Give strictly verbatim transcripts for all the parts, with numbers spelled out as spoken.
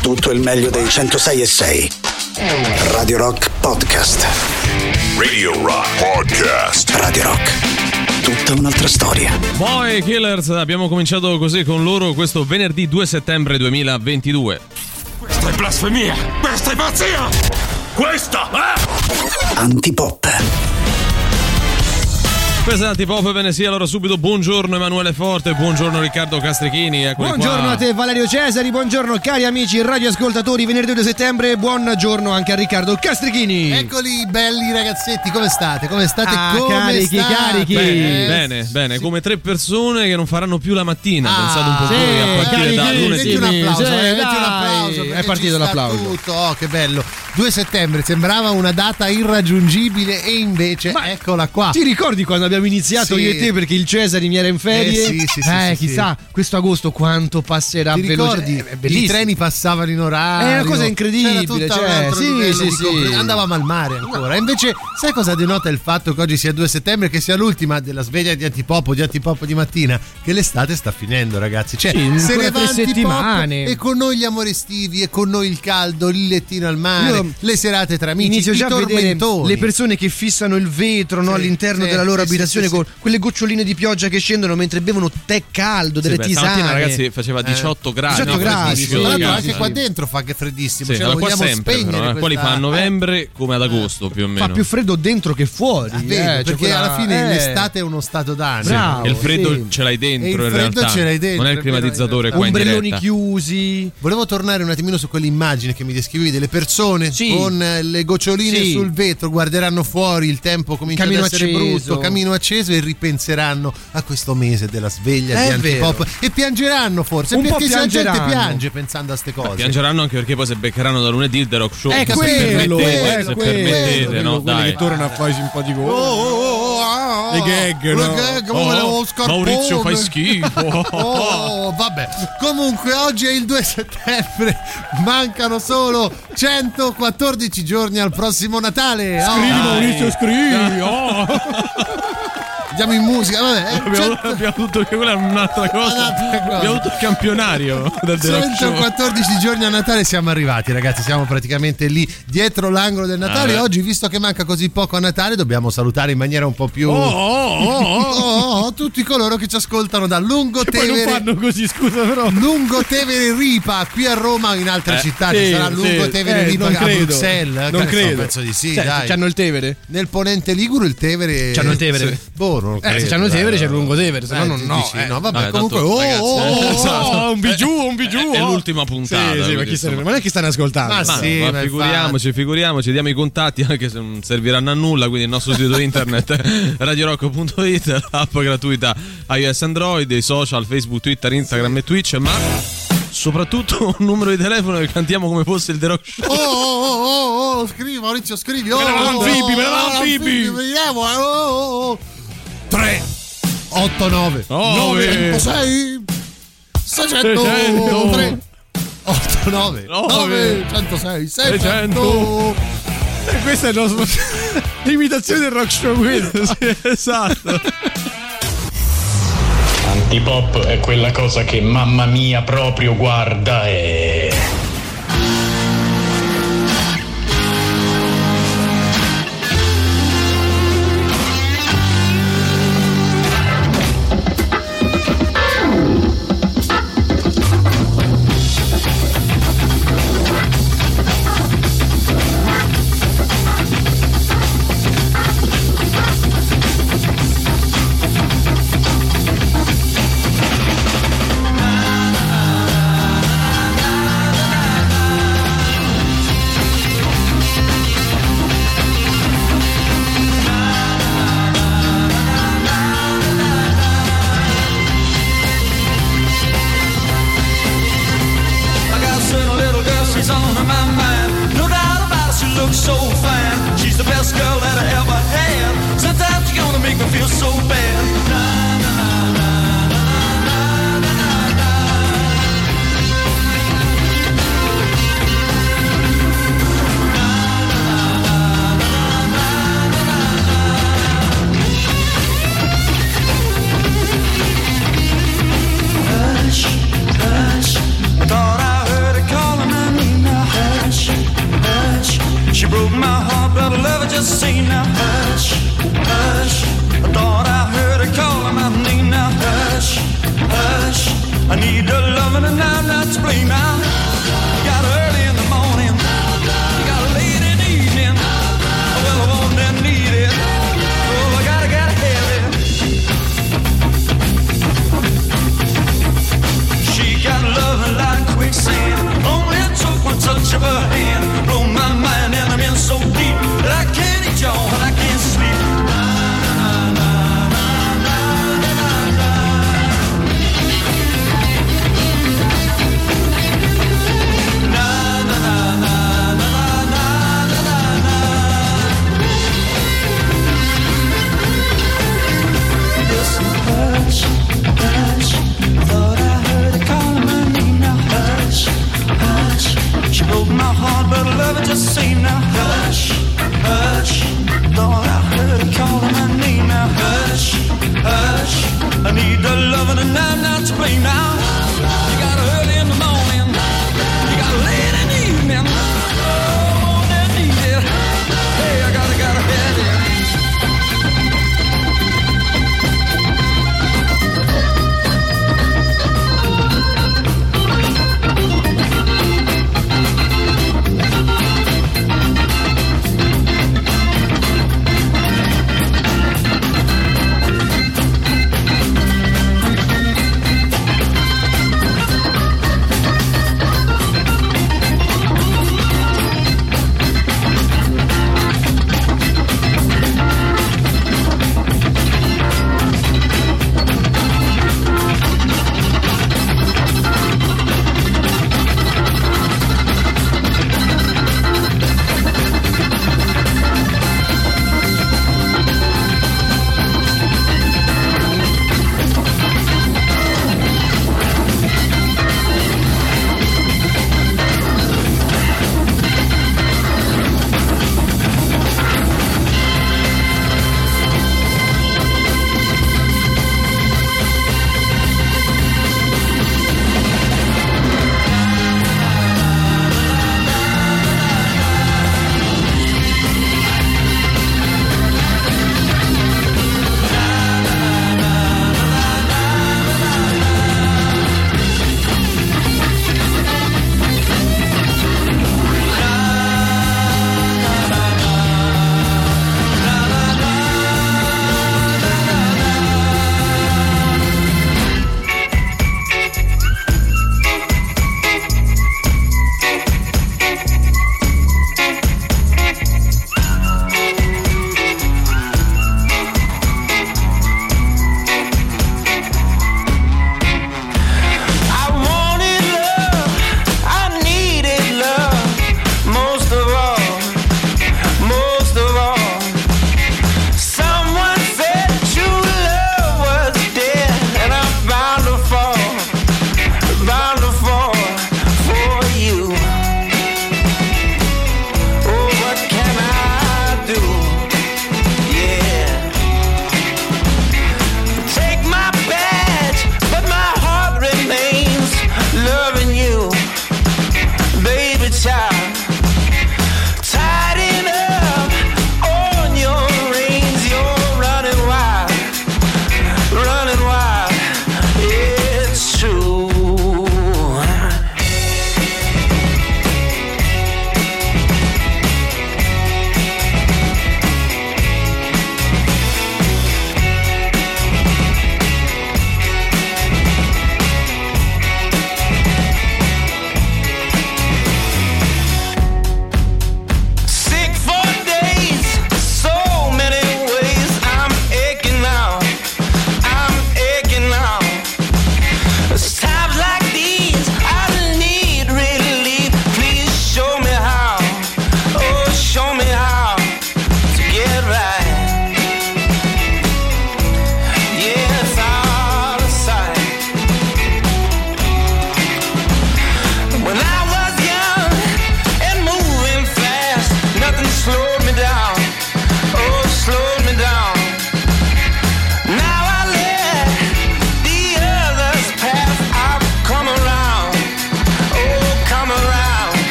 tutto il meglio dei centosei e sei. Radio Rock Podcast. Radio Rock Podcast. Radio Rock. Tutta un'altra storia. Boy Killers, abbiamo cominciato così con loro questo venerdì due settembre duemilaventidue. Questa è blasfemia! Questa è pazzia! Questa è... Antipop. Questa è Antipop, ve ne sia allora subito. Buongiorno Emanuele Forte, buongiorno Riccardo Castrichini. Buongiorno qua. a te Valerio Cesari, buongiorno cari amici radioascoltatori, venerdì due settembre, buongiorno anche a Riccardo Castrichini. Eccoli belli ragazzetti, come state? Come state? Ah, come carichi, state? carichi. Bene, Eh, bene, sì, bene, sì. come tre persone che non faranno più la mattina. Ah, Pensate un po' sì, voi a partire da carichi, lunedì. Metti un applauso, Sì, eh, metti un dai, applauso è perché partito ci sta l'applauso. tutto. Oh, che bello. due settembre sembrava una data irraggiungibile e invece Ma eccola qua. Ti ricordi quando abbiamo iniziato Sì. io e te perché il Cesari mi era in ferie? Eh, sì, sì, sì, eh sì, chissà, questo agosto quanto passerà Ti veloce. ricordi? Eh, è I bellissimo. treni passavano in orario. È una cosa incredibile, C'era tutto cioè, un altro sì, livello sì, di sì. compre- Andavamo al mare ancora. Invece, sai cosa denota il fatto che oggi sia due settembre, che sia l'ultima della sveglia di Antipop o di Antipop di mattina? Che l'estate sta finendo, ragazzi. Cioè, Sì, se ancora ne va tre Antipop settimane. e con noi gli amori estivi, e con noi il caldo, il lettino al mare, Io le serate tra amici, Inizio i già a vedere tormentoni. le persone che fissano il vetro, no, Sì, all'interno sì, della loro sì, sì, abitazione sì, con quelle goccioline di pioggia che scendono mentre bevono tè caldo, delle Sì, beh, tisane. stamattina ragazzi faceva diciotto gradi. diciotto no? gradi, Freddissimo, sì. Tra l'altro ragazzi. anche qua dentro fa che freddissimo. Sì, Cioè, ma qua vogliamo sempre spegnere però, eh. Qua li fa a questa- novembre come ad agosto più o meno. Fa più freddo dentro che fuori. Ah, vedi, eh, cioè perché quella- alla fine eh. l'estate è uno stato d'animo. Bravo. E il freddo sì. ce l'hai E dentro il in freddo realtà. ce l'hai dentro, non è il è vero, climatizzatore in qua in Ombrelloni diretta. chiusi. Volevo tornare un attimino su quell'immagine che mi descrivevi delle persone Sì. con eh, le goccioline Sì. sul vetro, guarderanno fuori, il tempo comincia Camino ad essere acceso. brutto, camino acceso, e ripenseranno a questo mese della sveglia È di Antipop vero. e piangeranno forse, Un po' perché se la gente piangeranno. piange pensando a ste cose. Piangeranno anche perché poi se beccheranno da lunedì il The Rock Show. È se quello, permettete, è se quello, permettete, quello, no? quelli Dai. che tornano a fare simpatico. Oh, oh, oh, ah, ah, Le gag, le no? gag, Oh, volevo scarpone. Maurizio fai schifo. Oh, vabbè. Comunque oggi è il due settembre, mancano solo centoquattordici giorni al prossimo Natale. Oh, Scrivi Dai. Maurizio, scrivi. Oh. andiamo in musica, vabbè. eh, Abbiamo, cento- abbiamo avuto che quella è un'altra cosa. Un'altra cosa. Abbiamo avuto il campionario del The Rock Show. centoquattordici giorni a Natale siamo arrivati, ragazzi, siamo praticamente lì dietro l'angolo del Natale. Ah, Oggi, visto che manca così poco a Natale, dobbiamo salutare in maniera un po' più Oh, oh, oh, oh. Oh, oh, tutti coloro che ci ascoltano da Poi non Lungotevere, fanno così, scusa però. Lungotevere Ripa, qui a Roma o in altre Eh, città. sì, ci sarà sì. Lungotevere Eh, Ripa non a credo. Bruxelles. Non Che ne so, credo. penso di sì, Cioè, dai. c'hanno il Tevere? Nel ponente Ligure il Tevere. C'hanno il Tevere. Sì. Boh, non Eh, credo, se c'hanno il dai, Tevere c'è il no. Lungotevere, se no Eh, non tu no. dici, eh. no, vabbè, Vabbè, comunque tanto, oh, ragazzi, oh, eh, oh, esatto. oh. un bigiù, un bigiù. È oh. l'ultima puntata. Sì, sì, ma quindi, chi se ne insomma. ma non è che stanno ascoltando. Ma Ma, sì, ma ma figuriamoci, figuriamoci, diamo i contatti anche se non serviranno a nulla, quindi il nostro sito internet è radiorock punto it, l'app gratuita iOS Android, i social Facebook, Twitter, Instagram e Twitch, ma soprattutto un numero di telefono che cantiamo come fosse il The Rock Show. Oh, oh, oh, oh, oh, scrivi Maurizio, scrivi. Oh, Me ne vado oh, anfibi, me ne oh, vado oh, anfibi. Vediamo, eh, oh, oh, oh. tre otto nove Nove. sei seicento seicento. tre otto nove nove centosei seicento. E questa è il nostro l'imitazione del rock show questo. Sì, esatto. Antipop è quella cosa che mamma mia proprio guarda e... I got a certain little girl, she's on my mind. No doubt about it, she looks so fine. She's the best girl that I ever had. Sometimes you're gonna make me feel so bad. Na, na, na, na, na, na, na, na. Hush, hush. I thought I heard her calling my just say now hush, hush. I thought I heard her calling my name now hush, hush. I need her loving and I'm not to blame now. You got her early in the morning, you got her late in the evening. Well, I want and need it, oh, I gotta, gotta have it. She got loving like quicksand, only it took one touch of her hand. Blow my mind and I'm in so deep that I can't eat y'all and I can't sleep. Hush, hush, thought I heard her calling my name now hush, hush. She broke my heart but I love it just say now hush, hush. Thought I heard her calling my name now hush, hush. I need the loving and I'm not to blame now. You got her early in the morning, you got her late in the evening. Oh, I need it. Hey, I gotta, gotta have it.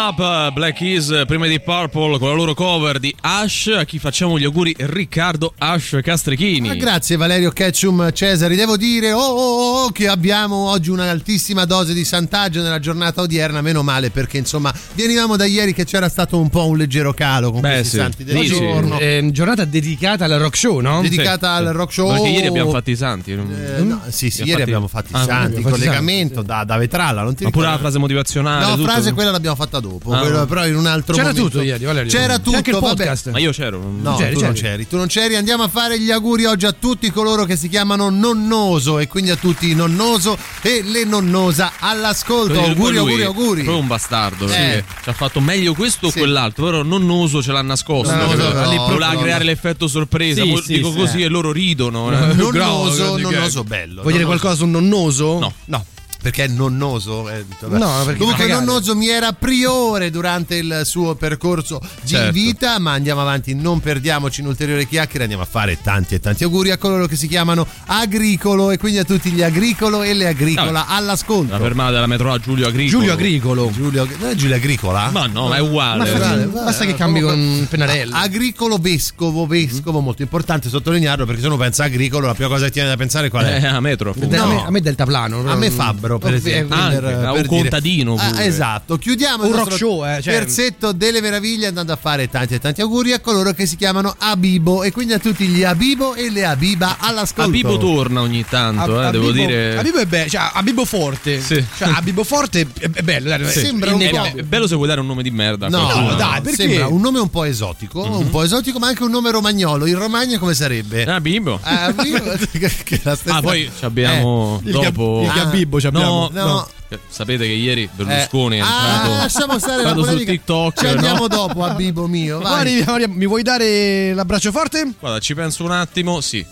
Up, Black Keys, prima di Purple con la loro cover di Ash. A chi facciamo gli auguri? Riccardo Ash Castrichini. Ah, grazie Valerio Ketchum Cesari. Devo dire oh, oh, oh, che abbiamo oggi un'altissima dose di santaggio nella giornata odierna, meno male, perché insomma venivamo da ieri che c'era stato un po' un leggero calo con Beh, questi sì. santi del Dici. giorno. Eh, giornata dedicata al rock show, no? Dedicata Sì, al sì. rock show. Perché ieri abbiamo fatti i santi. non- Eh, no, sì, sì, Abbiamo ieri fatti- abbiamo fatto Ah, i santi, abbiamo fatti i collegamento santi, da, da Vetralla, non ti Ma pure la ricordi? frase motivazionale. No, tutto? frase quella l'abbiamo fatta dopo, Ah. quello, però in un altro C'era momento. tutto ieri, Valerio. C'era C'è tutto, anche il vabbè. podcast. Ma io c'ero. non- No, C'eri, tu non c'eri. c'eri, tu non c'eri. Andiamo a fare gli auguri oggi a tutti coloro che si chiamano Nonnoso e quindi a tutti i Nonnoso e le Nonnosa all'ascolto. Poi Auguri, lui auguri, è auguri. proprio un bastardo. Eh. Perché ci ha fatto meglio questo o Sì. quell'altro, però nonnoso ce l'ha nascosto. No, Cioè, no, no, lì no, voleva no, creare no. l'effetto sorpresa. Sì, Mo- sì, dico sì. così e loro ridono. eh. Nonnoso, Grave, nonnoso bello. Vuoi dire nonnoso. qualcosa su nonnoso? No. No. Perché è nonnoso? Eh, vabbè. No, perché Comunque cagare. Nonnoso mi era priore durante il suo percorso di Certo. vita, ma andiamo avanti, non perdiamoci in ulteriori chiacchiere, andiamo a fare tanti e tanti auguri a coloro che si chiamano Agricolo e quindi a tutti gli Agricolo e le Agricola Vabbè. all'ascolto. La fermata della metro a Giulio Agricolo. Giulio Agricolo. Giulio, non è Giulio Agricola? Ma no, ma è uguale. Ma Vale, basta vale, che cambi comunque- con Pennarelli. Agricolo vescovo, vescovo, molto importante sottolinearlo perché se uno pensa agricolo la prima cosa che tiene da pensare qual è? Eh, a metro. appunto. A, no. me, a me deltaplano. A me Fabbro, per Oh, esempio. eh, Anche, per- a per un dire- contadino Ah, pure. esatto, chiudiamo il Un nostro rock show, eh, cioè- terzetto delle meraviglie andando a fare tanti e tanti auguri a coloro che si chiamano Abibo e quindi a tutti gli Abibo e le Abiba all'ascolto. Abibo torna ogni tanto, A- eh, devo Abibo- dire. Abibo è bello, cioè Abibo forte. Sì. Cioè Abibo forte è, è bello, dai, Sì. Sembra È, un è- po'- è bello se vuoi dare un nome di merda. a No, qualcuno. dai, perché? sembra un nome un po' esotico, un po' esotico, ma anche un nome romagnolo. In Romagna come sarebbe? Abibo. Abibo, che è la stessa- Ah, poi ci abbiamo il dopo. Gab- il Gabibbo ci abbiamo. No, No. no. Sapete che ieri Berlusconi Eh. è Ah, entrato. lasciamo stare la entrato su polemica. TikTok. Ci andiamo no? dopo, Abibo mio. Vai. Arriviamo, arriviamo. Mi vuoi dare l'abbraccio forte? Guarda, ci penso un attimo. Sì.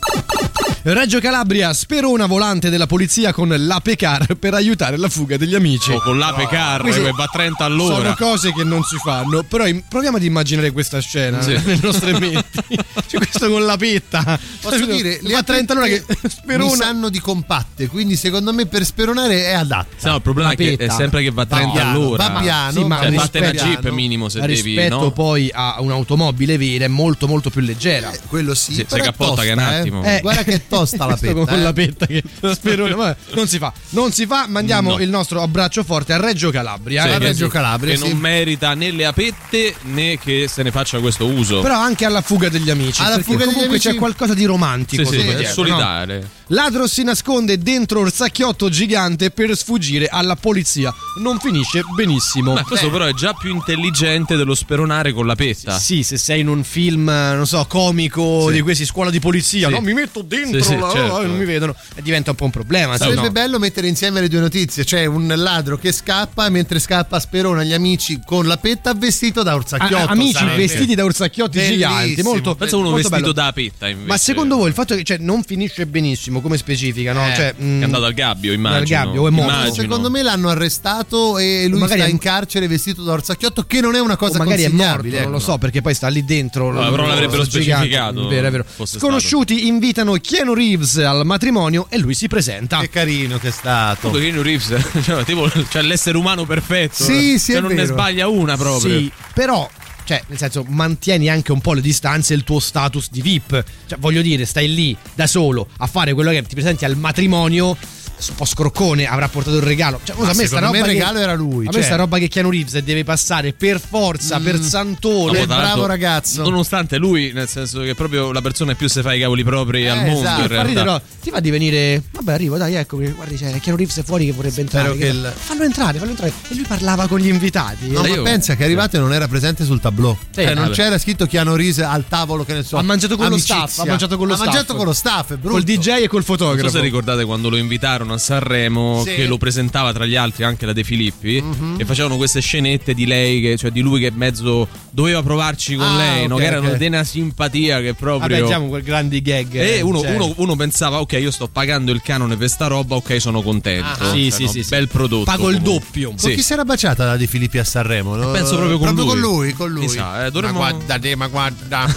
Reggio Calabria, Sperona volante della polizia con l'Ape Car per aiutare la fuga degli amici. O con l'ape car Queste che va a trenta Sono all'ora. cose che non si fanno, però im- proviamo ad immaginare questa scena Sì. nelle nostre menti. Cioè, questo con la petta. Posso dire, le a trenta all'ora che mi Sperona. sanno di compatte, quindi secondo me per speronare è adatta. Sì, no, il problema La è che è petta. sempre che va a Va trenta piano, all'ora. va piano, Sì, ma Cioè, rispetto- fatte una piano. jeep minimo se devi, rispetto no? poi a un'automobile vera è molto molto più leggera. Eh, quello sì, Sì, però si è cappotta tosta, che è un eh. attimo. Eh. Guarda che è tosta la Questo petta. con eh. la petta che Sperona, vabbè, non si fa, non si fa. Mandiamo No. il nostro abbraccio forte a Reggio Calabria. Sì, eh, a che- Reggio Calabria, che sì. non merita né le apette né che se ne faccia questo uso. Però anche alla fuga degli amici. Alla perché fuga degli comunque amici- c'è qualcosa di romantico. sì, sì, dietro, è no? solidale. Ladro si nasconde dentro il sacchiotto gigante per sfuggire alla polizia. Non finisce benissimo. Ma questo però è già più intelligente dello speronare con la petta. Sì, se sei in un film, non so, comico Sì. di questi scuola di polizia, Sì. no, mi metto dentro, Sì, sì, la- certo. non mi vedono, e diventa un po' un problema. sì, Sarebbe no? bello mettere insieme le due notizie, cioè un ladro che scappa e mentre scappa sperona gli amici con la petta vestito da A- orsacchiotto. amici sarebbe. vestiti da orsacchiotti Bellissimo. giganti, molto, Pensa uno molto vestito bello. da petta invece. Ma secondo voi il fatto che cioè, non finisce benissimo come specifica, no? Eh, Cioè, È andato al gabbio, immagino. Al gabbio, o è morto. Immagino. Secondo me l'hanno arrestato e lui Magari sta è- in carcere vestito da orsacchiotto, che non è una o cosa magari è morto, consigliabile. non lo ecco. so, perché poi sta lì dentro. No, però l'avrebbero gigante. specificato, Vero, è vero. fosse Sconosciuti invitano Keanu Reeves al matrimonio e lui si presenta. Che carino che è stato. Comunque Keanu Reeves, cioè, tipo, cioè l'essere umano perfetto. Sì, sì, Cioè, è non ne vero. sbaglia una proprio. Sì, però, cioè, nel senso, mantieni anche un po' le distanze e il tuo status di V I P. Cioè, voglio dire, stai lì da solo a fare quello che ti presenti al matrimonio. Un po' scroccone, avrà portato il regalo. Cioè, Ma a me sta secondo me roba il che- regalo era lui, A cioè. me sta roba che Keanu Reeves deve passare per forza, per No, santone. Che tra l'altro, bravo ragazzo. Nonostante lui, nel senso che è proprio la persona che più si fa i cavoli propri Eh, al mondo. esatto. In Fa ridere, realtà. no? Ti va di venire. Vabbè, arrivo, dai, ecco. Guardi, c'è Keanu Reeves è fuori che vorrebbe entrare. Spero che il- Fallo entrare, fallo entrare. E lui parlava con gli invitati. No, Eh, ma io- pensa che è arrivato e non era presente sul tableau. Sì, Cioè, non vabbè. c'era scritto Keanu Reeves al tavolo, che ne so. Ha mangiato con lo amicizia. staff, ha mangiato con lo ha staff. mangiato con lo staff, è brutto. Col D J e col Non fotografo. so se ricordate quando lo invitarono a Sanremo, Sì. che lo presentava tra gli altri anche la De Filippi, Mhm. e facevano queste scenette di lei, che, cioè di lui che mezzo doveva provarci con Ah, lei, no? ok, Che erano ok. di una simpatia che proprio. Vabbè, diciamo quel grandi gag. E eh, uno, cioè. uno- uno pensava, ok, io sto pagando il canone per sta roba, ok, sono contento. Ah, sì, Cioè, sì, no, sì, sì. bel prodotto. Pago il comunque. doppio. Con Sì. chi si era baciata la De Filippi a Sanremo? No? Penso proprio con lui. con lui, con lui. Mi sa, eh, dovremmo- Ma guarda te, ma guarda.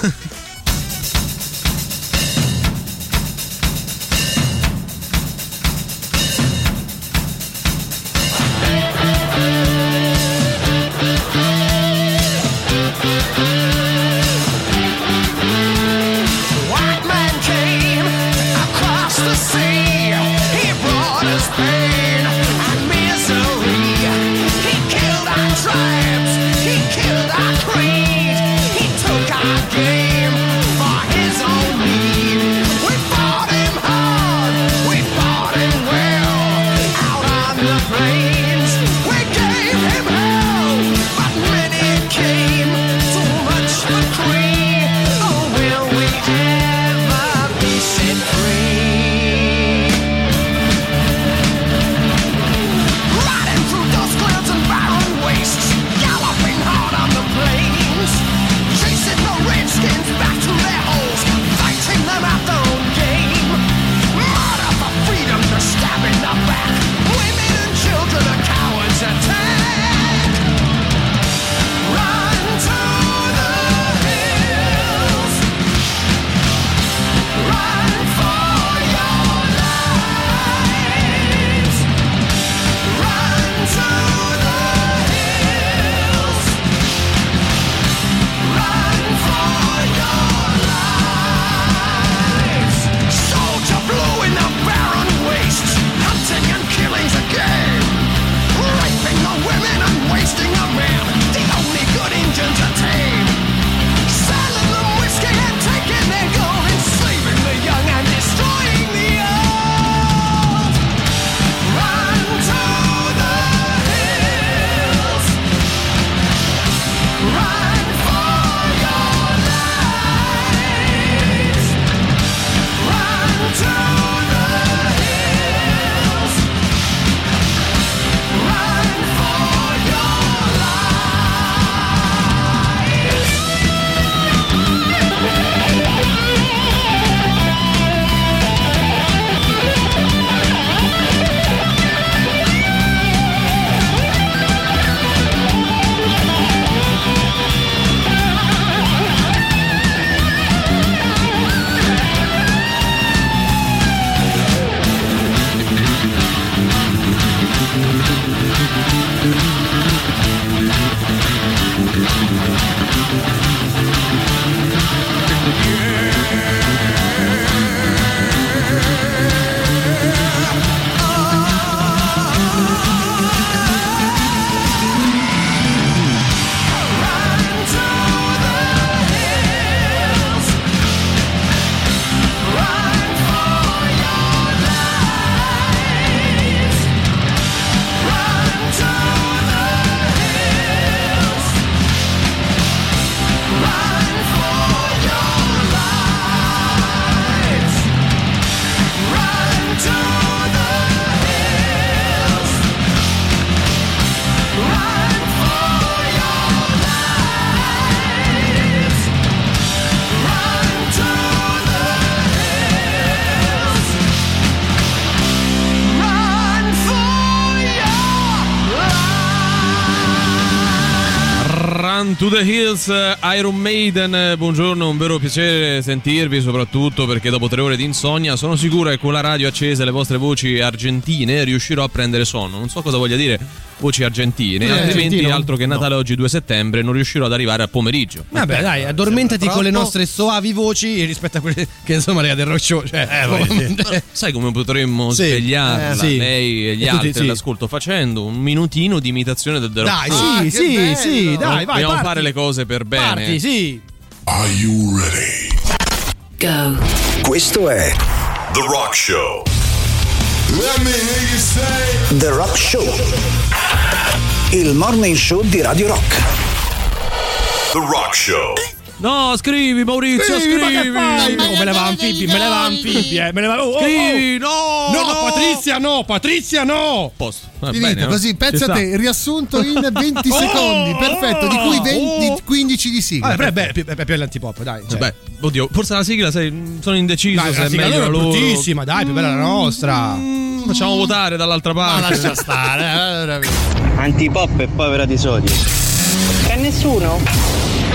Run to the Hills, Iron Maiden. Buongiorno, un vero piacere sentirvi, soprattutto perché dopo tre ore di insonnia sono sicuro che con la radio accesa e le vostre voci argentine riuscirò a prendere sonno. Non so cosa voglia dire voci argentine, eh, altrimenti argentino? altro che Natale No. oggi due settembre non riuscirò ad arrivare al pomeriggio. Vabbè, dai, addormentati con le nostre soavi voci rispetto a quelle che insomma raga del rock show, cioè, Ma sai come potremmo Sì, svegliarla, eh, sì. lei e gli E tutti, altri sì. all'ascolto facendo un minutino di imitazione del The Rock Dai, Show. sì, Ah, che sì, bello. sì, dai, vai, Dobbiamo parti. fare le cose per bene. Parti, sì. Are you ready? Go. Questo è The Rock Show. Let me hear you say. The Rock Show. Il morning show di Radio Rock. The Rock Show. No, scrivi Maurizio, Sì, ma che scrivi. fai? No, me le va anfibi, me le va anfibi, eh, me le va. Oh, oh, oh. Scrivi, no, No, no. Patrizia, no, Patrizia, no. Posto. Va Finita, bene, no? così, Ci pensa sta. a te, riassunto in venti Oh, secondi, perfetto, di cui venti, oh. quindici di sigla. Ah, beh, beh, più, più, più l'antipop, dai. Cioè. Beh, oddio, forse la sigla sai, sono indeciso Dai, se la è sigla meglio la loro è loro. bruttissima, dai, più bella la nostra. Mm, Facciamo votare dall'altra parte. Lascia stare. eh, Antipop e povera di sodio. C'è nessuno?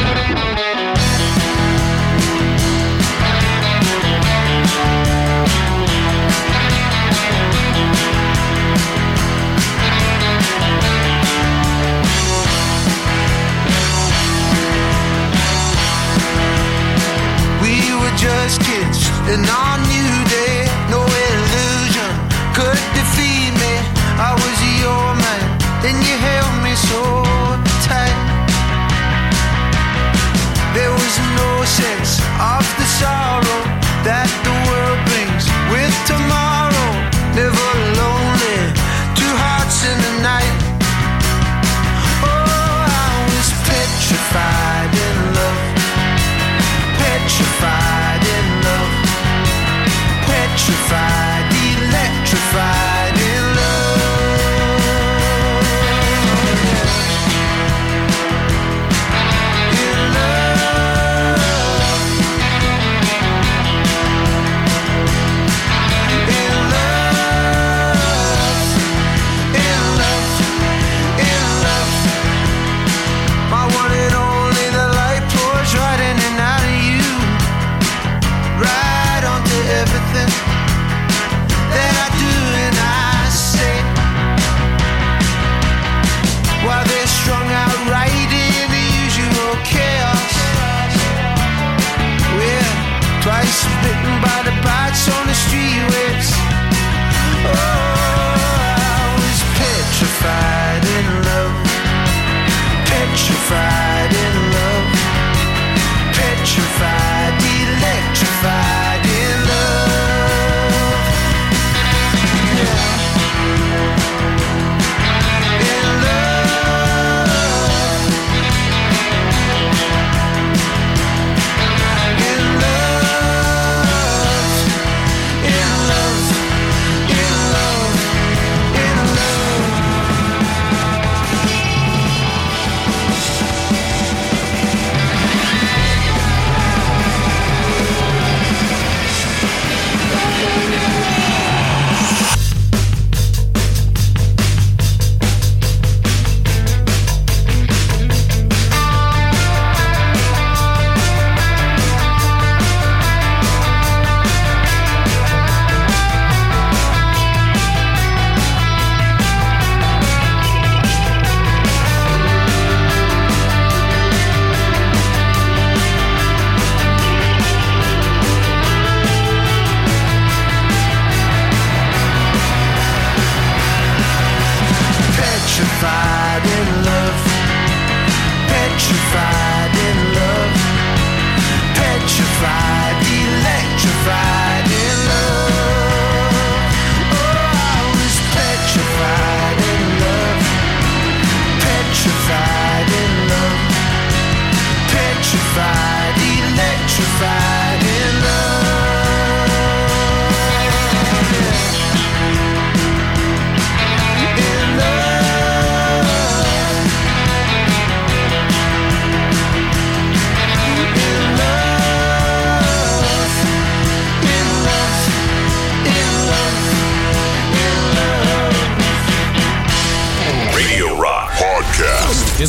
We were just kids in our new day. No illusion could defeat me. I was your man, and you held me so tight. There was no sense of the sorrow that the world brings with tomorrow. Never lonely, two hearts in the night. Oh, I was petrified in love. Petrified in love.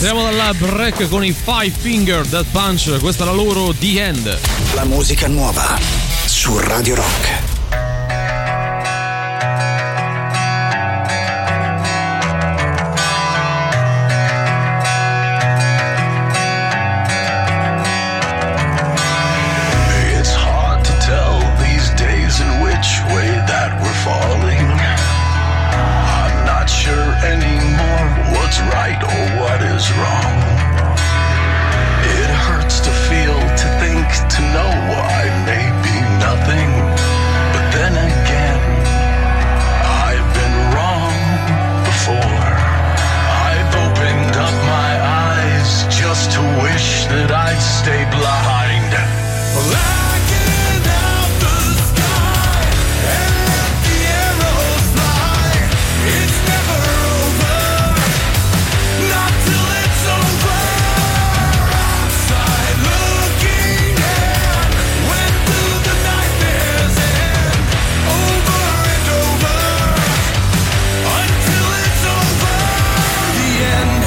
Siamo dalla break con i Five Finger Death Punch. Questa è la loro The End. La musica nuova su Radio Rock. Right or what is wrong. It hurts to feel, to think, to know I may be nothing. But then again, I've been wrong before. I've opened up my eyes just to wish that I'd stay blind. Well, I get out the sky and let the arrows fly. It's never over. Not till it's over. Outside looking in, when do the nightmares end? Over and over, until it's over. The end.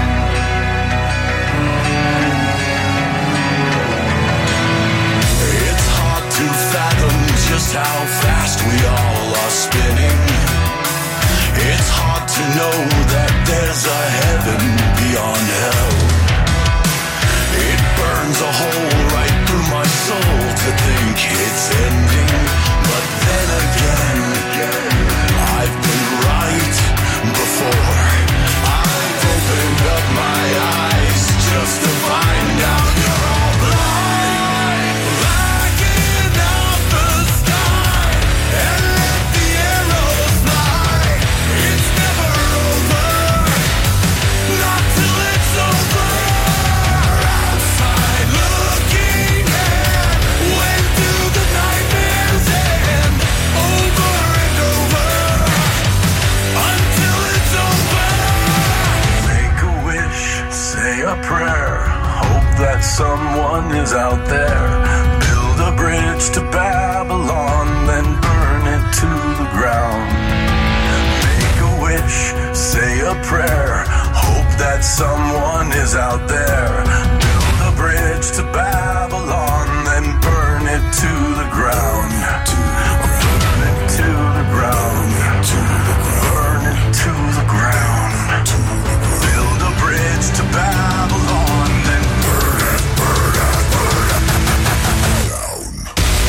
It's hard to fathom just how fast we all are spinning. It's hard to know that there's a heaven beyond hell. It burns a hole right through my soul to think it's ending. But then again, I've been right before. I've opened up my eyes just to find out you're all blind. Like it out the sky and let the arrows fly. It's never over, not till it's over. Outside looking in, when do the nightmares end? Over and over, until it's over. Make a wish, say a prayer, hope that someone is out there. Build a bridge to Babylon, then burn it to the ground. Make a wish, say a prayer, hope that someone is out there. Build a bridge to Babylon, then burn it to the ground. Burn it to the ground. Burn it to the ground. Build a bridge to Babylon, then burn it, burn it, burn it down.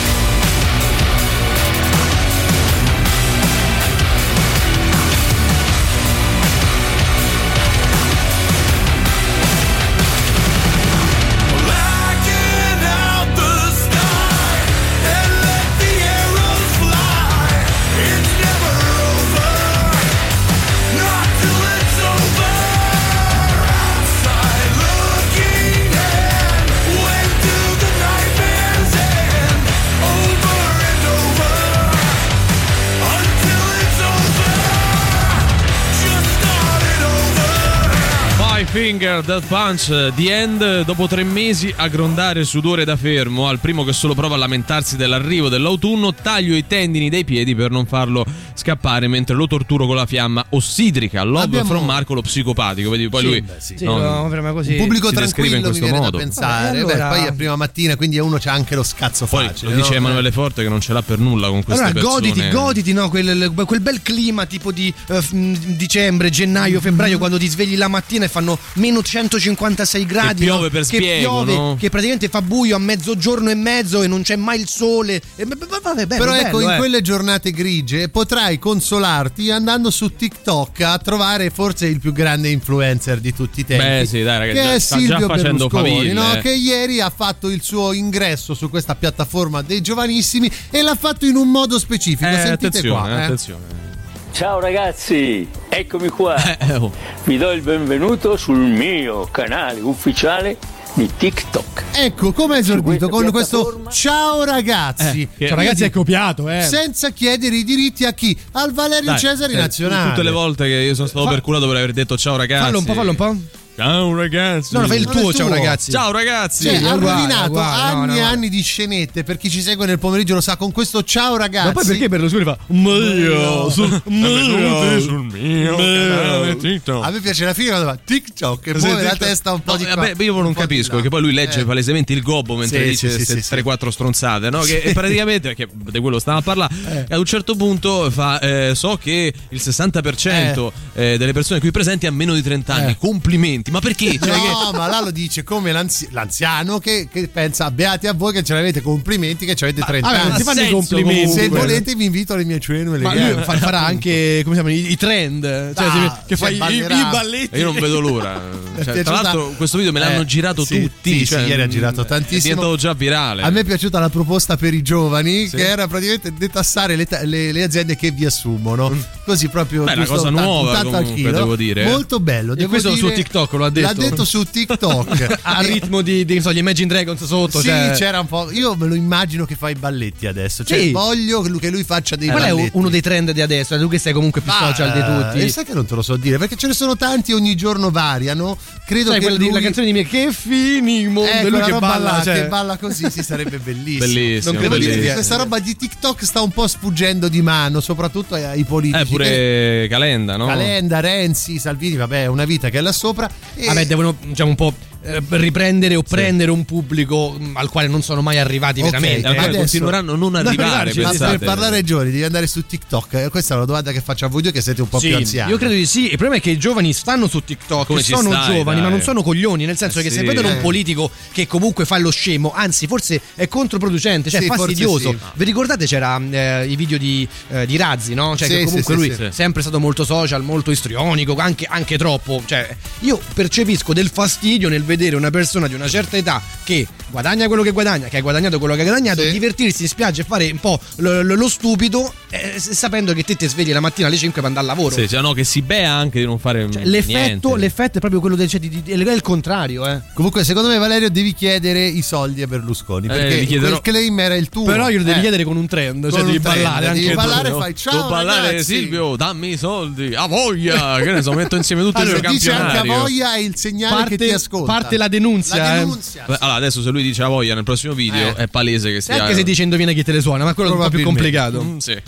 Like it out the sky and let the arrows fly. It's never over, not till it's over. Outside looking in, when do the nightmares end? Over and over, until it's over. Just start it over. Five Finger Death Punch, The End. Dopo tre mesi a grondare sudore da fermo, al primo che solo prova a lamentarsi dell'arrivo dell'autunno, taglio i tendini dei piedi per non farlo scappare mentre lo torturo con la fiamma ossidrica. Love Abbiamo- from Marco lo psicopatico, vedi poi lui Sì, non- no, ferma così. Un pubblico si descrive in tranquillo mi questo viene modo. da pensare. Vabbè, allora- Beh, poi è prima mattina, quindi uno c'ha anche lo scazzo poi facile. lo dice no? Emanuele Forte che non ce l'ha per nulla con queste Allora persone. goditi, goditi, no, quel, quel bel clima tipo di eh, f- mh, dicembre, gennaio, febbraio, Mm-hmm. quando ti svegli la mattina e fanno meno centocinquantasei gradi, piove no? per che spiego, piove, no? che praticamente fa buio a mezzogiorno e mezzo e non c'è mai il sole. E, b- b- vabbè, bello, Però ecco, bello, in eh. quelle giornate grigie potrai consolarti andando su TikTok a trovare forse il più grande influencer di tutti i tempi. Beh, sì, dai, ragazzi, che già- è sta già Silvio facendo Berlusconi, faville, no? eh. Che ieri ha fatto il suo ingresso su questa piattaforma dei giovanissimi e l'ha fatto in un modo specifico. Eh, Sentite attenzione, qua. eh. attenzione. Ciao ragazzi, eccomi qua. Eh, oh. Vi do il benvenuto sul mio canale ufficiale di TikTok. Ecco come ha esordito con questo ciao ragazzi. Eh, che- Cioè, ragazzi, è copiato, eh. Senza chiedere i diritti a chi? Al Valerio Dai, Cesari eh, Nazionale. Tutte le volte che io sono stato Fa- perculato per aver detto ciao ragazzi. Fallo un po', fallo un po'. Ciao ragazzi. No, no, fai il Non tuo, è ciao tuo. ragazzi. Ciao ragazzi. Cioè, Sì, ha è uguale, rovinato è uguale, no, anni no, e no. anni di scenette. Per chi ci segue nel pomeriggio lo sa, con questo ciao ragazzi. Ma poi perché Berlusconi fa mio sul Benvenuti sul mio canale TikTok. A me piace la fine quando fa TikTok e muove la testa un po' No, di qua. vabbè, io non un po' di capisco là. che poi lui legge Eh. palesemente il gobbo mentre Sì, dice sì, sì, queste sì, tre quattro stronzate, no? Che praticamente, perché di quello stava a parlare, Eh. e ad un certo punto fa eh, so che il sessanta per cento eh, delle persone qui presenti ha meno di trenta anni. Eh. Complimenti, ma perché? Cioè, No, ma là lo dice come l'anzi- l'anziano che, che pensa beati a voi che ce l'avete, complimenti che ce l'avete trenta vabbè, anni. non ti fanno i senso, complimenti. Se comunque. volete vi invito alle mie cene. Ma lui fa- farà anche come si chiamano, i, i trend, cioè, Ah, che fa cioè, i, i, ballerà. i balletti. E io non vedo l'ora. È Cioè, piaciuta- tra l'altro, questo video me l'hanno Eh, girato sì, tutti. sì, cioè, sì, ieri ha girato È tantissimo. diventato già virale. A me è piaciuta la proposta per i giovani, Sì. che era praticamente detassare le, ta- le- le aziende che vi assumono. Così proprio. Beh, è una giusto, cosa un tanto- nuova, un tanto al comunque, chilo. devo dire. Molto bello. E devo questo dire- su TikTok lo ha detto. L'ha detto su TikTok. a ritmo di, di non so, gli Imagine Dragons sotto. Sì, cioè... c'era un po'. Io me lo immagino che fa i balletti adesso. Cioè, Sì. voglio che lui, che lui faccia dei Qual è balletti. uno dei trend di adesso? Tu che sei comunque più Ma, social di tutti. eh, sai che non te lo so dire, perché ce ne sono tanti, ogni giorno variano. Credo Sai che quella lui... di la canzone di me che finimo Eh, di lui quella che roba balla, là, cioè... che balla così, sì, sarebbe bellissimo. Bellissimo, Non devo dire che bellissimo. questa roba di TikTok sta un po' sfuggendo di mano, soprattutto ai, ai politici. Eh, pure che- Calenda, no? Calenda, Renzi, Salvini, vabbè, è una vita che è là sopra. E... Vabbè, devono diciamo un po' eh, riprendere o prendere un pubblico mh, al quale non sono mai arrivati Ok, veramente. E ancora adesso- continueranno a non No, arrivare, arrivarci, Ma pensate. per parlare ai giovani devi andare su TikTok. Eh, Questa è una domanda che faccio a voi due che siete un po' Sì, più anziani. io credo di sì. Il problema è che i giovani stanno su TikTok, Come ci sono stai, giovani, dai? ma non sono coglioni. Nel senso Eh che se sì. vedono un Eh. politico che comunque fa lo scemo, anzi, forse è controproducente, cioè Sì, è forse fastidioso. sì. Vi ricordate c'era eh, i video di, eh, di Razzi, no? Cioè, Sì, che comunque sì, lui sì, sì. è sempre stato molto social, molto istrionico, anche, anche troppo. Cioè, io percepisco del fastidio nel vedere una persona di una certa età che guadagna quello che guadagna, che ha guadagnato quello che ha guadagnato, Sì. divertirsi in spiaggia e fare un po' lo, lo- lo stupido, eh, sapendo che te ti svegli la mattina alle cinque per andare al lavoro. Sì, cioè, no, che si bea anche di non fare Cioè, l'effetto, niente. l'effetto è proprio quello del, cioè, di, di- è il contrario, eh. Comunque, secondo me, Valerio, devi chiedere i soldi a Berlusconi. Eh, Perché gli chiederò- quel claim era il tuo. Però glielo devi Eh. chiedere con un trend, Con cioè un devi trend, ballare devi anche ballare, tu, no? fai ciao Devo ballare, ragazzi. Silvio, dammi i soldi. A voglia! Che ne so, metto insieme tutti Allora, i suoi dice anche a campionario. voglia è il segnale Parte- che ti ascolta. parte la denunzia, La eh. denunzia. Beh, allora, adesso se lui dice a voglia nel prossimo video, Eh. è palese che E stia. anche se dice indovina chi te le suona, ma quello è un po' più Probabilmente. complicato. Mm, sì.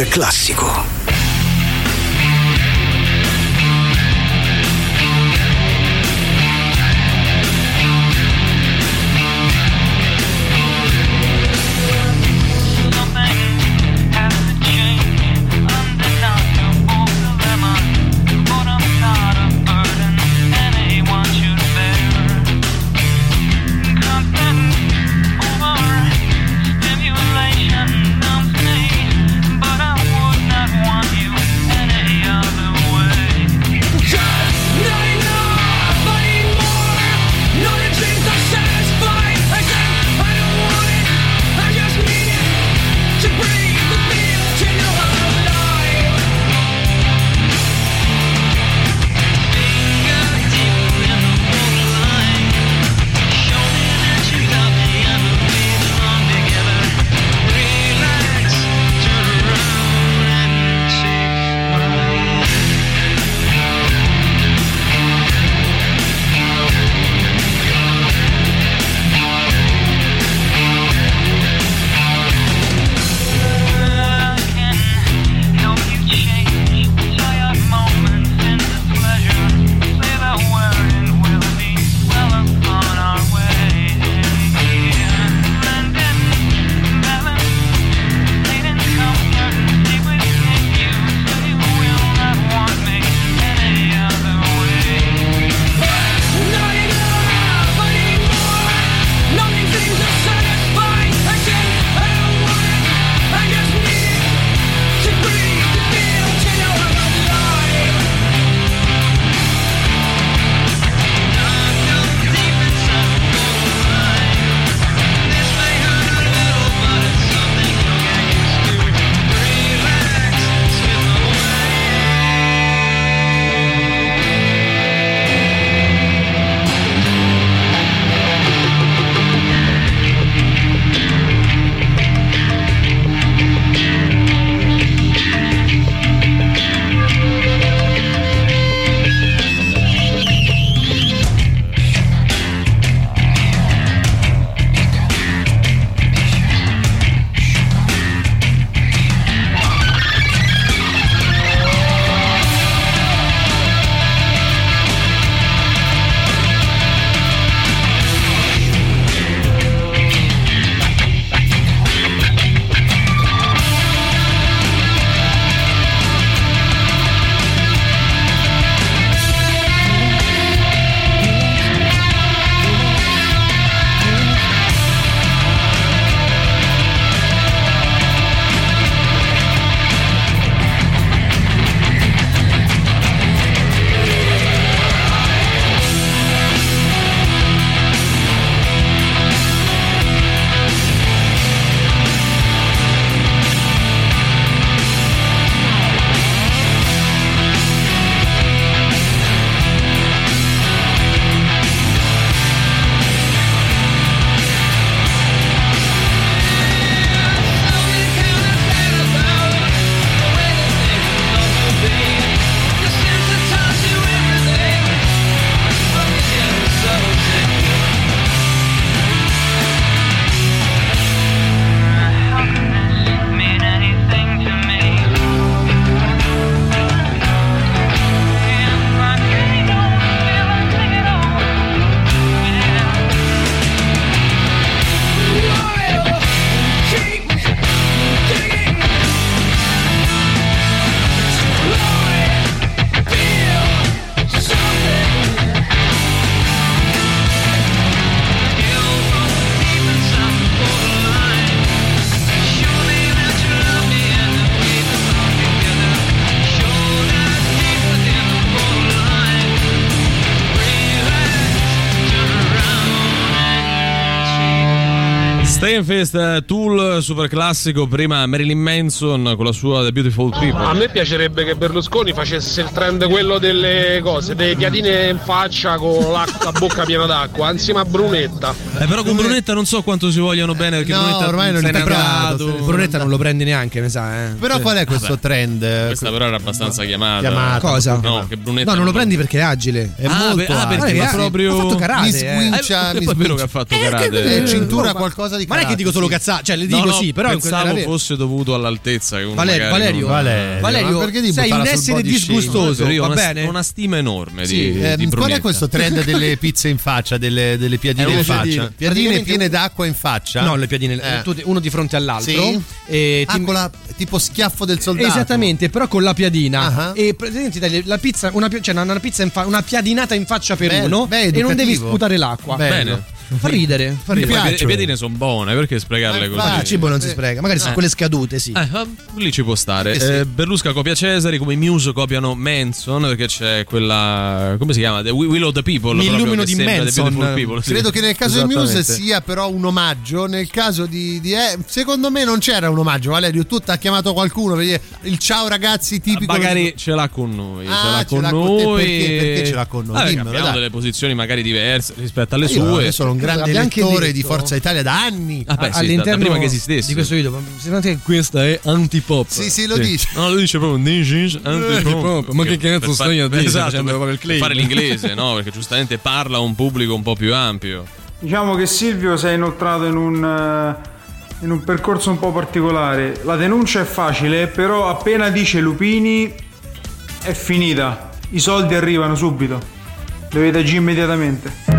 super classico. Steinfest, Tool, super classico. Prima Marilyn Manson con la sua The Beautiful People. A me piacerebbe che Berlusconi facesse il trend quello delle cose, delle piadine in faccia con la bocca piena d'acqua, insieme a Brunetta. Eh, però con Brunetta non so quanto si vogliano bene, perché no, Brunetta ormai non è innamorato. Brunetta non lo prende neanche, mi sa. Eh. Però sì. qual è questo Vabbè, trend? Questa però era abbastanza chiamata. chiamata. Cosa? No, che Brunetta no, non lo prendi perché è agile. È ah, molto per, ah, perché agile. fa proprio ha fatto karate. Mi sguincia, eh. mi È poi vero sguincia. che ha fatto Eh, karate. che- Eh, cintura no, ma- qualcosa di ma Ma non è che dico solo cazzate, cioè le dico no, no, sì, però pensavo fosse dovuto all'altezza. Che Valerio, Valerio, non... Valerio, Valerio, perché di sei un essere disgustoso, io va una, bene? una stima enorme sì, di, eh, di qual è questo trend delle pizze in faccia, delle, delle piadine in faccia? Piadine, piadine piene d'acqua in faccia? No, le piadine, eh. uno di fronte all'altro. Sì? E ah, ti... con la, tipo schiaffo del soldato. Esattamente, però con la piadina. Uh-huh. E praticamente la pizza, una, cioè una pizza in fa- una piadinata in faccia per beh, uno beh, e non devi sputare l'acqua. Bene. Fa ridere, fa ridere. Le piadine sono buone, perché sprecarle eh, così? Ma il cibo non si spreca, magari sono eh. quelle scadute, sì. Eh, lì ci può stare. Eh, sì. eh, Berlusca copia Cesari, come i Muse copiano Manson, perché c'è quella, come si chiama? The Will of the People. Mi illumino di Manson. People, sì. Credo che nel caso di Muse sia però un omaggio. Nel caso di, di eh, secondo me non c'era un omaggio. Valerio, tu ti ha chiamato qualcuno per dire il ciao ragazzi tipico. Magari di... ce l'ha con noi. Ah, ce l'ha ce con l'ha noi. Con te, perché, perché ce l'ha con noi? Ah, Dimmelo, abbiamo dai. delle posizioni magari diverse rispetto alle io, sue. Io sono un grande lettore di Forza Italia da anni. Ah, beh, sì, all'interno da, da prima che esistesse. di questo video, sembra che questa è antipop. Sì, sì, lo sì. dice. No, lo dice proprio antipop. Ma che cazzo stai a dire? Esatto, per, per, per fare l'inglese, no? Perché giustamente parla a un pubblico un po' più ampio. Diciamo che Silvio si è inoltrato in un in un percorso un po' particolare. La denuncia è facile, però appena dice Lupini è finita. I soldi arrivano subito. Dovete agire immediatamente.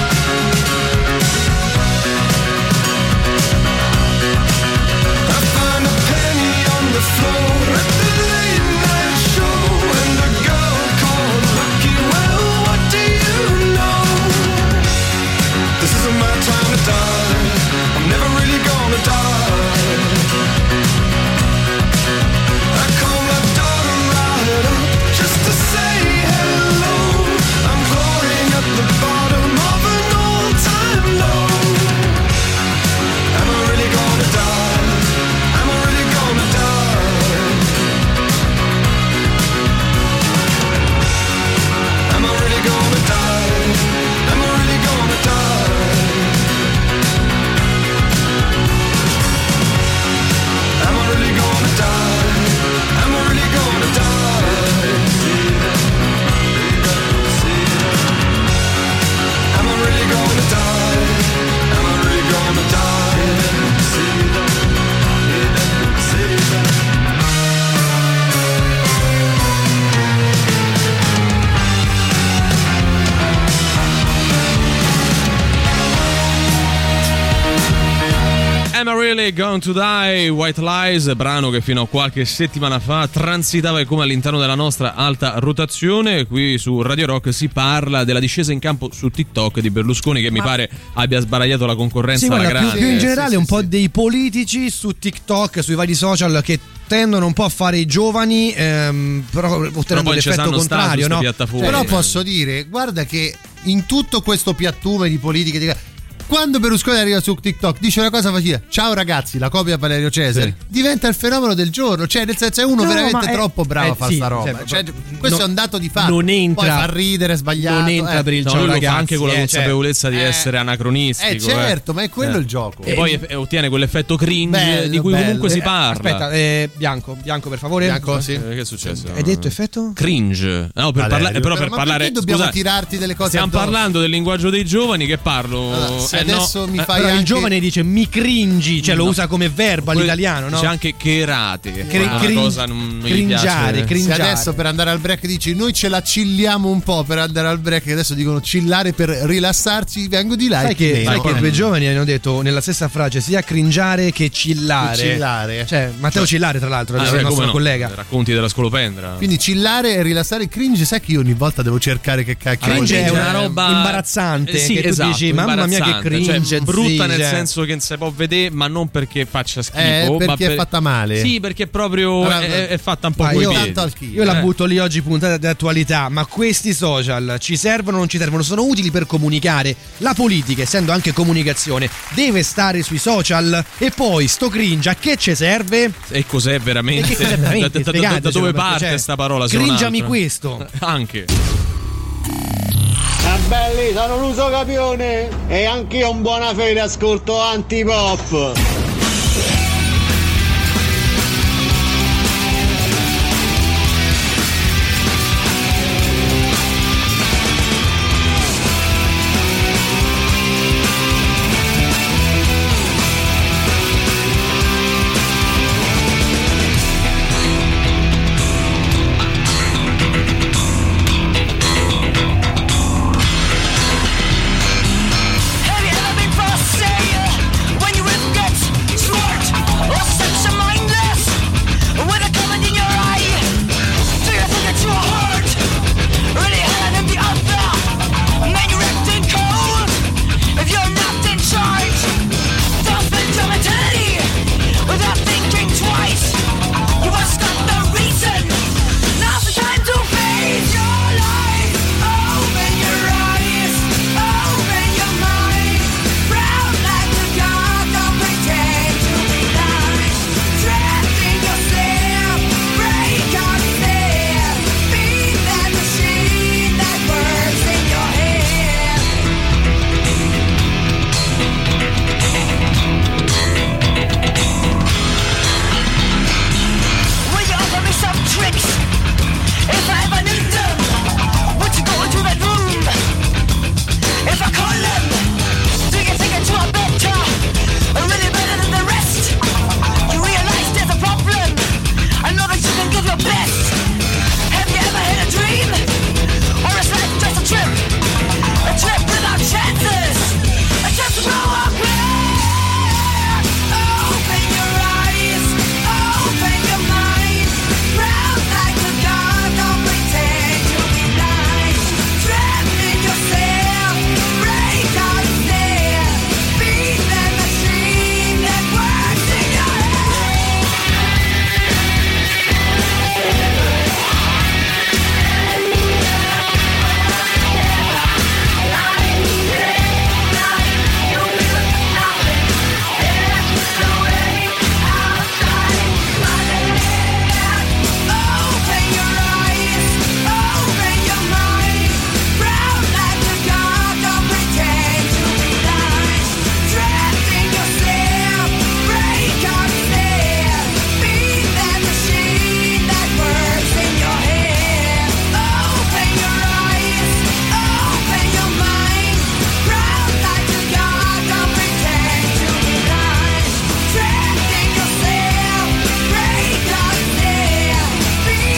I Really Going to Die, White Lies, brano che fino a qualche settimana fa transitava come all'interno della nostra alta rotazione. Qui su Radio Rock si parla della discesa in campo su TikTok di Berlusconi, che Ma... mi pare abbia sbaragliato la concorrenza sì, alla guarda, grande. Più, più in generale sì, sì, un po' sì. dei politici su TikTok, sui vari social che tendono un po' a fare i giovani, ehm, però ottenendo l'effetto contrario, no? Cioè, però posso dire, guarda che in tutto questo piattume di politiche di... quando Berlusconi arriva su TikTok dice una cosa facile: ciao ragazzi, la copia Valerio Cesare, sì. diventa il fenomeno del giorno. Cioè, nel senso, è uno no, veramente troppo è, bravo eh, a fare sì, sta roba. Cioè, questo no, è un dato di fatto. Non entra, poi fa ridere, sbagliato. Non entra eh. per il no, ciao lui ragazzi, lo fa anche con la eh, consapevolezza cioè, di eh, essere anacronistico. Eh, certo, eh. ma è quello eh. il gioco. E poi eh, ottiene quell'effetto cringe bello, di cui bello. comunque eh, si parla. Aspetta, eh, Bianco, Bianco per favore. Bianco, sì. Eh, che è successo? Hai detto effetto? Cringe. No, per parlare, però per ma parlare. Perché dobbiamo Scusate, tirarti delle cose stiamo addosso? parlando del linguaggio dei giovani, che parlo. Allora, se eh, adesso no, mi eh, fai però anche... il giovane dice mi cringi, cioè no. lo usa come verbo all'italiano, no? C'è anche cherate, che Cri- è una crin- cosa non, non gli cringiare, piace. cringiare. Se adesso per andare al break dici noi ce la chilliamo un po' per andare al break, che adesso dicono chillare per rilassarci, vengo di là. Sai e che, meno. sai che due giovani hanno detto nella stessa frase sia cringiare che chillare. Che chillare. Cioè, Matteo Cillare, tra l'altro, Ah, il beh, nostro no? collega. Racconti della scolopendra. Quindi chillare e rilassare. Cringe, sai che io ogni volta devo cercare che cacchio. Cringe è una eh, roba imbarazzante. Eh, sì, che tu esatto, dici, mamma mia, che cringe. Cioè, brutta nel cioè. senso che non si può vedere, ma non perché faccia schifo. Eh, perché ma per... è fatta male. Sì, perché proprio allora, è, è fatta un po' ah, coi io, piedi. io la eh. butto lì oggi, puntata di attualità. Ma questi social ci servono o non ci servono? Sono utili per comunicare. La politica, essendo anche comunicazione, deve stare sui social. E poi sto cringe a che ci serve? E cos'è veramente? E che cos'è veramente? Da, da, da, da dove Spiegatecelo, parte cioè, sta parola? Cringiami questo. Anche. Ah, belli, sono un uso capione e anch'io un buona fede ascolto antipop.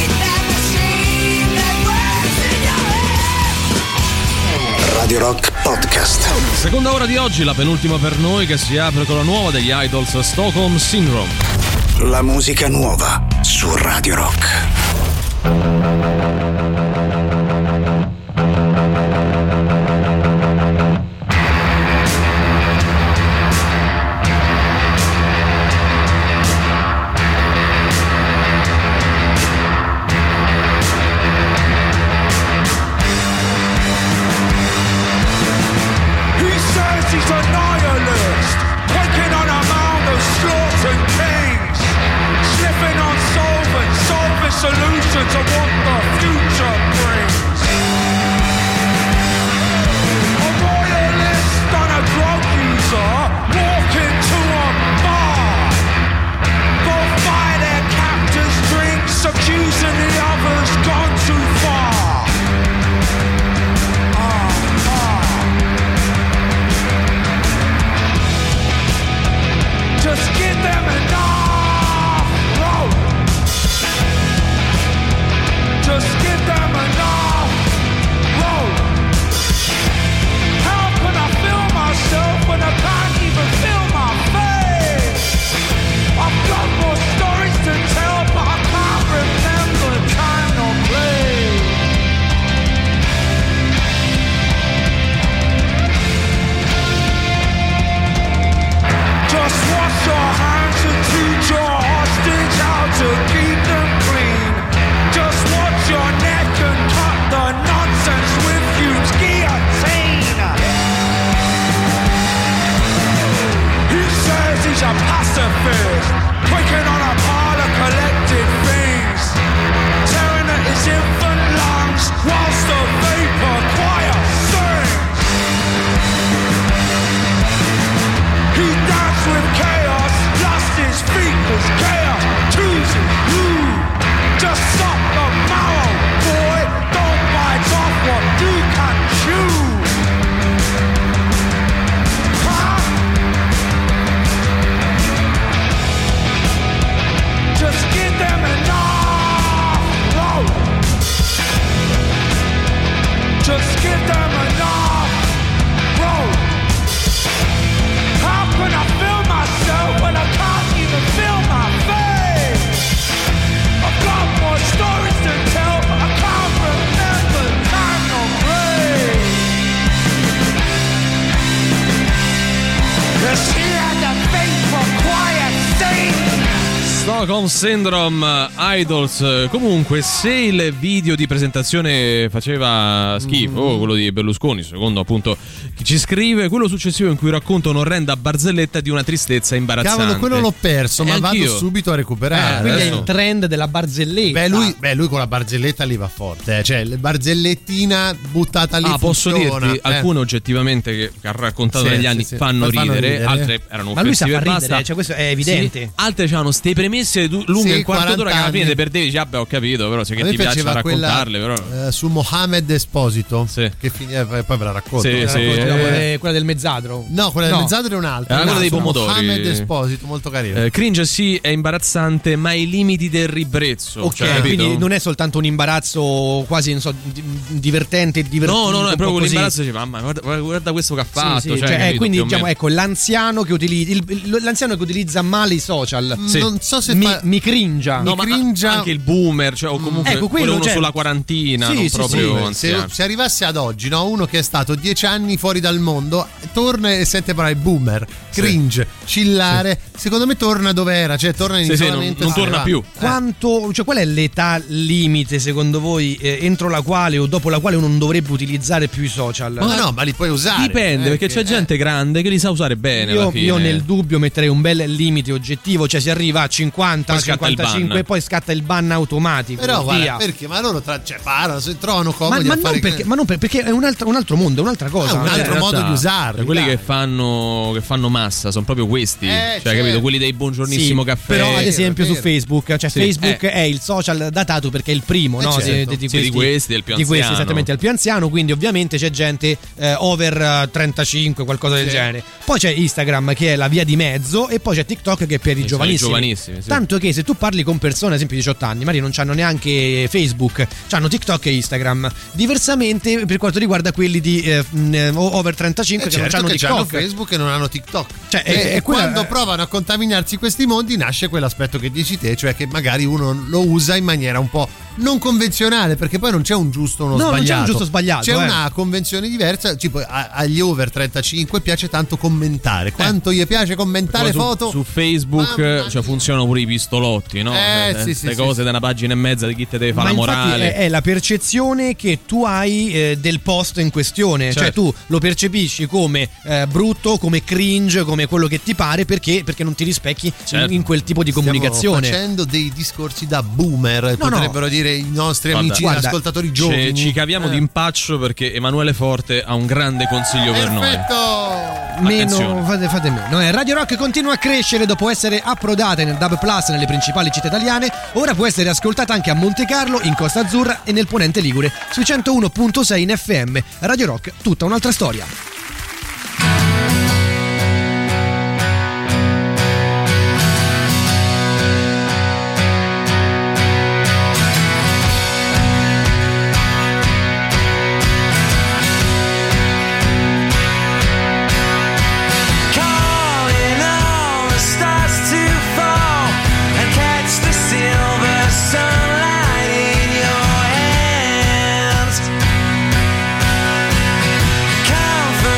Radio Rock Podcast. Seconda ora di oggi, la penultima per noi, che si apre con la nuova degli Idols, Stockholm Syndrome. La musica nuova su Radio Rock. He's a nihilist, taking on a mound of slaughtered kings, sniffing on solvents, solving solutions of what the future brings. A royalist and a drug user walk into a bar. Both buy their captors' drinks, accusing the others gone too far. Just give them enough rope. Just give them enough rope. How can I feel myself when I can't even feel my face? I've got more stories to tell, but I can't remember time or place. Just wash your hands and teach your hostage how to keep them clean. Just watch your neck and cut the nonsense with Hugh's guillotine. He says he's a pacifist, quaking on a pile of collected things, tearing at his infant lungs whilst the vapor choir sings. He danced with chaos, lost his feet as chaos chooses you. Just suck the marrow, boy, don't bite off what you can chew. Huh? Just give them enough rope. Just give them enough rope. How can I feel myself when I can't even feel my face? I've got more stories to tell, but I can't remember time or place. Yes, he had the faith for quiet sing. Stockholm Syndrome, Idols. Comunque, se il video di presentazione faceva schifo, mm. quello di Berlusconi, secondo appunto chi ci scrive, quello successivo in cui racconta un'orrenda barzelletta di una tristezza imbarazzante. Cavolo, quello l'ho perso, e ma anch'io. vado subito a recuperare. Eh, quindi adesso. è il trend della barzelletta. Beh lui, beh, lui con la barzelletta lì va forte, eh. Cioè, la barzellettina buttata lì Ah, posso funziona. dirti, eh. alcune oggettivamente che, che ha raccontato Sì, negli sì, anni sì. fanno, Fanno ridere, ridere. altre erano Ma lui sa offensive far e ridere, basta. cioè questo è evidente. Sì, altre c'hanno ste premesse du- lunghe Sì, un quarto d'ora che alla fine quaranta te perdevi, dici, vabbè, ho capito, però se A che me ti piace piaceva raccontarle, quella, però eh, su Mohamed Esposito, Sì. che finiva, poi ve la racconto. Sì, Ve la sì. racconto. Eh, Eh, quella del mezzadro. No, quella del No. mezzadro è un'altra. Era quella dei un'altra. pomodori. Mohamed Esposito, molto carino. Eh, cringe sì, è imbarazzante, ma ai limiti del ribrezzo. Ok, cioè, capito? quindi non è soltanto un imbarazzo quasi, non so, di- divertente, divertito. No, no, no, è un po' proprio così. l'imbarazzo. Dice, mamma, guarda, guarda questo che ha fatto. Sì, sì, cioè, cioè, capito, eh, quindi più o diciamo, meno. ecco, l'anziano che utilizza il- il- l'anziano che utilizza male i social. Sì. Non so se Mi, fa- mi cringia. No, ma cringia- anche il boomer, cioè, o comunque Ecco, quello, quello uno cioè- sulla quarantina, Sì, non sì, proprio Sì, anziano. se, se arrivasse ad oggi, no, uno che è stato dieci anni fuori dal mondo, torna e sente parlare boomer, cringe, chillare, secondo me torna dove era, cioè torna in Sì, sì, non, isolamento. non e se ne torna va. più. Quanto, cioè, qual è l'età limite secondo voi eh, entro la quale o dopo la quale uno non dovrebbe utilizzare più i social? Ma no, ma li puoi usare. Dipende, eh, perché che- c'è gente grande che li sa usare bene. alla Io, fine. io nel dubbio metterei un bel limite oggettivo, cioè si arriva a cinquanta, Poi scatta il cinquantacinque ban. e poi scatta il ban automatico. Però guarda, via. perché? Ma loro tra, cioè, parlano, se trovano Ma, comodi ma a non fare perché, ma non per- perché è un altro, un altro mondo, è un'altra cosa. Ah, un Cioè, altro in modo realtà, di usarli, cioè, quelli dai. che fanno, che fanno massa sono proprio questi. Eh, cioè, certo. capito? Quelli dei buongiornissimo Sì, caffè. però ad esempio vero, su vero. Facebook, cioè Sì, Facebook eh. è il social datato perché è il primo, Eh, no? certo. Di, Sì, di questi, del più di questi, anziano. esattamente, il più anziano, quindi ovviamente c'è gente eh, over eh, trentacinque, qualcosa del Sì. genere. Poi c'è Instagram che è la via di mezzo e poi c'è TikTok che è per i Sì, sono i giovanissimi. giovanissimi, sì. Tanto Tanto che se tu parli con persone, ad esempio di diciotto anni, magari non hanno neanche Facebook, hanno TikTok e Instagram. Diversamente per quanto riguarda quelli di eh, over trentacinque eh che certo non hanno che TikTok, hanno Facebook e non hanno TikTok. Cioè, e, è, è quella... quando provano a contaminarsi questi mondi nasce quell'aspetto che dici te, cioè che magari uno lo usa in maniera un po' non convenzionale, perché poi non c'è un giusto o uno no, sbagliato. Non c'è un giusto sbagliato. C'è eh. una convenzione diversa, tipo a, agli over trentacinque piace tanto commentare. Quanto eh. gli piace commentare su, foto? Su Facebook cioè, funzionano pure i pistolotti, no? Eh, le sì, sì, le sì, cose sì. da una pagina e mezza di chi te deve fare Ma la morale. È, è la percezione che tu hai eh, del post in questione. Certo. Cioè tu lo percepisci come eh, brutto, come cringe, come quello che ti pare, perché, perché non ti rispecchi certo. in, in quel tipo di comunicazione. Stiamo facendo dei discorsi da boomer, no, potrebbero no. dire i nostri Guarda, amici guarda, ascoltatori giovani. Ci, ci caviamo eh. d'impaccio perché Emanuele Forte ha un grande consiglio per noi. Meno, fate, fate meno. Eh, Radio Rock continua a crescere dopo essere approdata nel D A B Plus nelle principali città italiane. Ora può essere ascoltata anche a Monte Carlo, in Costa Azzurra e nel Ponente Ligure sui centouno virgola sei in F M. Radio Rock, tutta un'altra storia. Sunlight in your hands. Come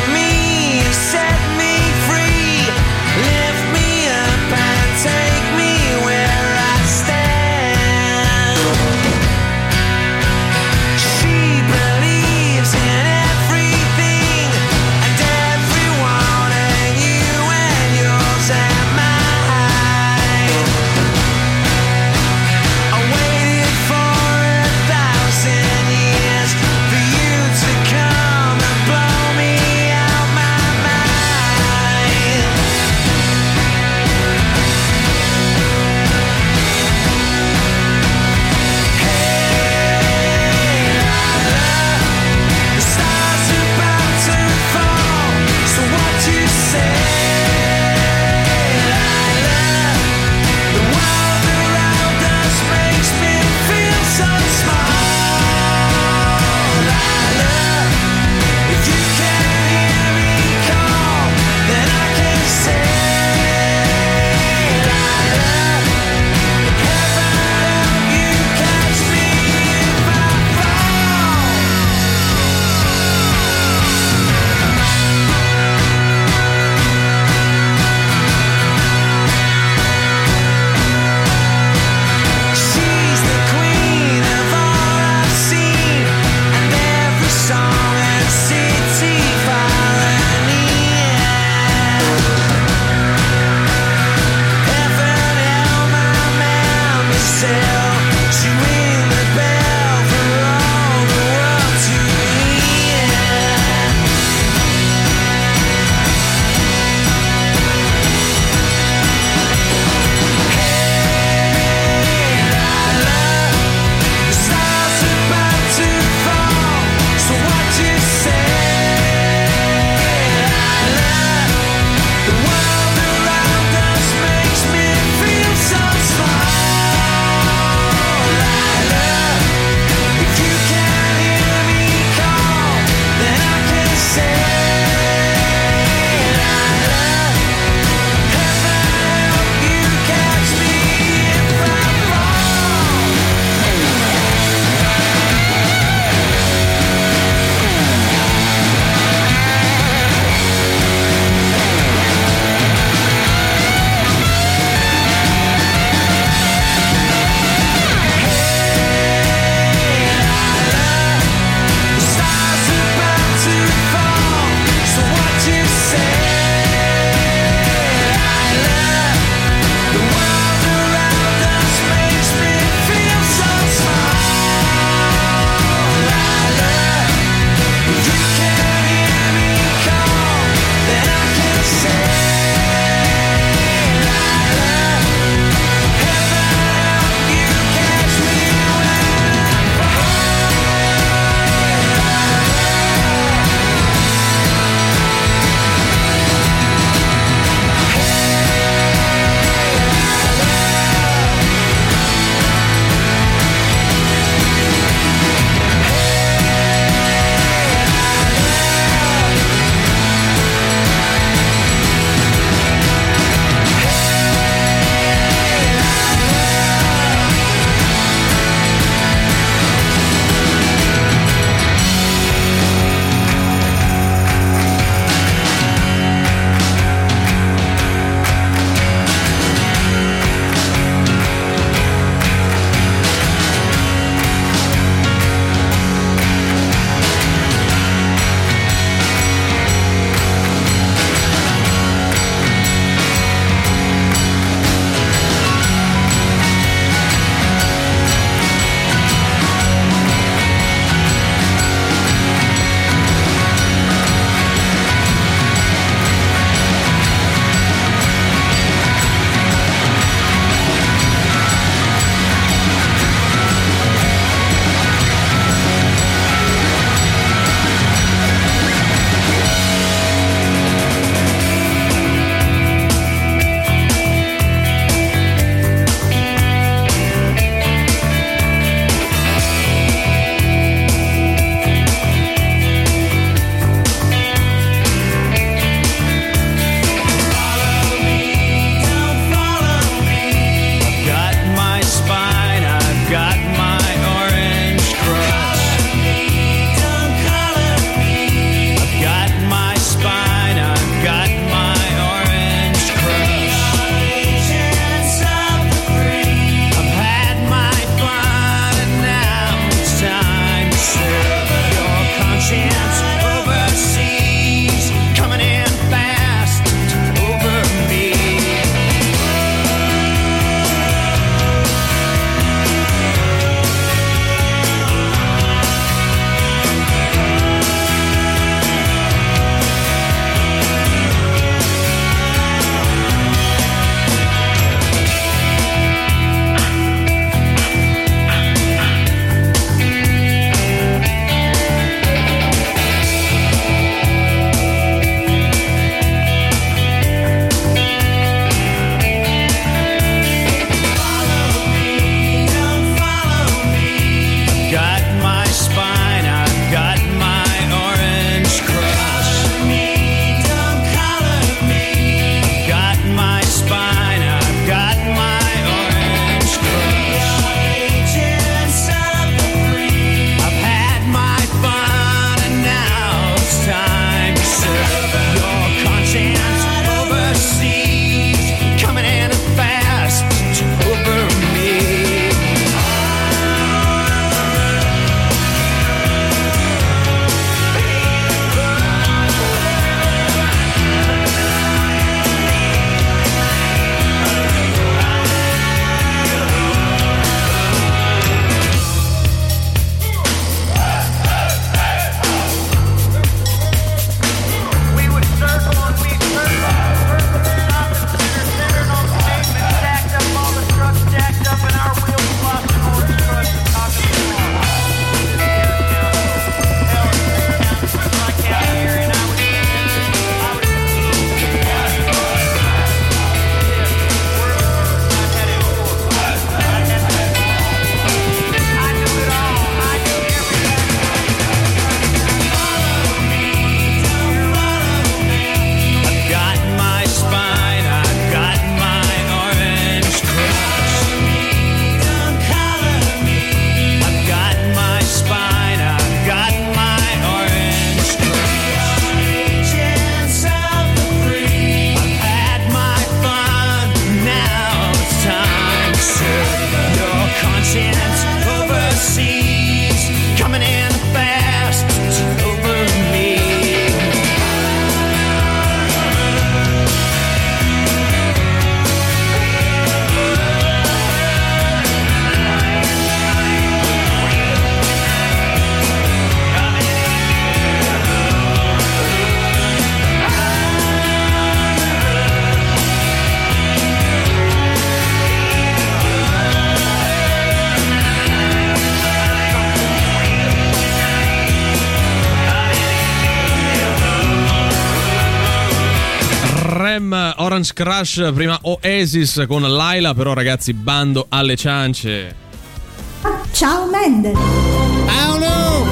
M, Orange Crush, prima Oasis con Laila, però ragazzi bando alle ciance. Ciao Mendel. Paolo!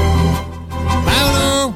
Paolo!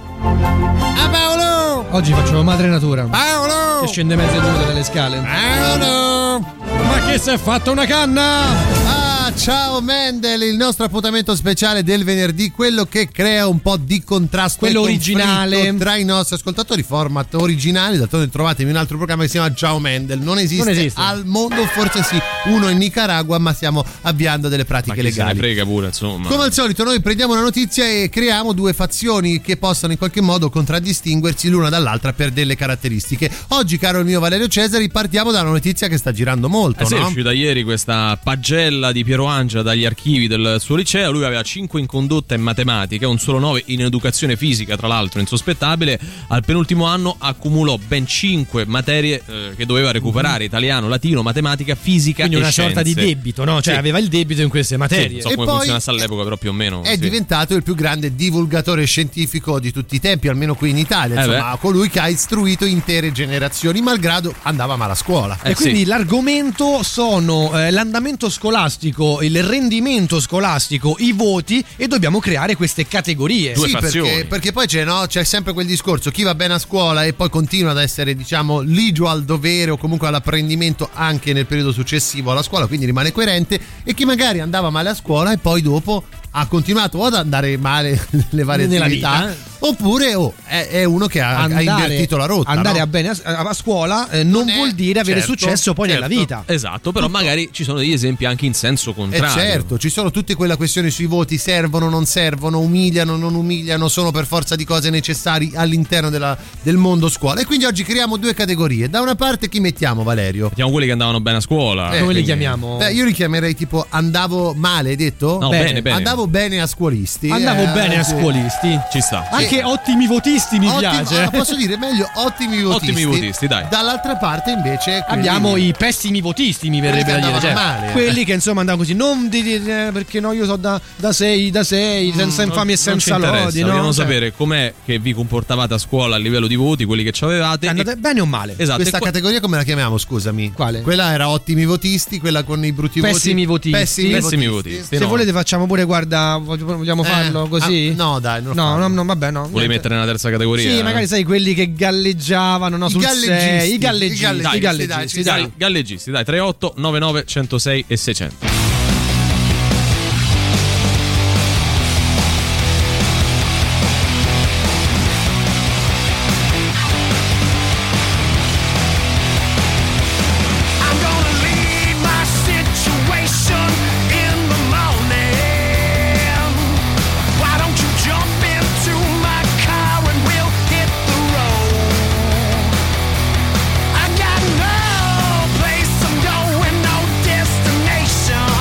Ah Paolo! Oggi facciamo madre natura. Paolo! Che scende mezzo nudo dalle scale. Paolo! Ma che si è fatta una canna? Ah, ciao Mendel, il nostro appuntamento speciale del venerdì, quello che crea un po' di contrasto, quello originale tra i nostri ascoltatori, format originali. D'altronde trovatemi un altro programma che si chiama Ciao Mendel, non esiste, non esiste al mondo, forse sì, uno in Nicaragua, ma stiamo avviando delle pratiche ma legali. Ma frega pure, insomma. Come al solito noi prendiamo una notizia e creiamo due fazioni che possano in qualche modo contraddistinguersi l'una dall'altra per delle caratteristiche. Oggi, caro il mio Valerio Cesari, partiamo da una notizia che sta girando molto, eh sì, no? È uscita ieri questa pagella di Piero Angela dagli archivi del suo liceo. Lui aveva cinque in condotta in matematica, un solo nove in educazione fisica, tra l'altro insospettabile. Al penultimo anno accumulò ben cinque materie eh, che doveva recuperare: mm-hmm. italiano, latino, matematica, fisica. Quindi e una scienze. sorta di debito, no? Cioè sì. aveva il debito in queste materie. Sì, non so e come poi funzionasse all'epoca, però più o meno è sì. diventato il più grande divulgatore scientifico di tutti i tempi, almeno qui in Italia, eh insomma, beh. colui che ha istruito intere generazioni, malgrado andava male a scuola. E eh quindi sì. l'argomento sono eh, l'andamento scolastico, il rendimento scolastico, i voti, e dobbiamo creare queste categorie. Due sì, fazioni. perché, perché poi c'è, no, c'è sempre quel discorso: chi va bene a scuola e poi continua ad essere, diciamo, ligio al dovere o comunque all'apprendimento anche nel periodo successivo alla scuola, quindi rimane coerente, e chi magari andava male a scuola e poi dopo ha continuato ad andare male nelle varie Nella attività, vita, eh? oppure oh, è, è uno che ha, andare, ha invertito la rotta. andare no? a bene a, a scuola eh, non, non vuol dire avere certo, successo poi certo. nella vita. Esatto, però Tutto. magari ci sono degli esempi anche in senso E contrario. certo, ci sono tutte quelle questioni sui voti: servono, non servono, umiliano, non umiliano, sono per forza di cose necessari all'interno della, del mondo scuola. E quindi oggi creiamo due categorie. Da una parte chi mettiamo, Valerio? Mettiamo quelli che andavano bene a scuola. Eh, Come li quindi- chiamiamo? Beh, io li chiamerei tipo andavo male, hai detto? No, Bene. bene, bene. Andavo bene a scuolisti. Andavo eh, bene a sì. scuolisti. Ci sta. Anche ottimi votisti mi Ottimo- piace. ah, posso dire meglio ottimi votisti. Ottimi votisti, dai. Dall'altra parte invece quelli- Abbiamo i pessimi votisti, mi Quelli verrebbe che da dire, cioè, andavano male. quelli che insomma andavano così, non di, di- eh, perché no, io so da da sei, da sei, senza infami e Non ci senza interessa, lodi, no? vogliamo Cioè, sapere com'è che vi comportavate a scuola a livello di voti, quelli che ci avevate. andate e- bene o male? Esatto. Questa e qua- categoria come la chiamiamo, scusami? Quale? Quella era ottimi votisti, quella con i brutti Pessimi voti. votisti. Pessimi, Pessimi votisti. votisti. Se no. volete facciamo pure, guarda, vogliamo Eh, farlo così? ah, no, dai, non lo No, farlo. no, no, vabbè, no. Volevi niente. mettere nella terza categoria? Sì, eh? magari sai quelli che galleggiavano, no, I sul galleggisti. sei, i galleggisti, I galleggisti, i galleggisti, dai, ci dai. Dai, galleggisti, dai, tre otto nove nove uno zero sei e seicento. I'm gonna leave my situation in the morning. Why don't you jump into my car and we'll hit the road? I got no place I'm going, no destination.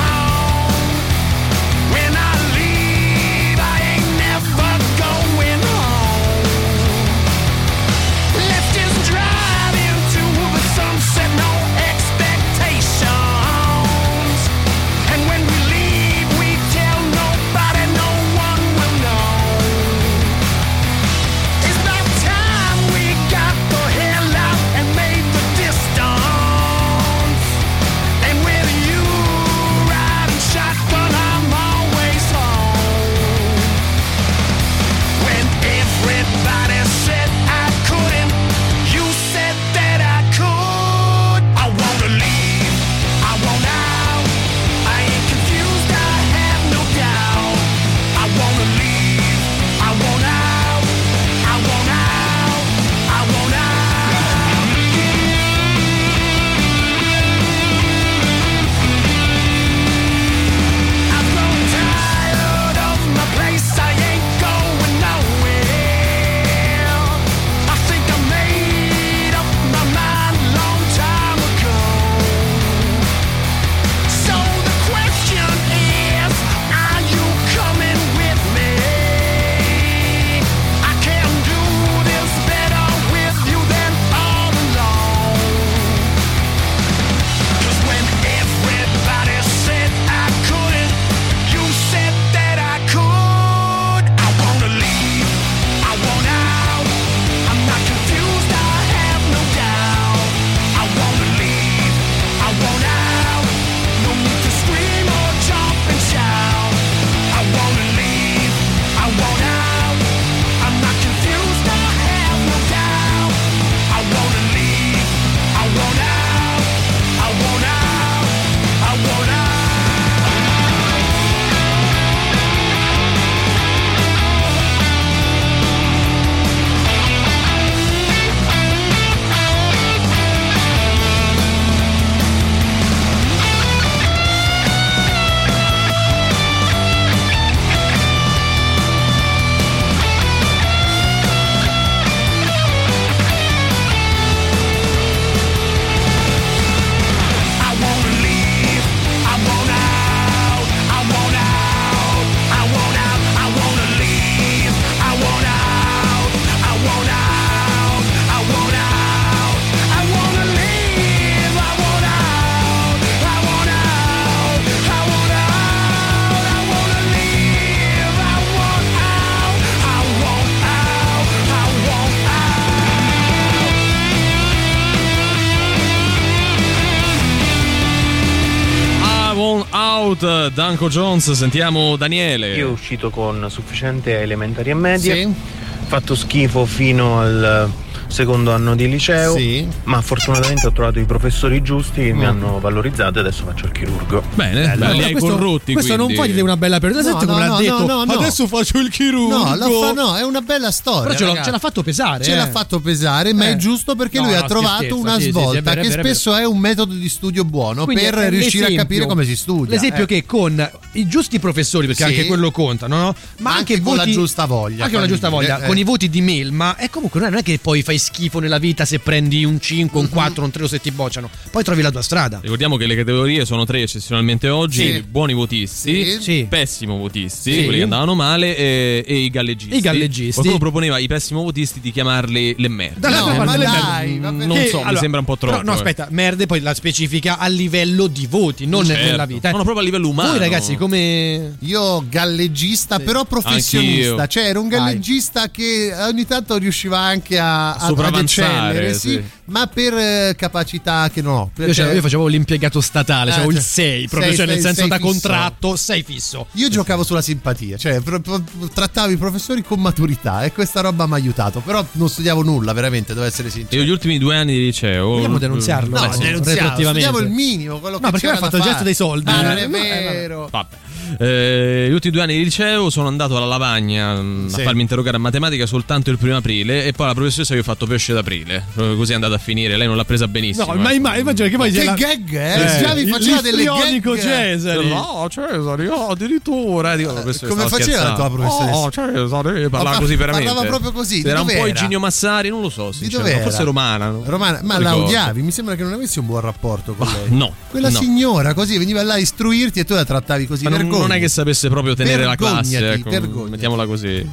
Out, Danko Jones. Sentiamo Daniele. Io ho uscito con sufficiente elementari e medie, Sì. fatto schifo fino al secondo anno di liceo, Sì. ma fortunatamente ho trovato i professori giusti che Mm. mi hanno valorizzato e adesso faccio il chirurgo. Bene, Allora, li hai questo, corrotti. questo quindi. non puoi dire una bella persona. No, Senti no, come no, l'ha detto. no, no, no. Adesso faccio il chirurgo. No, lo fa, no, è una bella storia. Però ce, l'ha- ragazzi. ce l'ha fatto pesare. Ce eh. l'ha fatto pesare, ma Eh. è giusto perché No, lui no, ha trovato scherzo, una sì, sì, sì, svolta è vero, che è vero, è spesso è un metodo di studio buono Quindi per è riuscire a l'esempio- capire come si studia. L'esempio eh. che con i giusti professori, perché Sì. anche quello conta, no? no? Ma Anche anche, con voti, la giusta voglia, Anche con la giusta fammi voglia, dire, eh. con i voti di mail, ma è comunque non è che poi fai schifo nella vita se prendi un cinque, un quattro, un tre o se ti bocciano. Poi trovi la tua strada. Ricordiamo che le categorie sono tre eccezionalmente oggi: Sì. buoni votisti, Sì. Sì. pessimo votisti, Sì. quelli che andavano male, e, e i galleggisti. I galleggisti. Qualcuno proponeva ai pessimo votisti di chiamarli le merde. Dalla No, tua ma parte le dai, merde. ma Non perché- so, mi allora, sembra un po' troppo. però, no, eh. aspetta, merde poi la specifica a livello di voti, non Certo. nella vita. eh. No, no, proprio a livello umano. Voi ragazzi, come Io galleggista, però professionista, Anch'io. cioè era un galleggista che ogni tanto riusciva anche a, a ad sopravanzare, eccellere, sì, sì. ma per eh, capacità che non ho. io, Perché- io facevo l'impiegato statale, Eh, avevo il cioè, sei, proprio sei- cioè nel sei- senso sei da fisso. contratto, sei fisso. Io giocavo sulla simpatia, cioè pro- pro- trattavo i professori con maturità e questa roba mi ha aiutato, però non studiavo nulla, veramente, devo essere sincero. Io gli ultimi due anni di liceo. Vogliamo denunziarlo? No, Beh, sì, denunziamo, retroattivamente. studiamo il minimo, quello No, che perché c'era lui ha fatto da il gesto fare. dei soldi. Ah, non Eh, è no, eh, vero. Vabbè. Eh, gli ultimi due anni di liceo sono andato alla lavagna mh, Sì. a farmi interrogare a matematica soltanto il primo aprile, e poi la professoressa io ho fatto pesce d'aprile. Proprio così è andata a finire. Lei non l'ha presa benissimo. No, ma eh. imma- immagina che poi Che la- gag, eh? Eh, Schiavi faceva delle l'istrionico gag. Cesare. No, Cesare, oh, addirittura. Dico, professore, come stavo faceva la tua scherzando. professoressa? Oh, Cesare, parlava Ma così veramente. parlava proprio così, di Era un dove po' era? Iginio Massari, non lo so, Di sinceramente. dove era? Forse romana. no? Romana, ma Non la ricordo. odiavi? Mi sembra che non avessi un buon rapporto con lei. No. Quella no. signora così veniva là a istruirti e tu la trattavi così. Ma non, Vergogna. non è che sapesse proprio tenere la classe, Vergognati, ecco, vergognati. mettiamola così.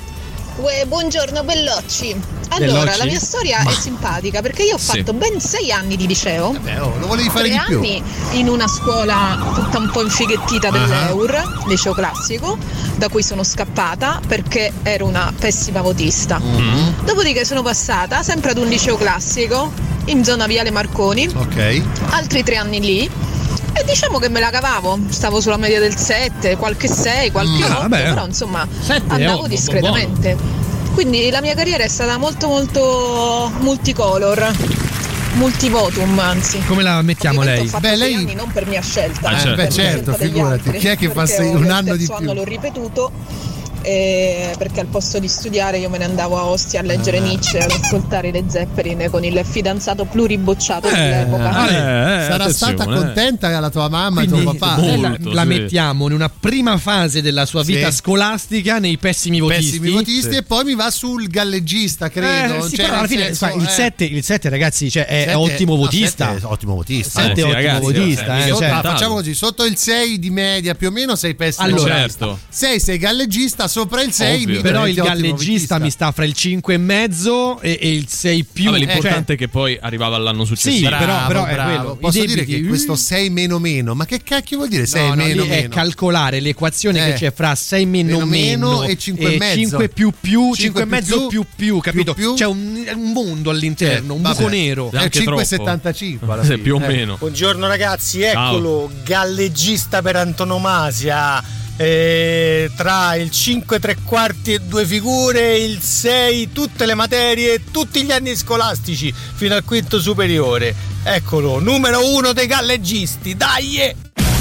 Uè, buongiorno Bellocci. Allora, Bellocci? la mia storia Ma- è simpatica perché io ho Sì. fatto ben sei anni di liceo. Beh, oh, lo volevi fare Tre di più. anni in una scuola tutta un po' infighettita dell'E U R, liceo classico, da cui sono scappata perché ero una pessima votista. Mhm. Dopodiché sono passata sempre ad un liceo classico in zona Viale Marconi, Ok. altri tre anni lì. E diciamo che me la cavavo, stavo sulla media del sette, qualche sei, qualche Ah, otto, vabbè. però insomma Sette, andavo oh, discretamente. Quindi la mia carriera è stata molto molto multicolor, multivotum anzi. Come la mettiamo Ovviamente lei? Ho fatto Beh, sei lei- anni non per mia scelta, Ah, eh, certo. per Beh, certo, scelta degli figurati, altri, chi è che fa perché sei- ho- un il anno di terzo più? anno l'ho ripetuto. eh, perché al posto di studiare io me ne andavo a Ostia a leggere Ah. Nietzsche e ad ascoltare le Zeppelin con il fidanzato pluribocciato Eh, dell'epoca. ah, Eh, Sarà attenzione, stata eh. contenta la tua mamma e Quindi tuo papà. lei la, Molto, la sì. mettiamo in una prima fase della sua vita Sì. scolastica nei pessimi votisti. Pessimi votisti Sì. e poi mi va sul galleggista, credo. Eh, sì, Cioè, però alla nel fine senso, sai, il eh, sette il sette, ragazzi, cioè, è, è sette- ottimo no, votista. sette è ottimo votista. Sette Eh, è sì, ottimo ragazzi, votista. eh, eh, mica cioè. Ah, Tanto. facciamo così, sotto il sei di media più o meno sei pessimo. Allora, certo. sei sei galleggista, sopra il sei Ovvio. Però il diventi ottimo galleggista votista. mi sta fra il cinque e mezzo e, e il sei più. Vabbè, eh, l'importante cioè, è che poi arrivava l'all'anno successivo. Sì, Bravo, però- però è bravo. quello. I Posso dire debiti- che questo sei meno meno, ma che cacchio vuol dire sei no, no, meno lì è meno? calcolare l'equazione Eh. che c'è fra sei meno Meno meno, meno e cinque e mezzo. cinque più più, cinque e più mezzo più, più più, capito? più più. C'è un, un mondo all'interno, Eh, un vabbè. buco nero. È Anche cinque troppo. e settantacinque alla Sì, fine. più o Eh. meno. Buongiorno ragazzi, Ciao. eccolo, galleggista per antonomasia. Eh, tra il cinque tre quarti e due figure, il sei, tutte le materie, tutti gli anni scolastici fino al quinto superiore. Eccolo, numero uno dei galleggisti, dai!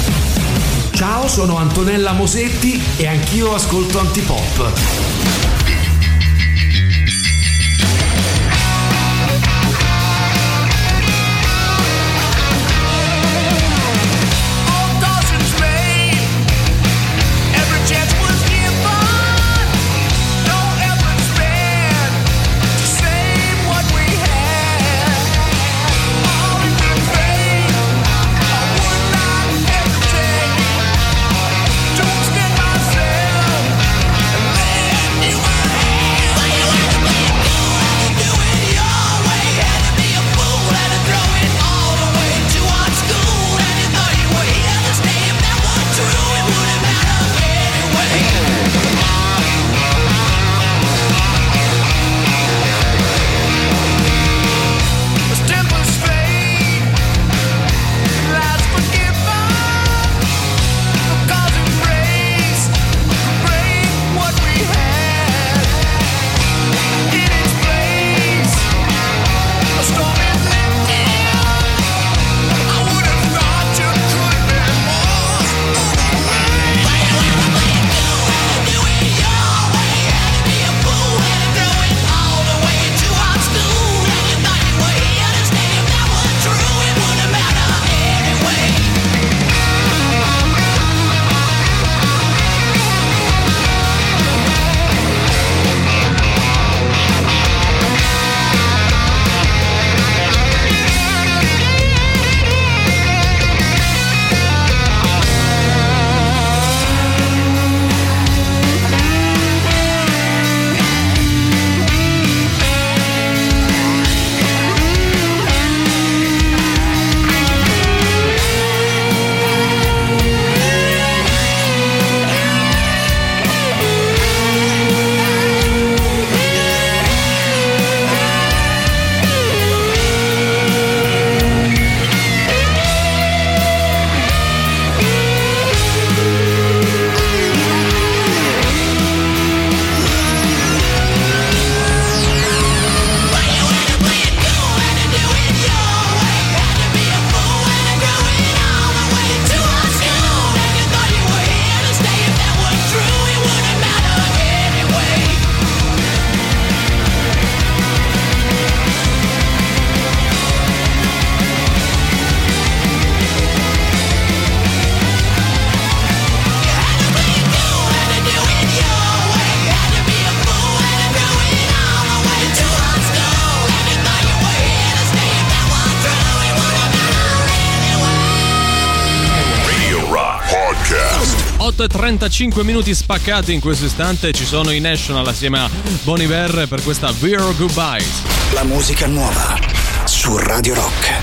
Ciao, sono Antonella Mosetti e anch'io ascolto Antipop. Don't stand myself and let you out. otto e trentacinque minuti spaccati in questo istante. Ci sono i National assieme a Bon Iver per questa Vero Goodbye. La musica nuova su Radio Rock.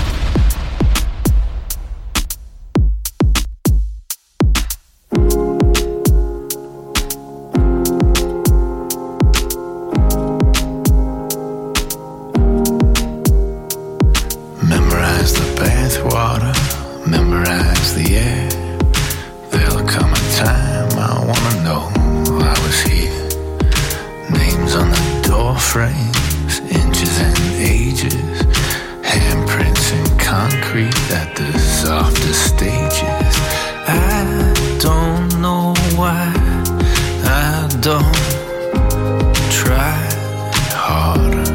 Memorize the bathwater, memorize the air. There'll come a time I wanna know I was here. Names on the door frames, inches and ages, handprints in concrete at the softest stages. I don't know why I don't try harder.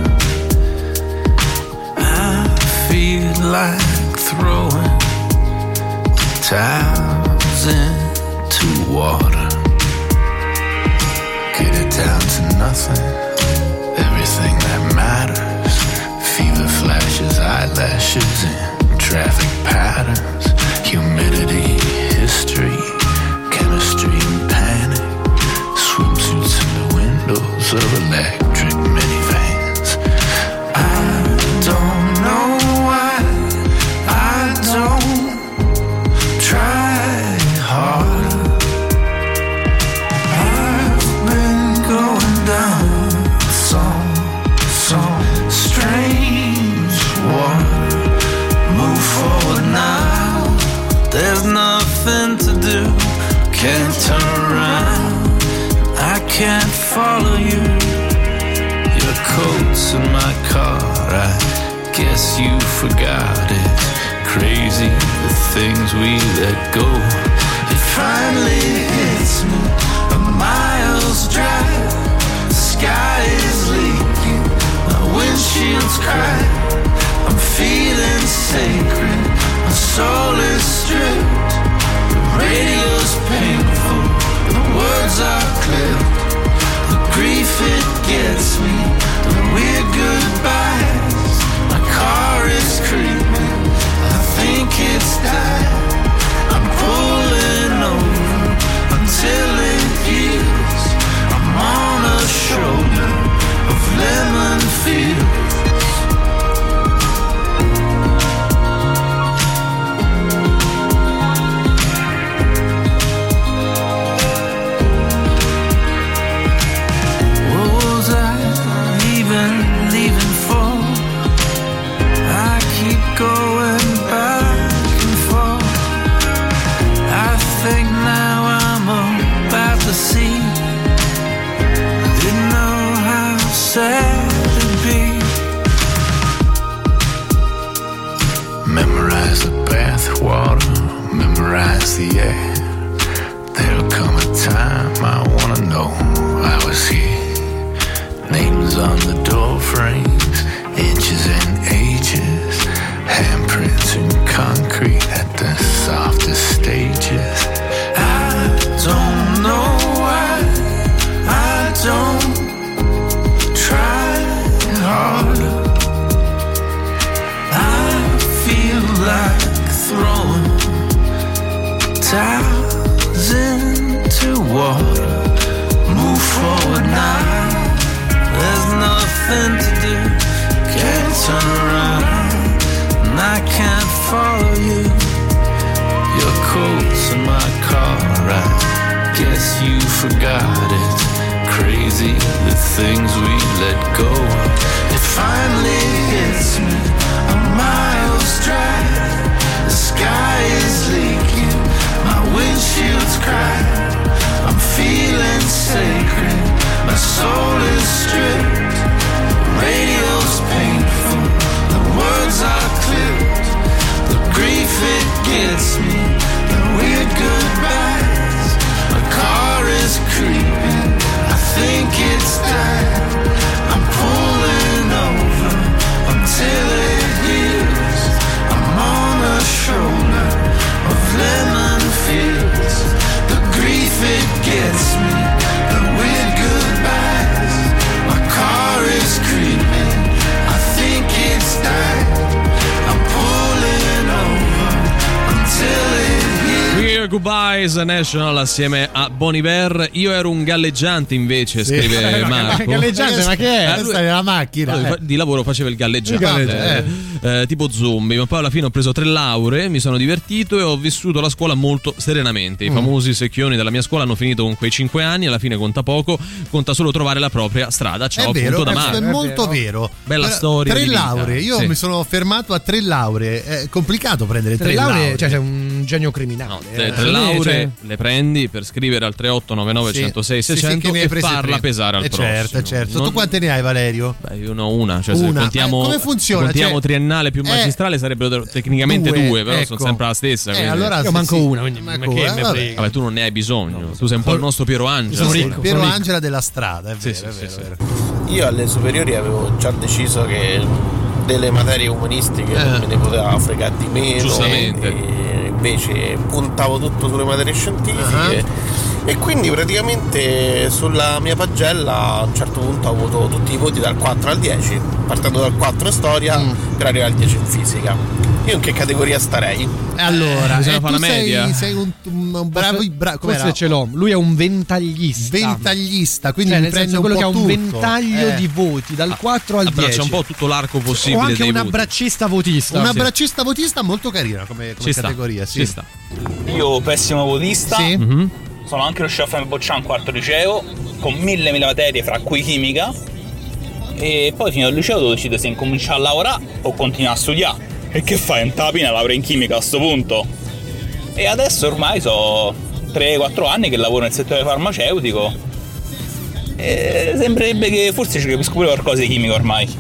I feel like throwing towels into water. Get it down to nothing, everything that matters. Fever flashes, eyelashes, and traffic patterns. Humidity, history, chemistry, and panic. Swimsuits in the windows of electric minivans. I don't know why I don't try harder. I've been going down some, some strange water. Move forward now, there's nothing to do. Can't turn around, I can't follow you. Your coat's in my car, I guess you forgot it. Crazy the things we let go. It finally hits me, a mile's drive. The sky is leaking, my windshield's cracked. I'm feeling sacred, my soul is stripped. The radio's painful, the words are clipped. The grief it gets me, the weird goodbyes. My car is creeping, I think it's died. I'm pulling over until it heals. I'm on a shoulder of lemon fields. Going back and forth, I think now I'm about to see. Didn't know how sad it'd be. Memorize the bathwater, memorize the air. There'll come a time I wanna know I was here. Names on the door frames, inches and ages. Handprints in concrete at the softest stages. I don't know why I don't try harder. I feel like throwing towels into water. Move forward now, there's nothing to do. Can't turn around, I can't follow you. Your coat's in my car, I guess you forgot it. Crazy the things we let go. It finally hits me, a mile's drive. The sky is leaking, my windshield's cracked. I'm feeling sacred, my soul is stripped. The radio's painful, the words are clipped. The grief it gets me, the weird goodbyes. My car is creeping, I think it's died. I'm pulling over until it heals. I'm on a shoulder of lemon fields. The grief it gets me, the weird goodbyes. My car is creeping, I think it's died. I'm pulling over until it heals. Here Goodbye Wise National assieme a Bon Iver. Io ero un galleggiante invece, sì. Scrive Marco. Galleggiante, ma che è? Eh, lui, nella macchina. Eh. Di lavoro faceva il galleggiante, il galleggiante. Eh. Eh, tipo zombie, ma poi alla fine ho preso tre lauree, mi sono divertito e ho vissuto la scuola molto serenamente. I mm. famosi secchioni della mia scuola hanno finito con quei cinque anni, alla fine conta poco, conta solo trovare la propria strada. Ciao, è vero, appunto, da Marco. È molto vero. Bella Però, storia. Tre di lauree, io sì. mi sono fermato a tre lauree. È complicato prendere tre, tre lauree, lauree. Cioè sei un genio criminale. No, tre, tre lauree cioè... le prendi per scrivere al tre otto nove nove uno zero sei sì, seicento sì, e farla tre. pesare al eh prossimo. Certo, certo. Non... Tu quante ne hai, Valerio? Beh, io ne ho una. Cioè, una. se contiamo, eh, come funziona? contiamo cioè... triennale più magistrale, eh, sarebbero tecnicamente due, due però ecco. sono sempre la stessa. Eh, allora, io manco sì, una, quindi manco, che eh, me vabbè. vabbè, tu non ne hai bisogno. No. Tu sei un po' il nostro Piero Angela. Sono ricco, Piero sono Angela della strada, è vero, sì, è sì, vero, sì, è vero. Io alle superiori avevo già deciso che delle materie umanistiche eh. non me ne poteva fregare di meno. Giustamente. E invece puntavo tutto sulle materie scientifiche. Uh-huh. E quindi praticamente sulla mia pagella a un certo punto ho avuto tutti i voti dal quattro al dieci, partendo dal quattro in storia mm. per arrivare al dieci in fisica. Io in che categoria starei? Allora, bisogna eh, fare la media. Sei, sei un, un, un bravo, bra- Questo ce l'ho. Lui è un ventaglista. Ventaglista, quindi cioè, mi prende un quello po' che ha un tutto. ventaglio eh. di voti dal quattro al abbraccia dieci. un po' tutto l'arco possibile. O anche dei un voti. abbraccista votista. Un sì. abbraccista votista molto carina come, come ci categoria. Sta, sì. ci sta. Io pessimo votista. Sì. Mm-hmm. Sono anche riuscito a farmi bocciare un quarto liceo con mille mille materie, fra cui chimica. E poi fino al liceo devo decidere se incominciare a lavorare o continuare a studiare. E che fai? Un tapina laurea in chimica a sto punto? E adesso ormai sono tre quattro anni che lavoro nel settore farmaceutico. E sembrerebbe che forse ci capisco pure qualcosa di chimica ormai.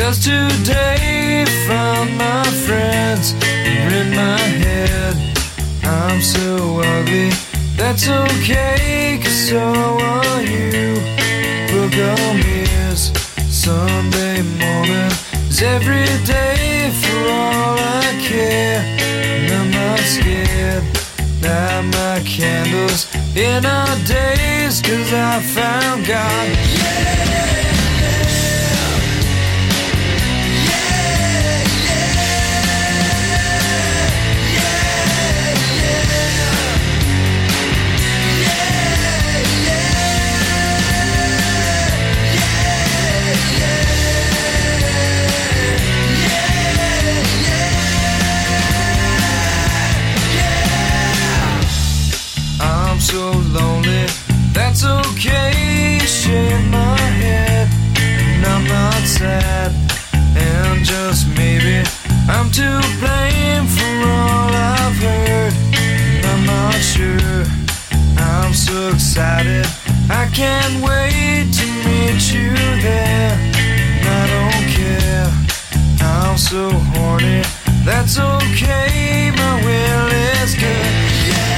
'cause today found my friends are in my head. I'm so ugly, that's okay, 'cause so are you. Book on mirrors, Sunday morning is every day for all I care. And I'm not scared, light my candles in our days, 'cause I found God. Yeah! So lonely, that's okay, shake my head, and I'm not sad, and just maybe I'm to blame for all I've heard, and I'm not sure, I'm so excited, I can't wait to meet you there, and I don't care, I'm so horny, that's okay, my will is good, yeah.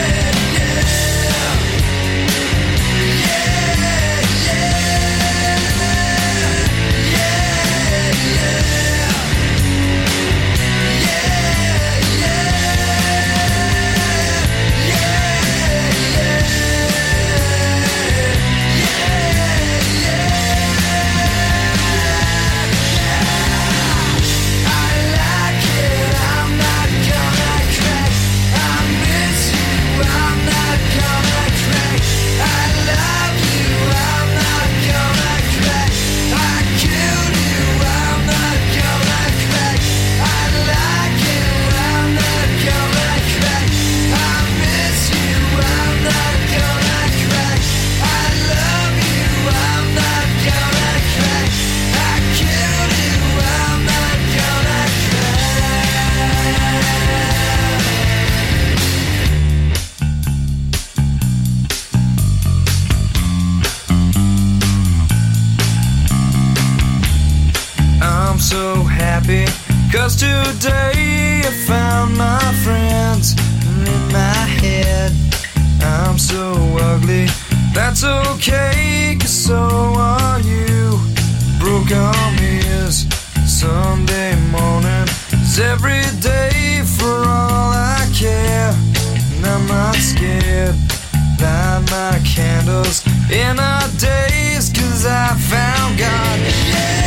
So happy, 'cause today I found my friends in my head. I'm so ugly, that's okay, 'cause so are you. Broke arm is Sunday morning is every day for all I care. And I'm not scared, light my candles in our days, 'cause I found God. Yeah.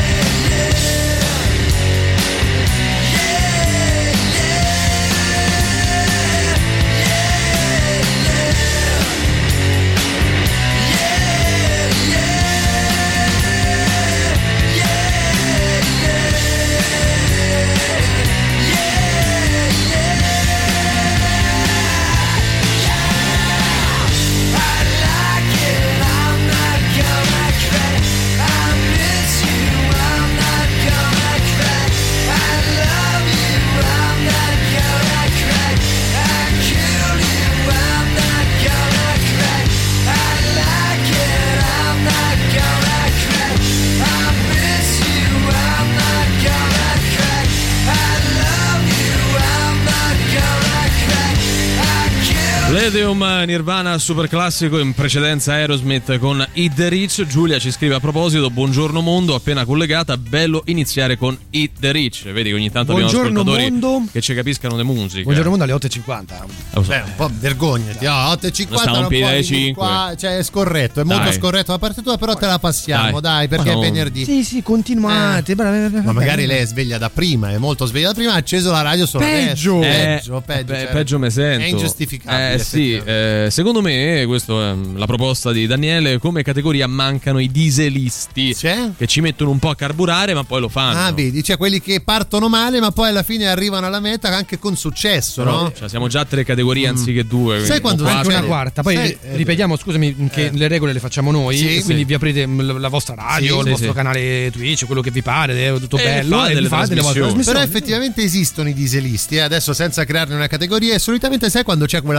Palladium, Nirvana, super classico, in precedenza Aerosmith con Hit the Rich. Giulia ci scrive a proposito: buongiorno mondo, appena collegata, bello iniziare con Hit the Rich. Vedi che ogni tanto buongiorno abbiamo ascoltatori mondo. che ci capiscano le musiche. Buongiorno mondo alle otto e cinquanta. So. Beh, un po' vergognati. Oh, otto e cinquanta non non puoi cinque. Qua, cioè è scorretto, è Dai. molto scorretto la parte tua, però te la passiamo, dai, Dai. perché Ma è no. venerdì. Sì, sì, continuate. Eh. Ma magari lei è sveglia da prima, è molto sveglia da prima, ha acceso la radio solo Peggio. adesso. Eh, Peggio, peggio, beh, cioè, peggio me sento. È ingiustificabile. Eh sì, eh, secondo me, questa è la proposta di Daniele, come categoria mancano i dieselisti, C'è? che ci mettono un po' a carburare ma poi lo fanno. Ah, vedi, cioè quelli che partono male, ma poi alla fine arrivano alla meta anche con successo, Però, no? cioè, siamo già a tre categorie anziché due. Sai quindi quando o Anche quattro. una quarta. Poi Sai- eh, ripetiamo, scusami, che Eh. le regole le facciamo noi. Sì, e quindi sì. vi aprite mh, la vostra radio, Sì, il sì, vostro sì. canale Twitch, quello che vi pare, è tutto E bello. fate E vi le fate le vostre trasmissioni. trasmissioni. Però effettivamente esistono i dieselisti, eh? Adesso senza crearne una categoria, e solitamente sai quando c'è quella svolta?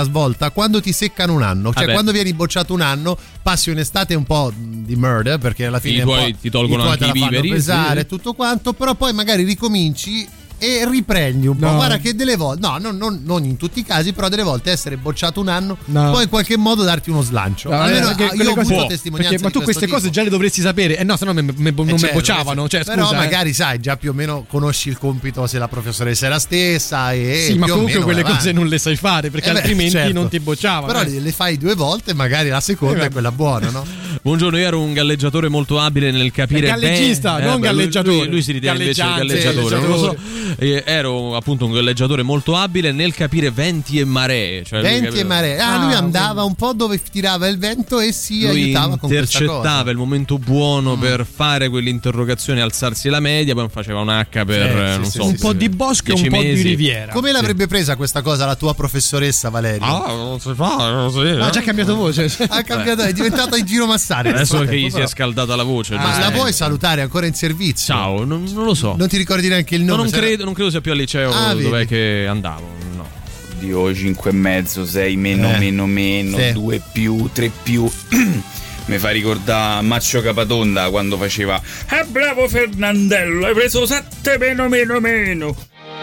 volta quando ti seccano un anno, cioè Vabbè. quando vieni bocciato un anno passi un'estate un po' di murder, perché alla fine I tuoi ti tolgono i tuoi anche te la i fanno viveri, pesare sì. tutto quanto, però poi magari ricominci e riprendi un po'. No. Guarda che delle volte, no, non, non- non in tutti i casi, però delle volte essere bocciato un anno No. può in qualche modo darti uno slancio. No, Almeno perché ah, quelle io ho cose- avuto può, testimonianze perché- ma tu di questo queste cose tipo. già le dovresti sapere. Eh no, se no me, me- me- non Eh, mi certo, bocciavano. Cioè, però scusa, eh. magari sai già più o meno conosci il compito se la professoressa è la stessa e Sì, ma più o comunque meno quelle vai cose avanti. non le sai fare perché Eh beh, altrimenti certo. non ti bocciavano. Però eh. le, le fai due volte, magari la seconda Eh, è quella buona, no? Buongiorno, io ero un galleggiatore molto abile nel capire Galleggista, bene- non beh, lui- galleggiatore. Lui, lui si ritiene invece Galleggiante, galleggiatore, non lo so. galleggiatore. E ero appunto un galleggiatore molto abile nel capire venti e maree. Cioè lui Venti capiva- e maree. Ah, Ah, lui andava un po' dove tirava il vento e si Lui aiutava con questa cosa. intercettava il momento buono per fare quell'interrogazione, alzarsi la media, poi faceva un H per Eh, eh, sì, non sì, so, sì, un po' sì. di bosco e un dieci po' di mesi. riviera. Come l'avrebbe presa questa cosa la tua professoressa Valeria? Ah, non si fa così. Ah, ha eh. già cambiato voce. Ha cambiato, è diventata in giro Massari. nel Adesso che frattempo, gli si è però. scaldata la voce. Ma giusto? la vuoi salutare ancora in servizio? Ciao, non, non lo so. Non ti ricordi neanche il No, nome? non, sarà- credo, non credo sia più al liceo Ah, dov'è vedi. che andavo. No. Dio, cinque e mezzo, sei meno, Eh. meno, meno, Sì. due più, tre più. Mi fa ricordare Maccio Capatonda quando faceva "Ah, bravo Fernandello, hai preso sette meno, meno, meno".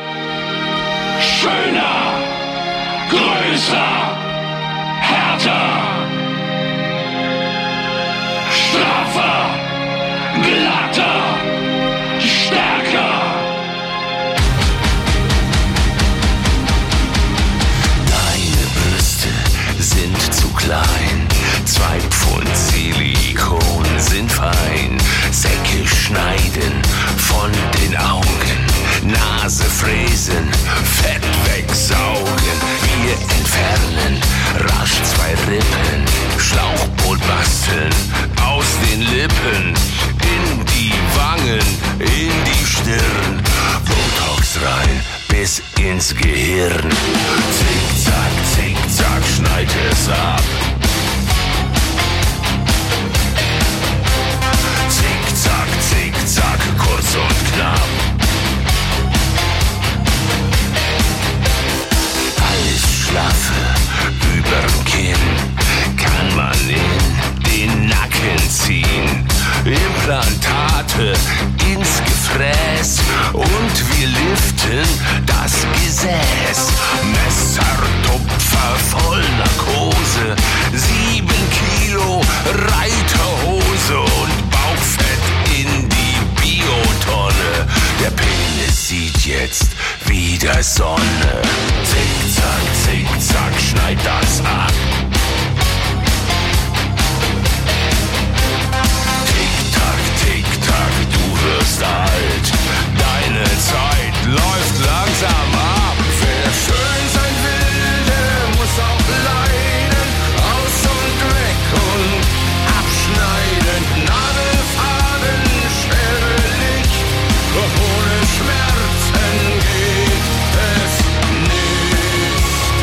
Schöner, größer, härter, straffer, glatter, stärker. Deine Brüste sind zu klein, zwei Pfund Silikon sind fein. Säcke schneiden von den Augen, Nase fräsen, Fett wegsaugen. Wir entfernen rasch zwei Rippen, Schlauchboot basteln aus den Lippen, in die Wangen, in die Stirn, Botox rein bis ins Gehirn. Zickzack, zickzack, schneid es ab. Zickzack, zickzack, kurz und knapp. Alles Schlaffe überm Kinn kann man in den Nacken ziehen. Implantate ins Gefräß und wir liften das Gesäß. Messertupfer voll Narkose, sieben Kilo Reiterhose und Bauchfett in die Biotonne. Der Penis sieht jetzt wieder Sonne. Zickzack, zickzack, schneid das ab. Tick-Tack, Tick-Tack, du wirst alt. Deine Zeit läuft langsam ab. Wer schön sein will, der muss auch leiden. Aus und weg und abschneiden. Nadelfaden, Schere, Licht. Doch ohne Schmerzen geht es nicht.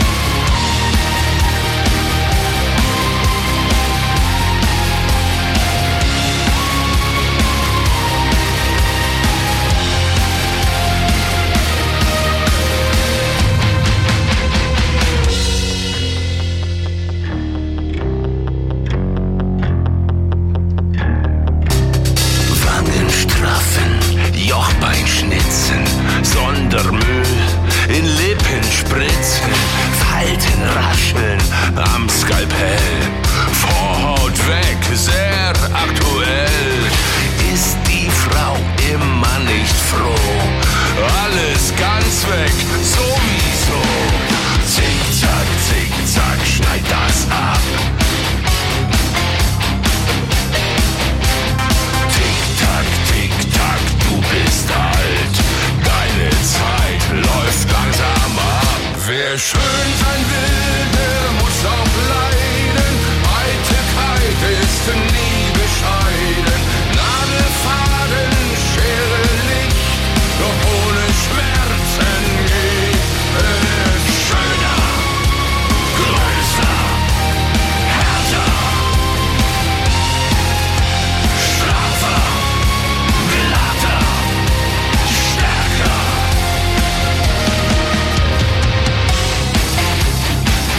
Wangen straffen, Jochbein schnitzen, Sondermüll in Lippen spritzen, Falten rascheln am Skalpell, Vorhaut weg, sehr aktuell. Ist die Frau immer nicht froh? Alles ganz weg, sowieso. Zickzack, zickzack, schneid das ab. Tick-Tack, Tick-Tack, du bist alt. Deine Zeit läuft langsam ab. Wer schön sein will, der muss auch leiden. Eitelkeit ist nie bescheiden. Nadelfaden, Schere, Licht. Doch ohne Schmerzen geht es schöner, größer, härter, straffer, glatter, stärker.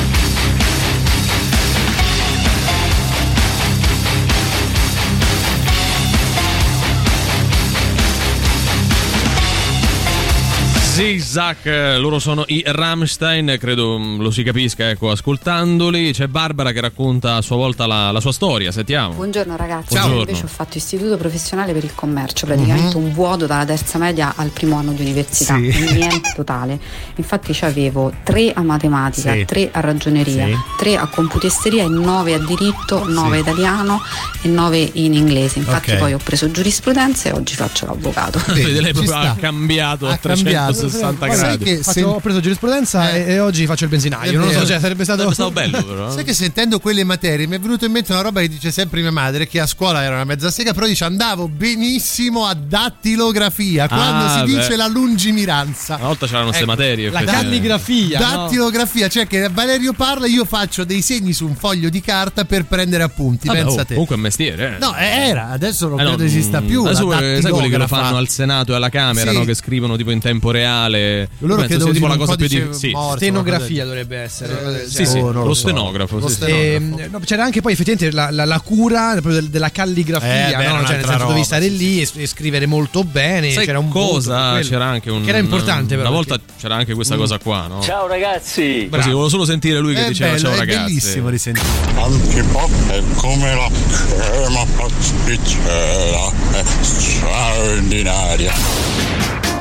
Zigzag, loro sono i Rammstein, credo lo si capisca, ecco, ascoltandoli. C'è Barbara che racconta a sua volta la, la sua storia, sentiamo. Buongiorno ragazzi, Ciao. io invece ho fatto istituto professionale per il commercio, praticamente uh-huh. un vuoto dalla terza media al primo anno di università, sì. niente totale. Infatti avevo tre a matematica, sì. tre a ragioneria, sì. tre a computesteria e nove a diritto, nove sì. italiano e nove in inglese. Infatti okay. poi ho preso giurisprudenza e oggi faccio l'avvocato. Vedi, lei proprio ha cambiato a trecentosessanta gradi. Che faccio, se... Ho preso giurisprudenza eh. e, e oggi faccio il benzinaio. Non lo so, cioè, sarebbe stato, sarebbe stato bello, però. Sai che sentendo quelle materie mi è venuto in mente una roba che dice sempre mia madre, che a scuola era una mezza sega, però dice andavo benissimo a dattilografia, quando ah, si beh. dice la lungimiranza. Una volta c'erano queste ecco, materie. La calligrafia. Dattilografia, no? Cioè che Valerio parla, io faccio dei segni su un foglio di carta per prendere appunti. Vabbè, pensa oh, te. Comunque è mestiere. Eh. No, era, adesso non eh credo no, esista più. Adesso sai quelli che lo fanno al Senato e alla Camera, sì. no? Che scrivono tipo in tempo reale. Loro credo sia tipo la cosa più di sì. stenografia dovrebbe essere. Eh, sì, sì, oh, lo, lo stenografo. Lo sì. stenografo. E, no, c'era anche poi effettivamente la, la, la cura proprio della calligrafia, eh, beh, no? Cioè nel senso roba, dovevi stare sì, lì e, e scrivere molto bene. Sai c'era un cosa? C'era anche un. Che era importante, però. Una volta perché... c'era anche questa mm. cosa qua, no? Ciao ragazzi. Così volevo solo sentire lui che è diceva bello, ciao è ragazzi. È bellissimo risentire. Antipop è come la crema pasticcera, è straordinaria.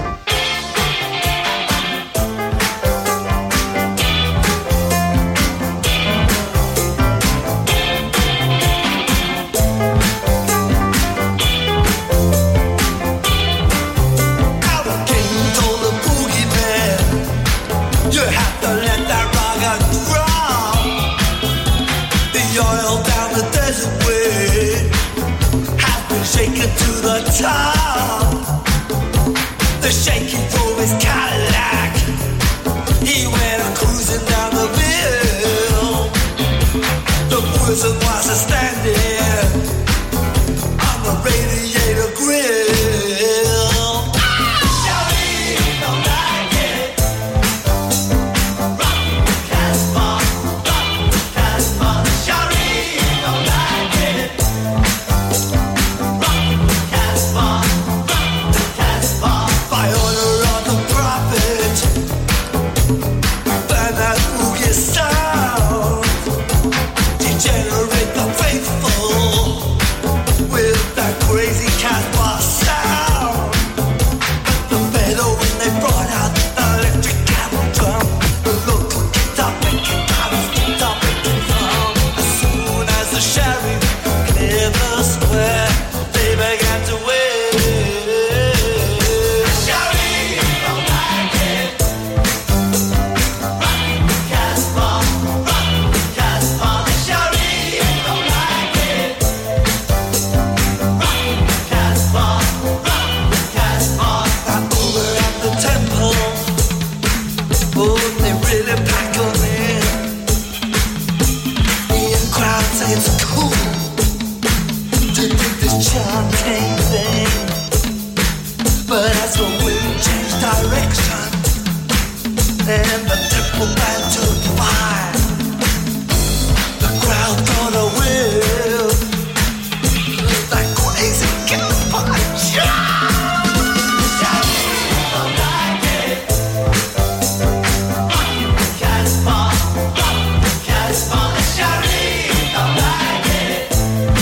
Top. The shaky drove his Cadillac. He went cruising down the hill. The person was a standing on the radiator grill. Shawty don't like it. Rock the Casbah, rock the Casbah. Shawty don't like it. By order of the prophet, burn that boogie sound, degenerate the faithful with that crazy Casbah sound. The meadow when they brought out the electric camel drum, the local guitar picking drums, guitar picking drum. As soon as the sheriff cleared the square, they began to wait. Chanting thing, but as the wind changed direction and the temple began to fire, the crowd got a whiff that crazy Casbah. Don't like it. Casbah, Casbah, Shari don't like it.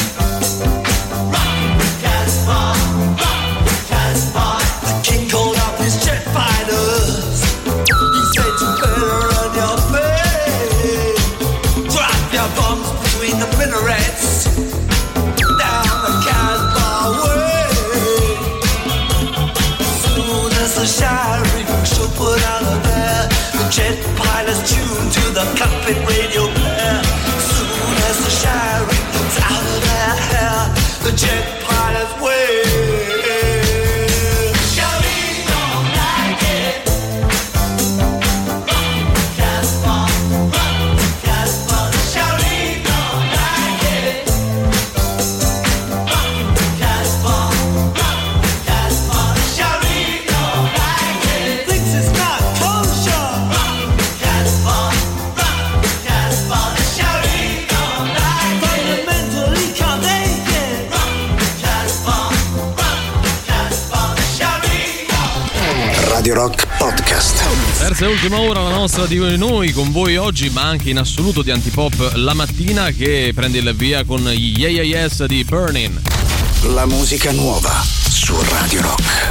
The king called up his jet fighters. He said you better run your way. Drop your bombs between the minarets down the Casbah way. As soon as the sheriff should put out of there, the jet pilots tuned to the cockpit radio pair. As soon as the sheriff gets out of their hair, the jet pilots way. Fundamentally can't take it. Podcast. Terza e ultima ora la nostra di noi con voi oggi, ma anche in assoluto di Antipop la mattina, che prende il via con gli Yeah Yeah Yes di Burning. La musica nuova su Radio Rock.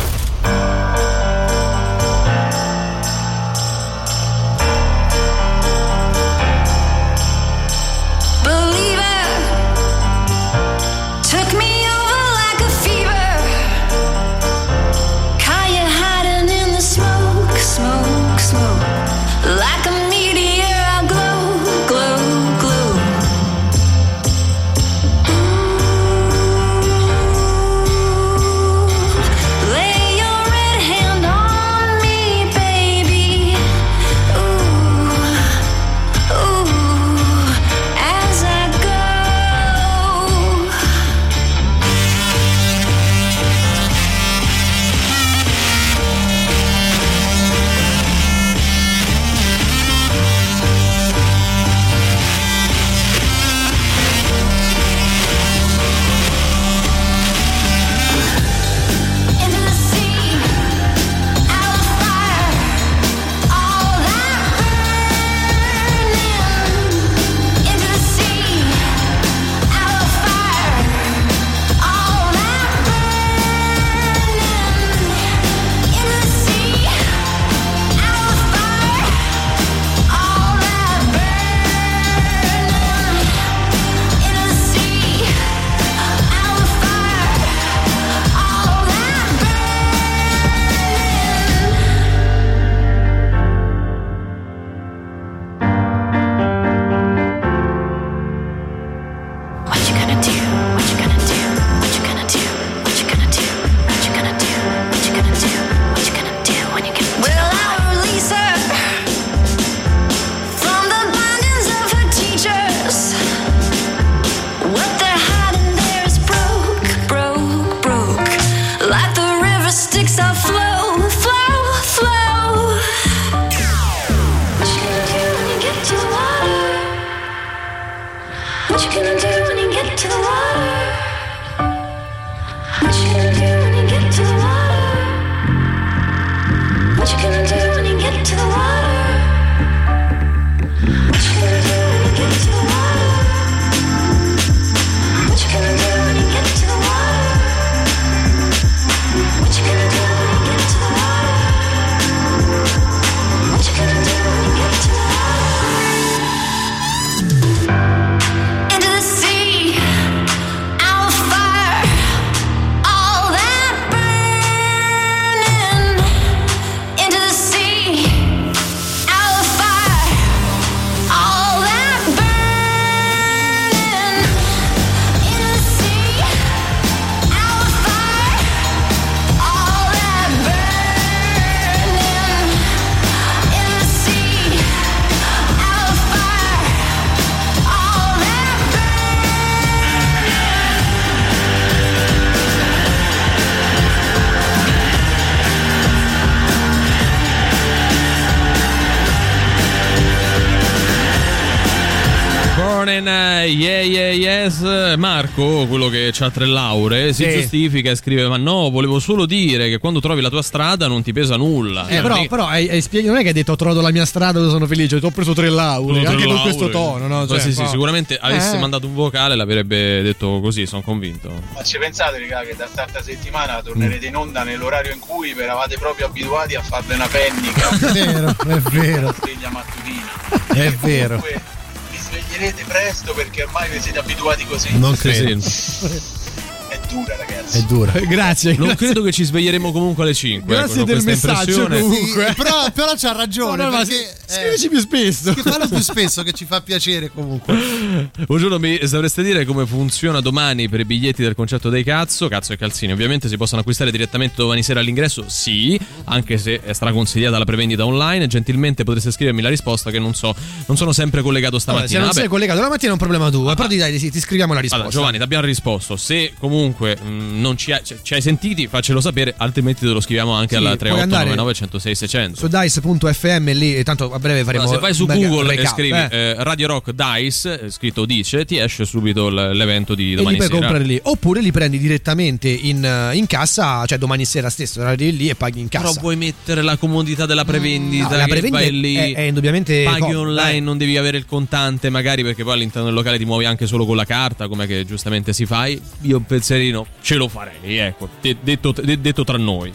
Yeah Yeah Yes. Marco, quello che ha tre lauree, si sì. giustifica e scrive: ma no, volevo solo dire che quando trovi la tua strada non ti pesa nulla. Eh, però, però hai, hai spieg- non è che hai detto ho trovato la mia strada dove sono felice, ti ho preso tre lauree, anche con questo tono, no? Cioè, sì, sì, po'... sicuramente avesse eh. mandato un vocale l'avrebbe detto così, sono convinto. Ma ci pensate, raga, che da starta settimana tornerete in onda nell'orario in cui eravate proprio abituati a farle una pennica? È vero, è vero. Sveglia mattutina. È vero. Comunque, vi sveglierete presto perché ormai vi siete abituati così. Non credo. È dura, ragazzi. È dura. Grazie. Non grazie. credo che ci sveglieremo comunque alle cinque. Grazie ecco, del messaggio comunque. Sì, però, però c'ha ragione. No, no, perché, scrivici eh, più spesso. Che fallo più spesso, che ci fa piacere comunque. Un giorno mi sapreste dire come funziona domani per i biglietti del concerto dei Cazzo. Cazzo e Calzini ovviamente si possono acquistare direttamente domani sera all'ingresso. Sì, anche se è straconsigliata la prevendita online. Gentilmente potreste scrivermi la risposta, che non so, non sono sempre collegato stamattina. Allora, se non Vabbè. sei collegato la mattina è un problema tuo, ah, però ti, dai, ti, ti scriviamo la risposta. Allora, Giovanni, ti abbiamo risposto. Se comunque comunque mh, non ci, ha, ci, ci hai sentiti, faccelo sapere, altrimenti te lo scriviamo anche Sì, alla tre puoi otto nove andare nove uno zero sei sei zero zero. Su dice punto effe emme lì, tanto a breve faremo. Allora, se vai su un Google recap, e scrivi eh. eh, Radio Rock Dice, eh, scritto Dice, ti esce subito l- l'evento di domani e li puoi sera. comprare lì, oppure li prendi direttamente in, in cassa, cioè domani sera stesso arrivi lì e paghi in cassa. Però vuoi mettere la comodità della prevendita, No, la che prevendita vai lì, è- è indubbiamente paghi comoda, online, eh. non devi avere il contante magari, perché poi all'interno del locale ti muovi anche solo con la carta, come che giustamente si fai. Io un pensierino ce lo farei, ecco, de- detto, de- detto tra noi.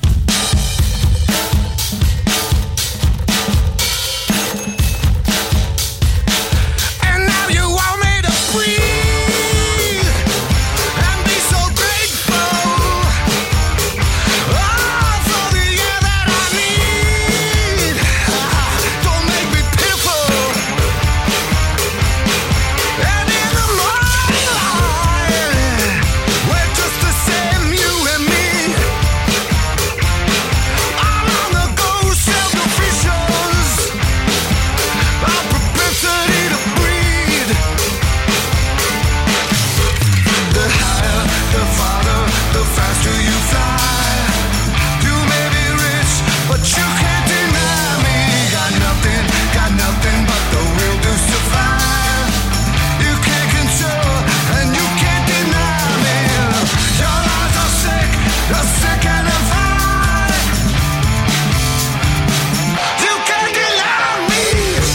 And now you want me to breathe and be so grateful. Oh, for the air that I need. Don't make me pitiful. And in the morning, we're just the same, you and me. All on the go, self-visions. Our propensity to breed. The higher, the farther, the faster you fly. You may be rich, but you can't deny me. Got nothing, got nothing but the will to survive. You can't control, and you can't deny me. Your lies are sick, they're sick and they're fine. You can't deny me.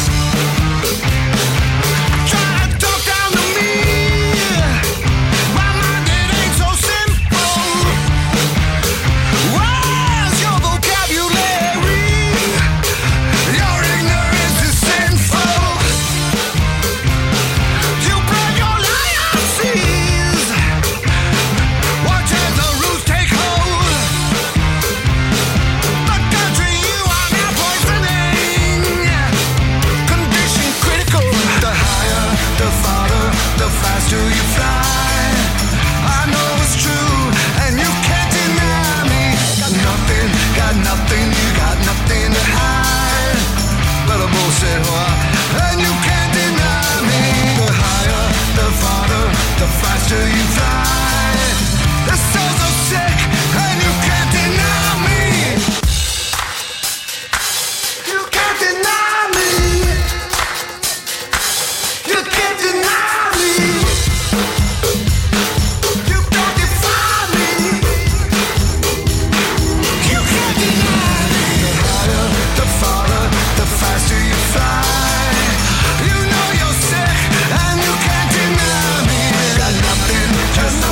Try to talk down to me. My mind, it ain't so simple. Where's your vocabulary? Your ignorance is sinful. You break your licenses. Watch as the roots take hold. The country you are now poisoning. Condition critical. The higher, the farther, the faster you fly. I know it's true, and you can't deny me. Got nothing, got nothing, you got nothing to hide. Little bullshit, huh? And you can't deny me. The higher, the farther, the faster you fly. The souls are sick, and you can't deny me. You can't deny me. You can't deny me. You don't define me. You can't deny me. The higher, the farther, the faster you fly. You know you're sick, and you can't deny me. Got nothing, just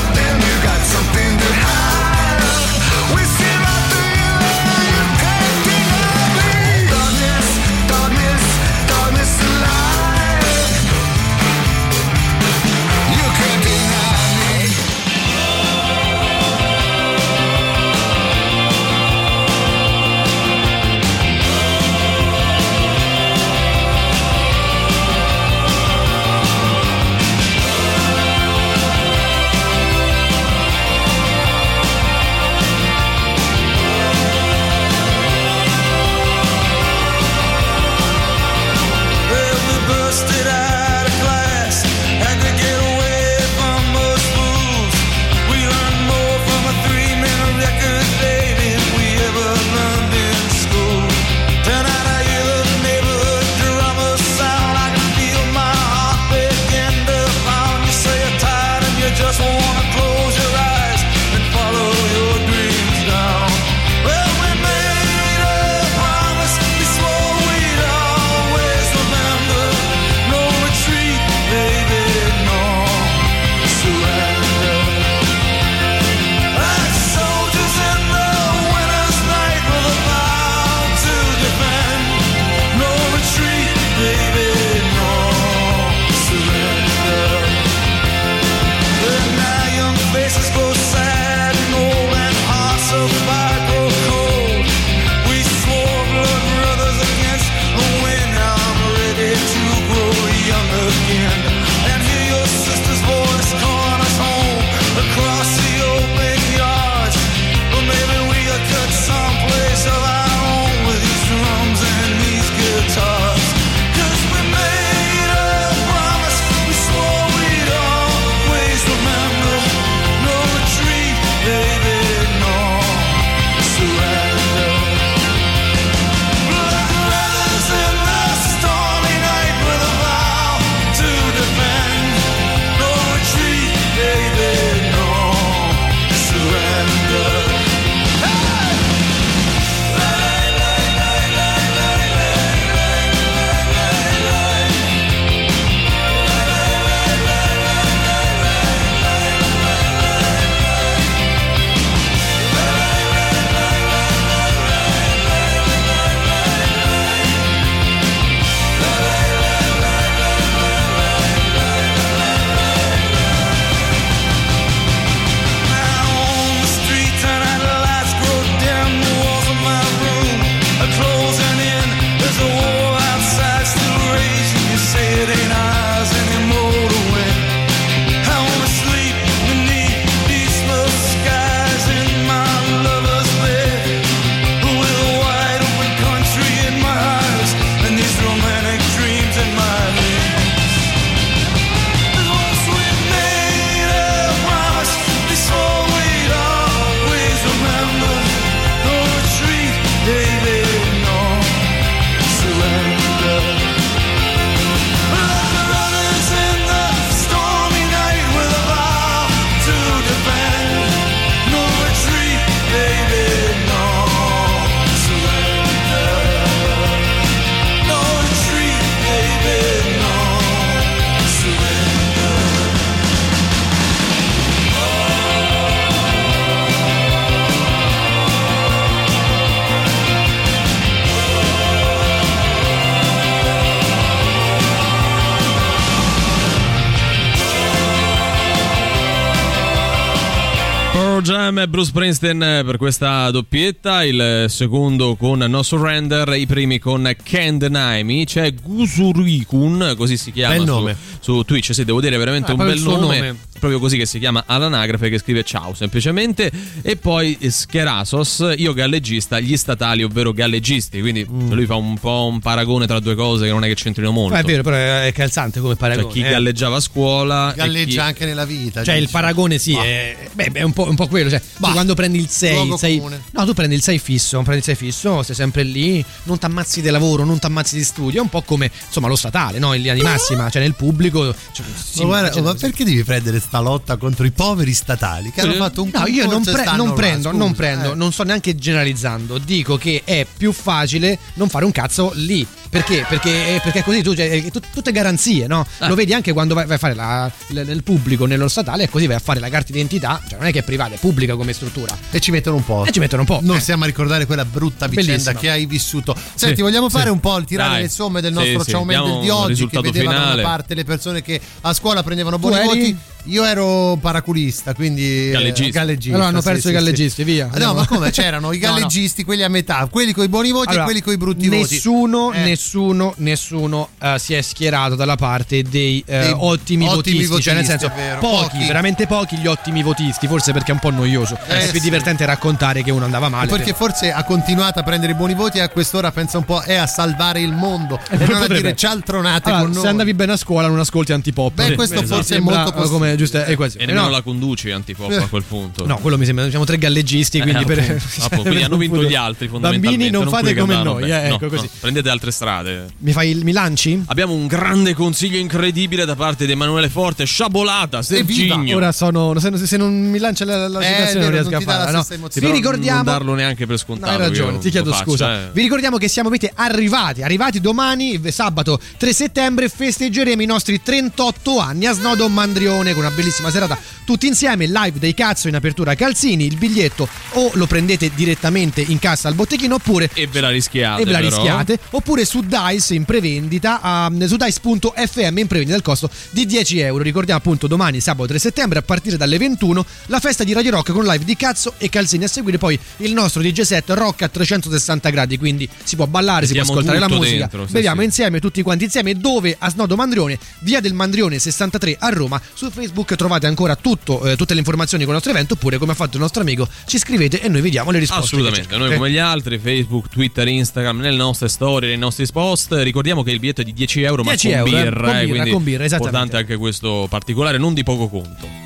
Summer Jam e Bruce Springsteen per questa doppietta, il secondo con No Surrender, i primi con Can't Deny Me. C'è Gusurikun, così si chiama bel su, nome. su Twitch, sì, devo dire veramente ah, un bel nome. nome proprio così, che si chiama all'anagrafe, che scrive ciao semplicemente. E poi Scherasos, io galleggista, gli statali ovvero galleggisti, quindi mm. lui fa un po' un paragone tra due cose che non è che c'entrino molto. Ma è vero, però è calzante come paragone. Cioè, chi eh. galleggiava a scuola galleggia chi... anche nella vita. Cioè dici. Il paragone sì, è, beh, è, un po', un po' quello, cioè tu quando prendi il sei, sei no, tu prendi il sei fisso, prendi il sei fisso, sei sempre lì, non t'ammazzi di lavoro, non t'ammazzi di studio, è un po' come insomma lo statale, no? In linea di massima, cioè nel pubblico. Cioè, sì, ma, guarda, cioè, ma perché devi prendere sta lotta contro i poveri statali che hanno fatto un no, io non, pre- non prendo, là, non prendo, eh. non sto neanche generalizzando, dico che è più facile non fare un cazzo lì. Perché? Perché, perché così tu, cioè, tut- tutte garanzie, no? Eh. Lo vedi anche quando vai, vai a fare la, l- nel pubblico, nello statale, e così vai a fare la carta d'identità, cioè non è che è privata, è pubblica come struttura. E ci mettono un po'. E ci mettono un po'. Non eh. stiamo a ricordare quella brutta vicenda Bellissima. Che hai vissuto. Senti, sì, vogliamo fare sì. un po' il tirare Dai. le somme del nostro sì, Ciao sì. Mendel di oggi, che vedevano finale. da parte le persone che a scuola prendevano buoni eri? voti. Io ero paraculista, quindi galleggista. Eh, galleggista allora hanno sì, perso sì, i galleggisti, sì. via. No, ma come? C'erano i galleggisti, no, no. quelli a metà, quelli con i buoni voti allora, e quelli con i brutti nessuno, voti. Eh. Nessuno, nessuno uh, si è schierato dalla parte dei, uh, dei ottimi, ottimi votisti, votisti, cioè nel senso pochi, pochi, veramente pochi gli ottimi votisti, forse perché è un po' noioso. Eh, è più sì. divertente raccontare che uno andava male. O perché però. forse ha continuato a prendere i buoni voti e a quest'ora pensa un po' è a salvare il mondo e non a dire cialtronate allora, con noi. Se andavi bene a scuola non ascolti Antipop. Beh, questo esatto. forse è molto possibile. Come giusto, è quasi. E nemmeno no. la conduci Antipop a quel punto. No, quello mi sembra, siamo tre galleggisti, quindi eh, per appunto, appunto, quindi hanno vinto gli altri fondamentalmente. Bambini non, non fate come noi, eh, ecco no, così. No, prendete altre strade. Mi fai il, mi lanci? Abbiamo un grande consiglio incredibile da parte di Emanuele Forte, sciabolata, Serginio. Ora sono se, se non mi lancia la, la citazione eh, non riesco non a farla, no? Sì, vi ricordiamo non darlo neanche per scontato. Hai ragione, ti chiedo faccio, scusa. Eh. Vi ricordiamo che siamo arrivati, arrivati domani, sabato tre settembre, festeggeremo i nostri trentotto anni a Snodo Mandrione con una bellissima serata tutti insieme, live dei Cazzo in apertura Calzini. Il biglietto o lo prendete direttamente in cassa al botteghino oppure e ve la rischiate e ve la però. rischiate oppure su Dice in prevendita uh, su dice punto effe emme in prevendita al costo di dieci euro. Ricordiamo appunto domani sabato tre settembre a partire dalle ventuno la festa di Radio Rock con live di Cazzo e Calzini, a seguire poi il nostro D J set rock a trecentosessanta gradi, quindi si può ballare, Mettiamo si può ascoltare la musica dentro, beviamo sì, insieme tutti quanti insieme, dove a Snodo Mandrione, via del Mandrione sessantatré a Roma. Su Facebook trovate ancora tutto, eh, tutte le informazioni con il nostro evento, oppure come ha fatto il nostro amico ci scrivete e noi vediamo le risposte. Assolutamente, noi come gli altri, Facebook, Twitter, Instagram, nelle nostre storie, nei nostri post. Ricordiamo che il biglietto è di dieci euro, dieci ma con euro, birra, con birra, eh, quindi con birra, importante anche questo particolare, non di poco conto.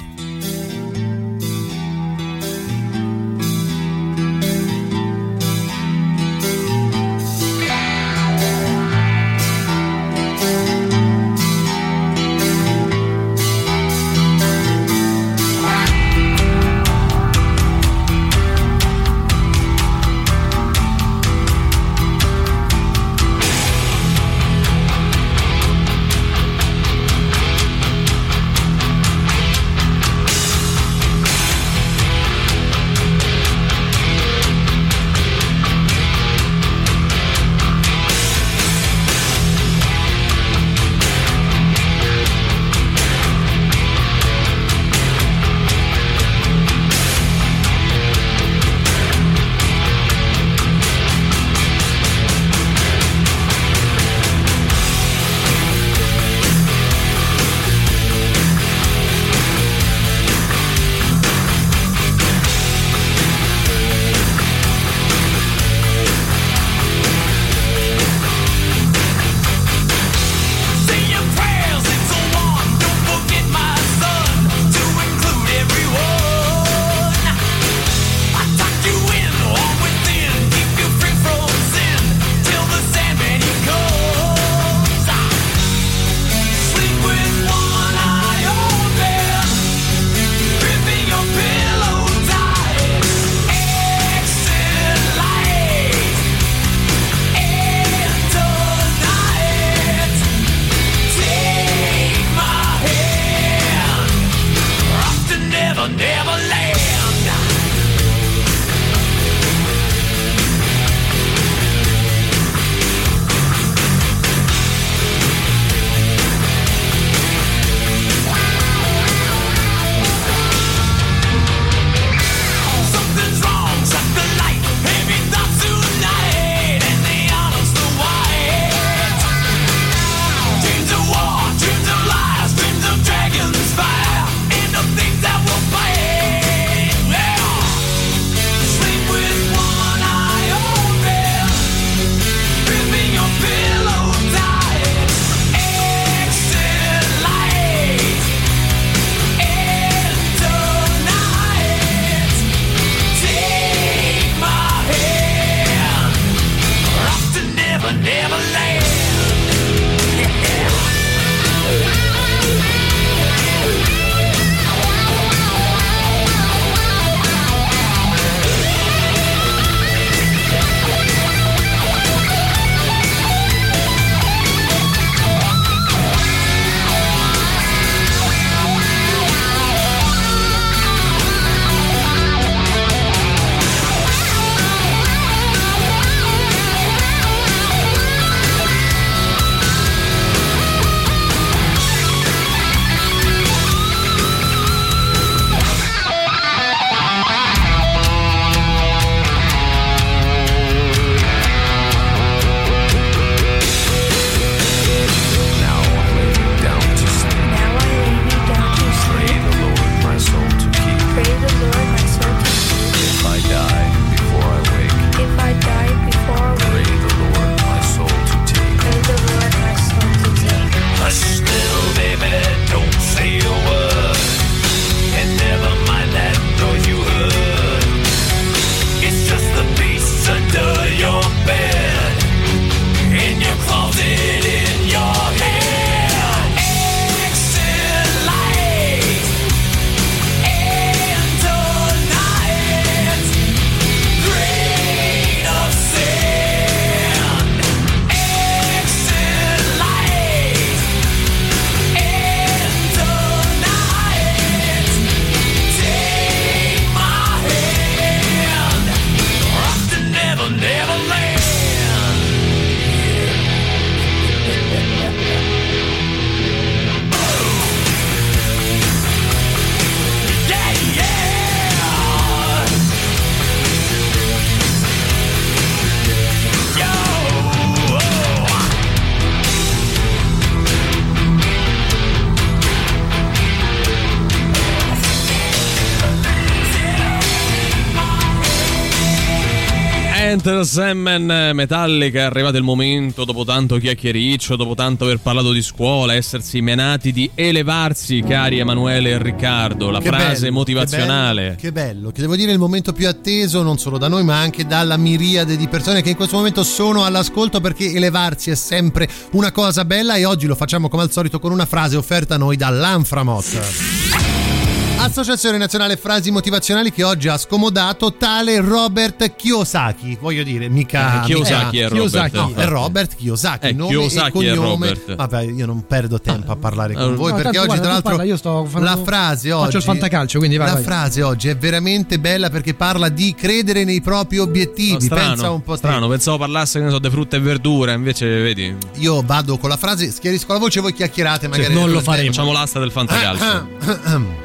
Enter Sandman, Metallica. È arrivato il momento, dopo tanto chiacchiericcio, dopo tanto aver parlato di scuola, essersi menati, di elevarsi, cari Emanuele e Riccardo. La che frase bello, motivazionale. Che bello, che bello, che devo dire il momento più atteso non solo da noi ma anche dalla miriade di persone che in questo momento sono all'ascolto, perché elevarsi è sempre una cosa bella e oggi lo facciamo come al solito con una frase offerta a noi dall'Anframot, Associazione Nazionale Frasi Motivazionali, che oggi ha scomodato tale Robert Kiyosaki. Voglio dire, mica eh, Kiyosaki mica, è Robert. Kiyosaki, no, è Robert Kiyosaki, eh, nome Kiyosaki e cognome. è Robert. Vabbè, io non perdo tempo a parlare con no, voi, no, perché tanto, oggi guarda, tra l'altro parla, io sto facendo, la frase oggi faccio il fantacalcio, quindi vai, la vai. frase oggi è veramente bella perché parla di credere nei propri obiettivi. No, strano, Pensa un po' strano, te. pensavo parlasse, che ne so, di frutta e verdura, invece vedi. Io vado con la frase, schiarisco la voce, voi chiacchierate magari. Cioè, non lo faremo. Facciamo l'asta del fantacalcio.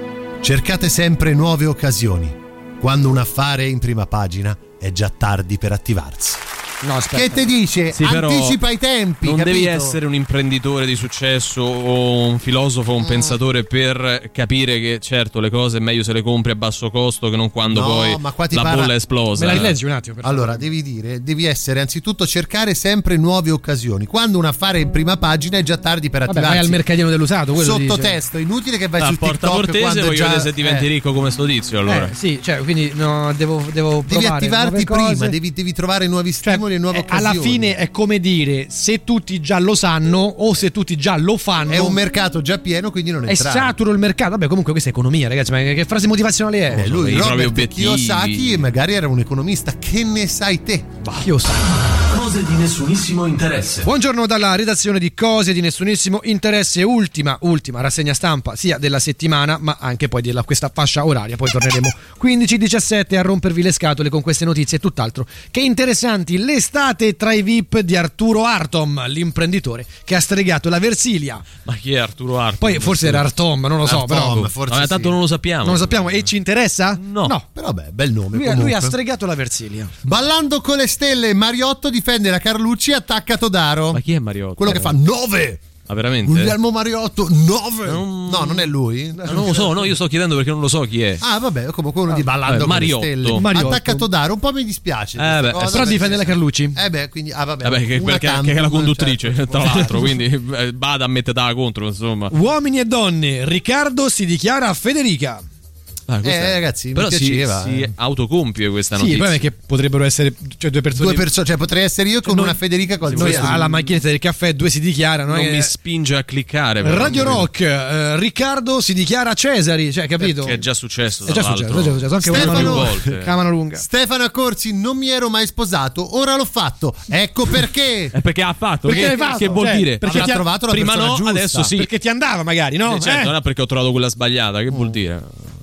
Cercate sempre nuove occasioni. Quando un affare è in prima pagina è già tardi per attivarsi. No, aspetta. Che te dice? Sì, Anticipa i tempi. Non capito? devi essere un imprenditore di successo o un filosofo o un mm. pensatore per capire che certo le cose è meglio se le compri a basso costo che non quando no, poi ma qua ti la parla... bolla è esplosa. Me la rileggi un attimo? Allora, devi dire, devi essere anzitutto cercare sempre nuove occasioni. Quando un affare è in prima pagina è già tardi per Vabbè, attivarsi. vai al mercatino dell'usato. Sottotesto, inutile che vai ah, su Porta TikTok Portese, quando voglio già... vedere se diventi eh. ricco come sto tizio allora. Eh, sì, cioè, quindi no, devo, devo devi provare attivarti nuove prima, cose. devi, devi trovare nuovi stimoli cioè, e nuove eh, occasioni. Alla fine è come dire, se tutti già lo sanno o se tutti già lo fanno, è un mercato già pieno, quindi non è entrare. saturo il mercato. Vabbè, comunque questa è economia, ragazzi, ma che frase motivazionale è? Eh, lui, I propri Robert obiettivi. Kiyosaki, magari era un economista. Che ne sai te? Kiyosaki. Cose di nessunissimo interesse. Buongiorno dalla redazione di Cose di nessunissimo interesse, ultima, ultima rassegna stampa sia della settimana ma anche poi della questa fascia oraria. Poi torneremo quindici diciassette a rompervi le scatole con queste notizie e tutt'altro che interessanti. L'estate tra i V I P di Arturo Artom, l'imprenditore che ha stregato la Versilia. Ma chi è Arturo Artom? Poi forse era Artom, non lo so, Artom, però forse vabbè, tanto sì. non lo sappiamo. non lo sappiamo. E ci interessa? No. No. Però beh, bel nome. Lui, comunque. lui ha stregato la Versilia. Ballando con le stelle, Mariotto difende la Carlucci e attacca Todaro. Ma chi è Mariotto? Quello che fa nove. Ma veramente? Guglielmo Mariotto nove. Non... No, non è lui. Non lo so, no, io sto chiedendo perché non lo so chi è. Ah, vabbè, comunque uno di Ballando eh, con Mariotto. le stelle. Mariotto. Attacca Todaro, un po' mi dispiace. Eh beh, cosa, però difende la Carlucci. Eh beh, quindi ah vabbè, Vabbè, che, perché, tandem, che è la conduttrice, certo. tra l'altro, quindi eh, bada a metterla contro, insomma. Uomini e donne, Riccardo si dichiara a Federica. Ah, Eh ragazzi, però mi piaceva. si, si eh. autocompie questa Sì, notizia. il problema è che potrebbero essere cioè, due persone. Due persone, cioè potrei essere io con Noi- una Federica con Noi alla macchinetta del caffè due si dichiarano. non eh, mi spinge a cliccare. però. Radio Rock, eh, Riccardo si dichiara Cesari, cioè capito? Che è già successo. È già tra successo, l'altro. è già successo, anche Stefano- una più lunga. volte. Camano lunga. Stefano Accorsi, non mi ero mai sposato, ora l'ho fatto. Ecco perché. È perché ha fatto? Perché che, l'hai fatto? che vuol Cioè, dire? perché Avrà ti ha- trovato la prima persona no, giusta. adesso sì. Perché ti andava magari, no? Eh, certo, Eh? non è perché ho trovato quella sbagliata. Che vuol dire?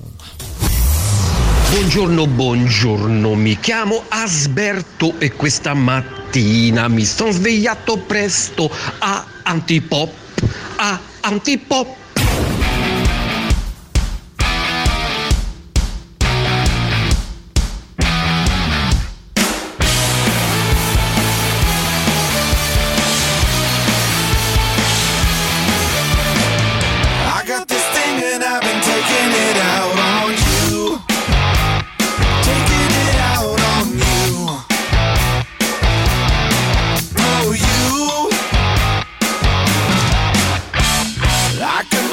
Buongiorno, buongiorno, mi chiamo Asberto e questa mattina mi sono svegliato presto a Antipop, a Antipop. I got this thing and I've been taking it out on you. Taking it out on you. Oh, you. I can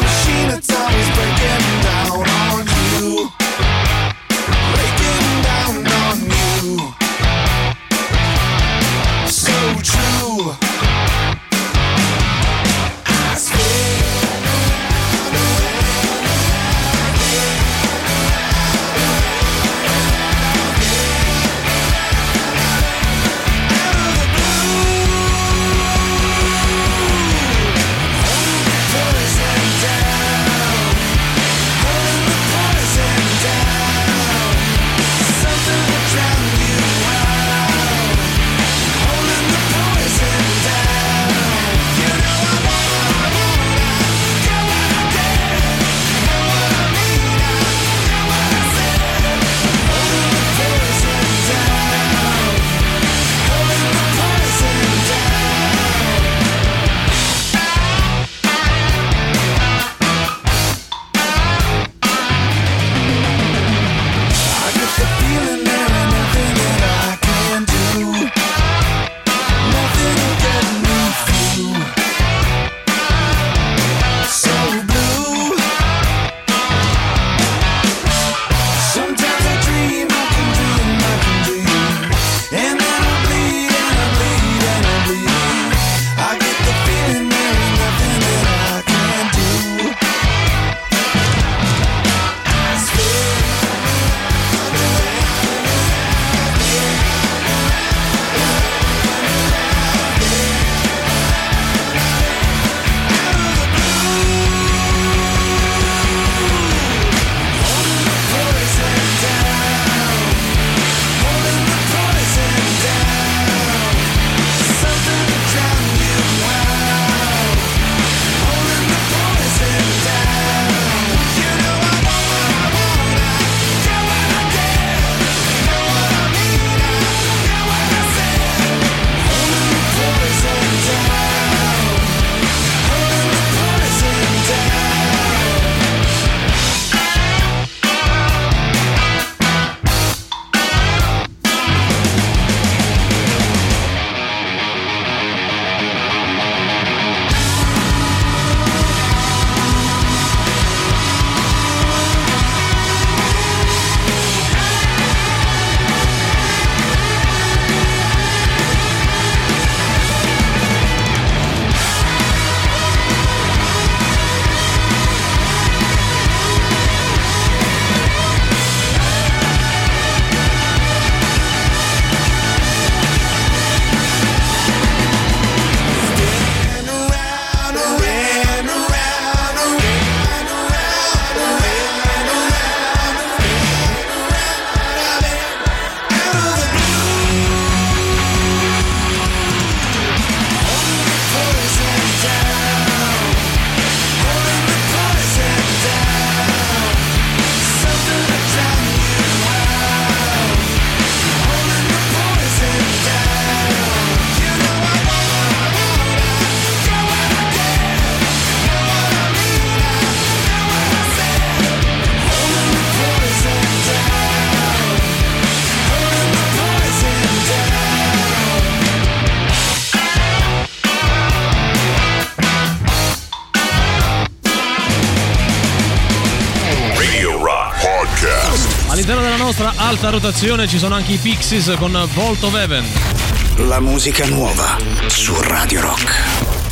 all'interno della nostra alta rotazione ci sono anche i Pixies con Vault of Heaven. La musica nuova su Radio Rock.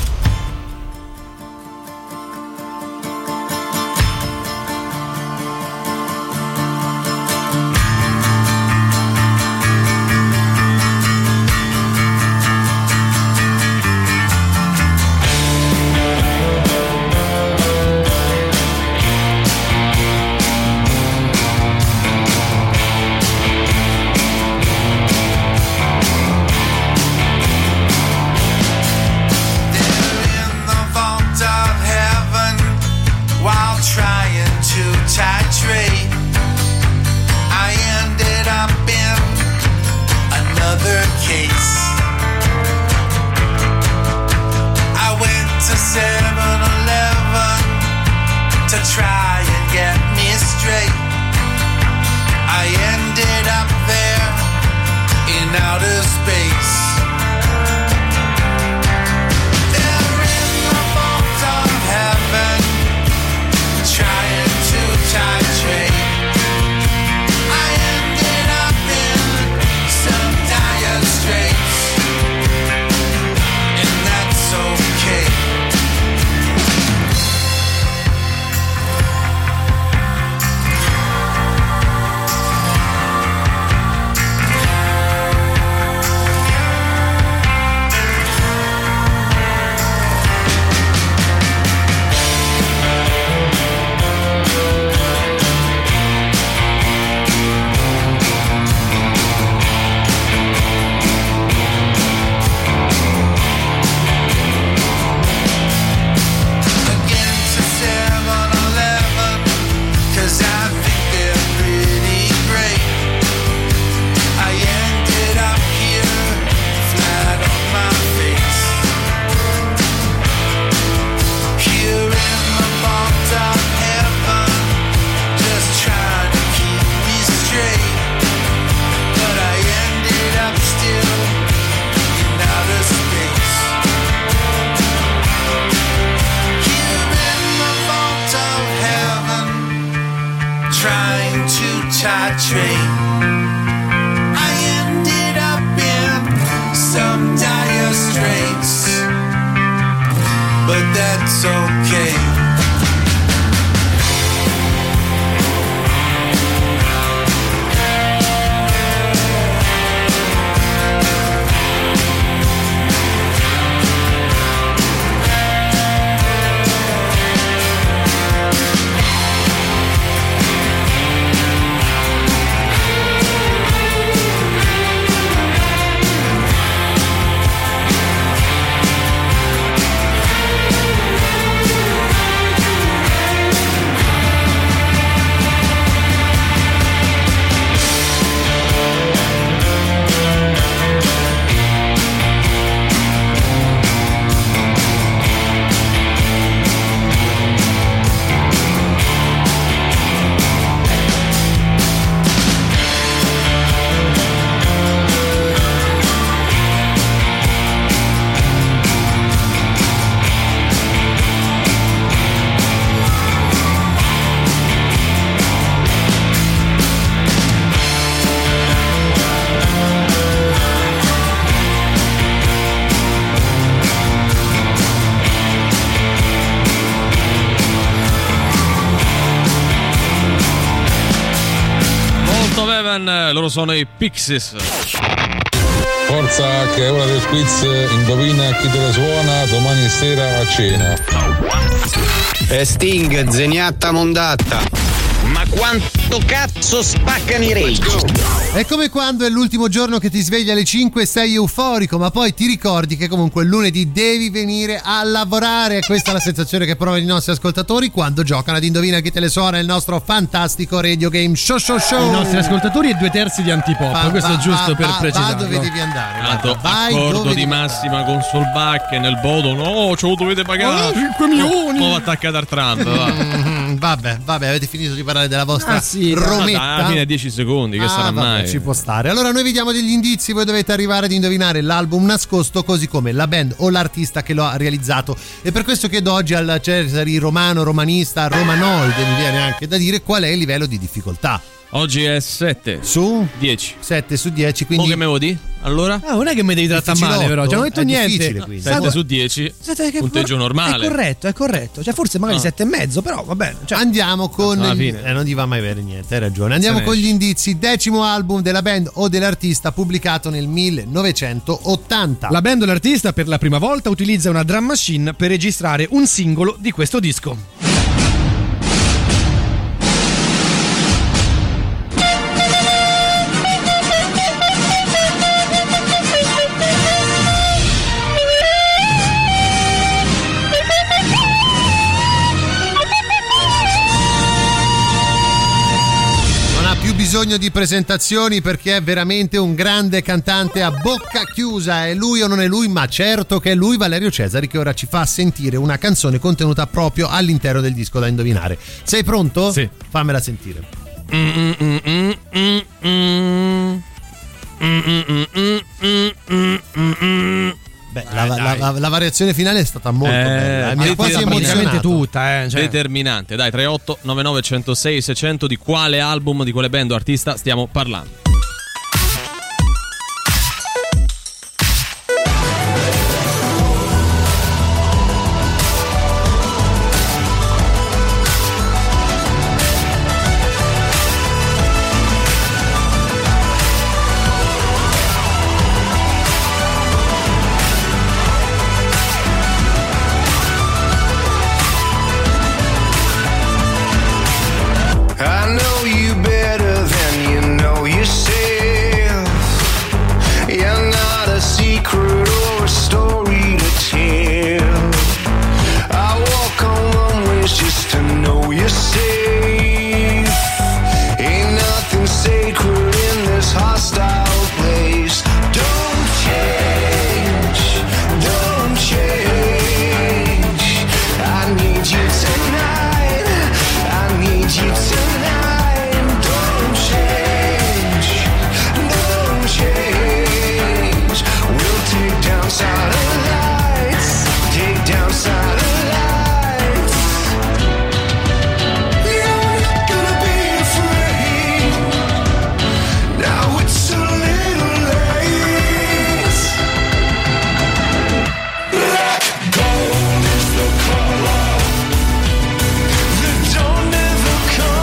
Loro sono i Pixies. Forza che è ora del quiz, indovina chi te la suona domani sera a cena. E Sting, zeniatta mondatta. Ma quanto cazzo spaccano i rage? È come quando è l'ultimo giorno che ti svegli alle cinque e sei euforico, ma poi ti ricordi che comunque il lunedì devi venire a lavorare. Questa è la sensazione che provano i nostri ascoltatori quando giocano ad Indovina chi te le suona, il nostro fantastico radio game show show show. I nostri ascoltatori e due terzi di Antipop, va, questo va, è giusto va, per va, precisare. Va dove devi andare. Tanto vai accordo dove di massima con Solbach nel bodo. No, ce lo dovete pagare. Oh, cinque milioni. No, attaccata al Trump. Va. Mm, vabbè, vabbè, avete finito di parlare della vostra ah, sì, rometta. Alla fine dieci secondi, che ah, sarà vabbè, mai? Ci può stare. Allora noi vi diamo degli indizi, voi dovete arrivare ad indovinare l'album nascosto, così come la band o l'artista che lo ha realizzato. E per questo chiedo oggi al Cesari romano, romanista, romanoide, mi viene anche da dire, qual è il livello di difficoltà. Oggi è sette su dieci. sette su dieci, quindi. O che me vuoi dire? Allora? Ah, non è che mi devi trattare male, però. Cioè, non ho detto è niente. sette su dieci. Punteggio normale. È corretto, è corretto. Cioè, forse magari No. sette e mezzo, però va bene. Cioè, Andiamo con. alla gli- fine. Eh, non gli va mai bene niente, hai ragione. Andiamo Se ne con esce. gli indizi. Decimo album della band o dell'artista pubblicato nel millenovecentottanta. la band o l'artista per la prima volta utilizza una drum machine per registrare un singolo di questo disco. Non ha più bisogno di presentazioni perché è veramente un grande cantante a bocca chiusa. È lui o non è lui? Ma certo che è lui, Valerio Cesari, che ora ci fa sentire una canzone contenuta proprio all'interno del disco da indovinare. Sei pronto? Sì. Fammela sentire. Beh, la, la- la- la variazione finale è stata molto Eh, bella. eh, Mi ha quasi determinante. emozionato. tutta, eh. Cioè. Determinante. Dai, tre otto nove nove uno zero sei sei zero zero. Di quale album, di quale band o artista stiamo parlando? I know you better than you know yourself. You're not a secret or a story to tell. I walk on runways just to know you're safe. Ain't nothing sacred in this hostile place. Don't change, don't change. I need you tonight. I need you tonight. Don't change, don't change. We'll take down satellites, take down satellites. You're not gonna be afraid. Now it's a little late. Black gold is the color. The dawn never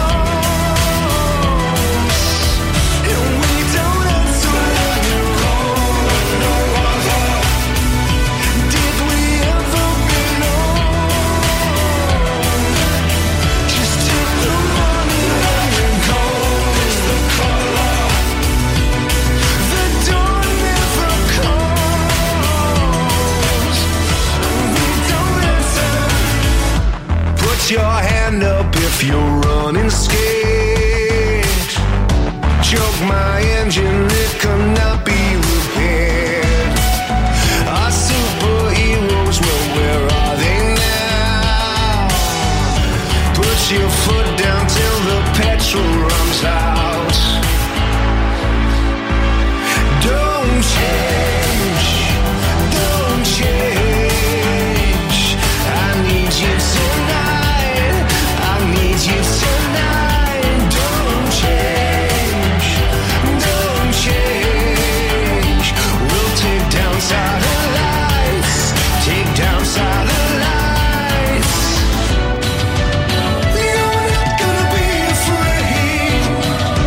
comes, and we don't answer when you call. No other. Did we ever belong? Just take the money and gold is the color. The dawn never comes, and we don't answer. Put your hand up if you're running scared. Choke my engine, it cannot be repaired. Our superheroes, well, where are they now? Put your foot down till the petrol runs out. Don't change, don't change. I need you tonight. I need you tonight. Don't change, don't change. We'll take down satellites, take down satellites. You're not gonna be afraid.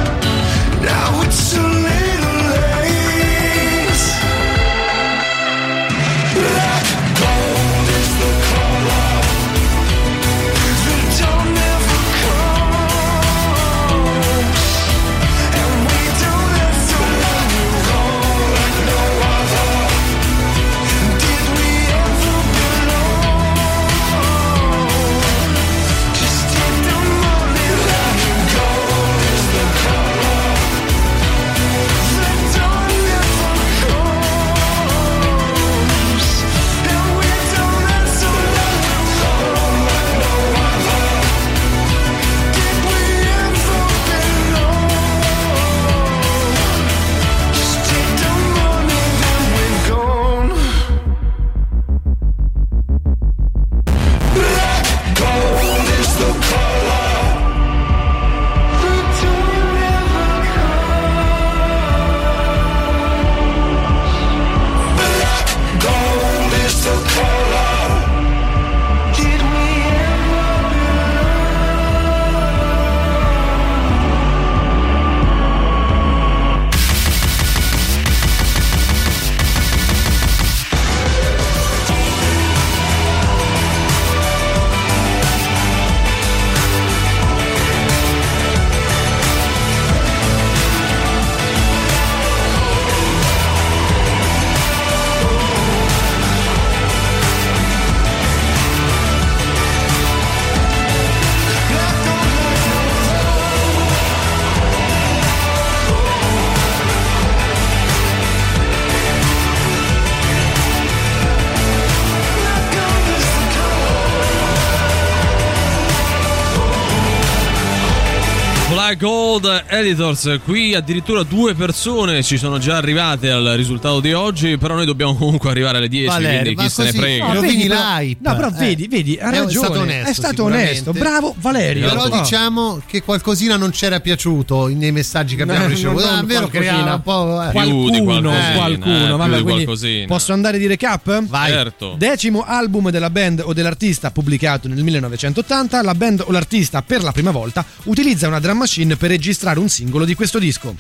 Gold Editors. Qui addirittura due persone ci sono già arrivate al risultato di oggi, però noi dobbiamo comunque arrivare alle dieci, Valerio, quindi chi se ne frega. No, rovini vedi, però- l'hype. no, però Eh. vedi, vedi, ha È ragione. stato onesto, è stato sicuramente. onesto. Bravo Valerio. Però Oh. diciamo che qualcosina non c'era piaciuto nei messaggi che abbiamo No, ricevuto. non Ah, è vero, qualcosina. creava un po'. eh. Più di Qualcuno, qualcosina, qualcuno. eh, più Vabbè, di quindi qualcosina. posso andare di recap? Vai. Certo. Decimo album della band o dell'artista pubblicato nel millenovecentottanta, la band o l'artista per la prima volta utilizza una drum machine per registrare un singolo di questo disco.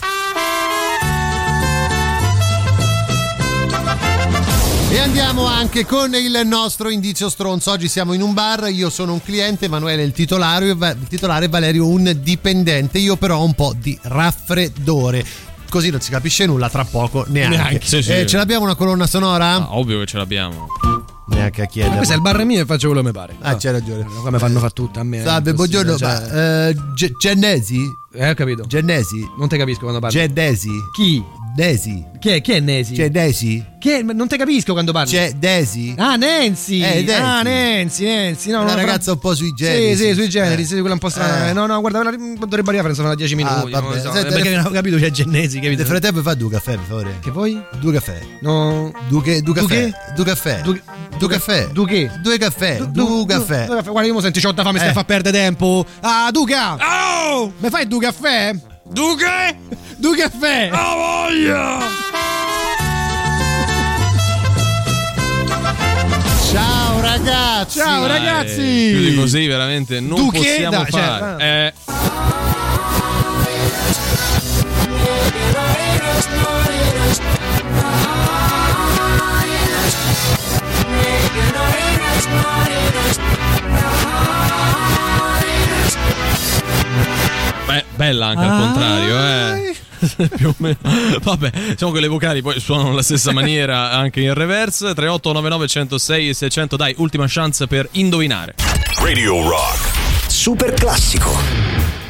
E andiamo anche con il nostro indizio stronzo. Oggi siamo in un bar, io sono un cliente, Emanuele è il titolare, il titolare Valerio un dipendente, io però ho un po' di raffreddore. Così non si capisce nulla, tra poco neanche. Neanche, sì, sì. Eh, ce l'abbiamo una colonna sonora? Ah, ovvio che ce l'abbiamo. Neanche a chiedere. Questo è il bar mio e faccio quello che mi pare. Ah, c'hai ragione. Come fanno fa tutto a me. Salve, è buongiorno. impossibile, Ma, cioè- eh, Ge- Gennesi? Eh, ho capito. Gennesi? Non te capisco quando parli. Gennesi? Chi? Desi? Chi è? Chi è Nesi? Gennesi? Che? Non te capisco quando parli. C'è Desi? Ah, Nancy! Eh, Nancy. Ah, Nancy, Nancy. No, Una no, ragazza fra- un po' sui generis. Sì, sì, sui generis, Eh. sì, quella un po' strana. Eh. No, no, guarda, quella dovrebbe arrivare, penso, fra dieci minuti. Ah, non vabbè. so, Senti, perché non ho capito c'è Gennesi, capito? Nel frattempo fa due caffè, per favore. Che poi? Due caffè. No. Due, che- due Du caffè. che? Due caffè. Du- Due caffè. Du che? Due caffè. Du- Due du- caffè. du- Guarda, io mo senti c'ho da fame, stai Eh. a fa perdere tempo. Ah, Duca! Oh! Mi fai due caffè? Duca? Due caffè! Ah, voglia! Ciao ragazzi. Ciao Eh, ragazzi! più di così veramente non Tu che? possiamo Dai, cioè, fare. Eh, beh, bella anche al contrario, eh. Più o meno. Vabbè, diciamo che le vocali poi suonano alla stessa maniera anche in reverse. Tre otto nove nove uno zero sei seicento. Dai, ultima chance per indovinare. Radio Rock. Super classico.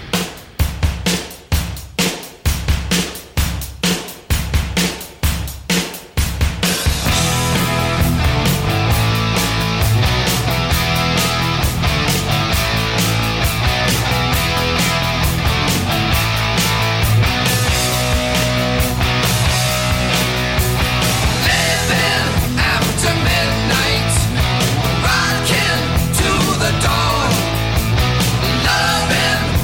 After midnight, rocking to the dawn, loving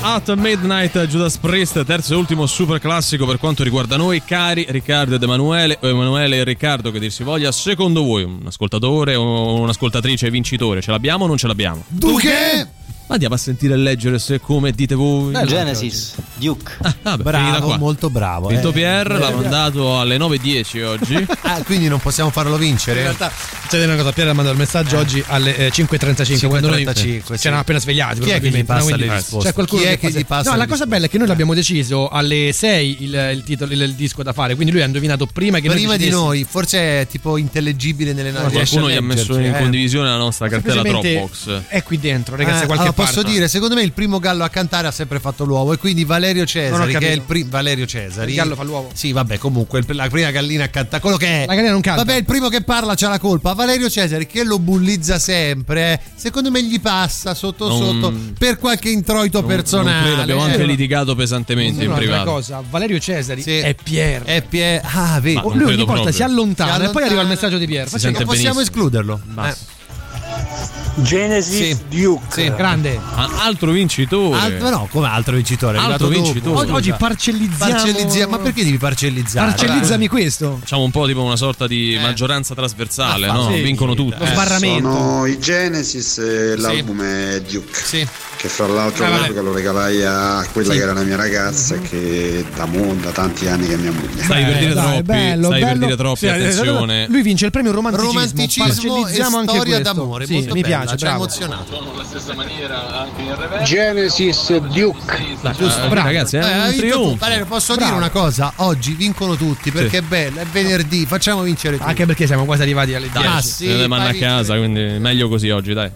At Midnight, Judas Priest, terzo e ultimo super classico per quanto riguarda noi, cari Riccardo ed Emanuele, o Emanuele e Riccardo che dir si voglia. Secondo voi un ascoltatore o un'ascoltatrice vincitore ce l'abbiamo o non ce l'abbiamo? Duche! Andiamo a sentire e leggere se come dite voi. Bello, Genesis, Duke. Ah, vabbè, bravo, molto bravo. Vinto eh. Pierre, l'ha mandato alle nove e dieci oggi. Ah, quindi non possiamo farlo vincere? In realtà c'è una cosa, Pierre ha mandato il messaggio eh. oggi alle eh, cinque e trentacinque quando noi sì. ci eravamo appena svegliati. Chi è che gli passa le risposte? C'è qualcuno Chi è che, che gli passa No, le la cosa bella è che noi l'abbiamo deciso alle sei il, il titolo, il, il disco da fare, quindi lui ha indovinato prima che prima noi di noi, forse è tipo intellegibile nelle no, qualcuno gli ha messo in eh. condivisione la nostra cartella Dropbox. È qui dentro, ragazzi, eh, qualche allora, posso parte. dire, secondo me il primo gallo a cantare ha sempre fatto l'uovo e quindi Valerio Cesari che è il primo Valerio Cesari. Il gallo fa l'uovo. Sì, vabbè, comunque la prima gallina a cantare, quello che è. La gallina non canta. Vabbè, il primo che parla c'ha la colpa. Valerio Cesari che lo bullizza sempre, eh. Secondo me gli passa sotto non, sotto per qualche introito non, personale. Non credo, abbiamo anche litigato pesantemente in privato. Cosa, Valerio Cesari sì. è Pierre. È Pierre. Ah, vedi. Lui ogni volta si allontana, si allontana e poi arriva il messaggio di Pierre. Non possiamo benissimo. escluderlo. Eh. Genesis sì. Duke sì. grande ah, altro vincitore altro, no come altro vincitore altro vincitore oggi parcellizziamo Parcellizia... ma perché devi parcellizzare? Parcellizzami questo facciamo un po' tipo una sorta di eh. maggioranza trasversale ah, no? Sì, sì, vincono tutti lo sbarramento sono i Genesis e l'album sì. è Duke sì. che fra l'altro all'epoca lo regalai a quella sì. che era la mia ragazza mm-hmm. che da, mo, da tanti anni che è mia moglie stai eh, per dire dai, troppi bello, stai bello. per dire troppi sì, attenzione lui vince il premio romanticismo, romanticismo e anche storia questo. d'amore sì, molto mi bella, piace ci ha bravo. emozionato alla stessa maniera anche in reverso. Genesis Duke giusto, bravo ragazzi, è eh, un trionfo. Valerio, posso bravo. dire una cosa? Oggi vincono tutti perché sì. è bello, è venerdì, facciamo vincere tutti. Anche perché siamo quasi arrivati alle dieci. Ah, sì, se ne vanno a casa, quindi meglio così oggi, dai.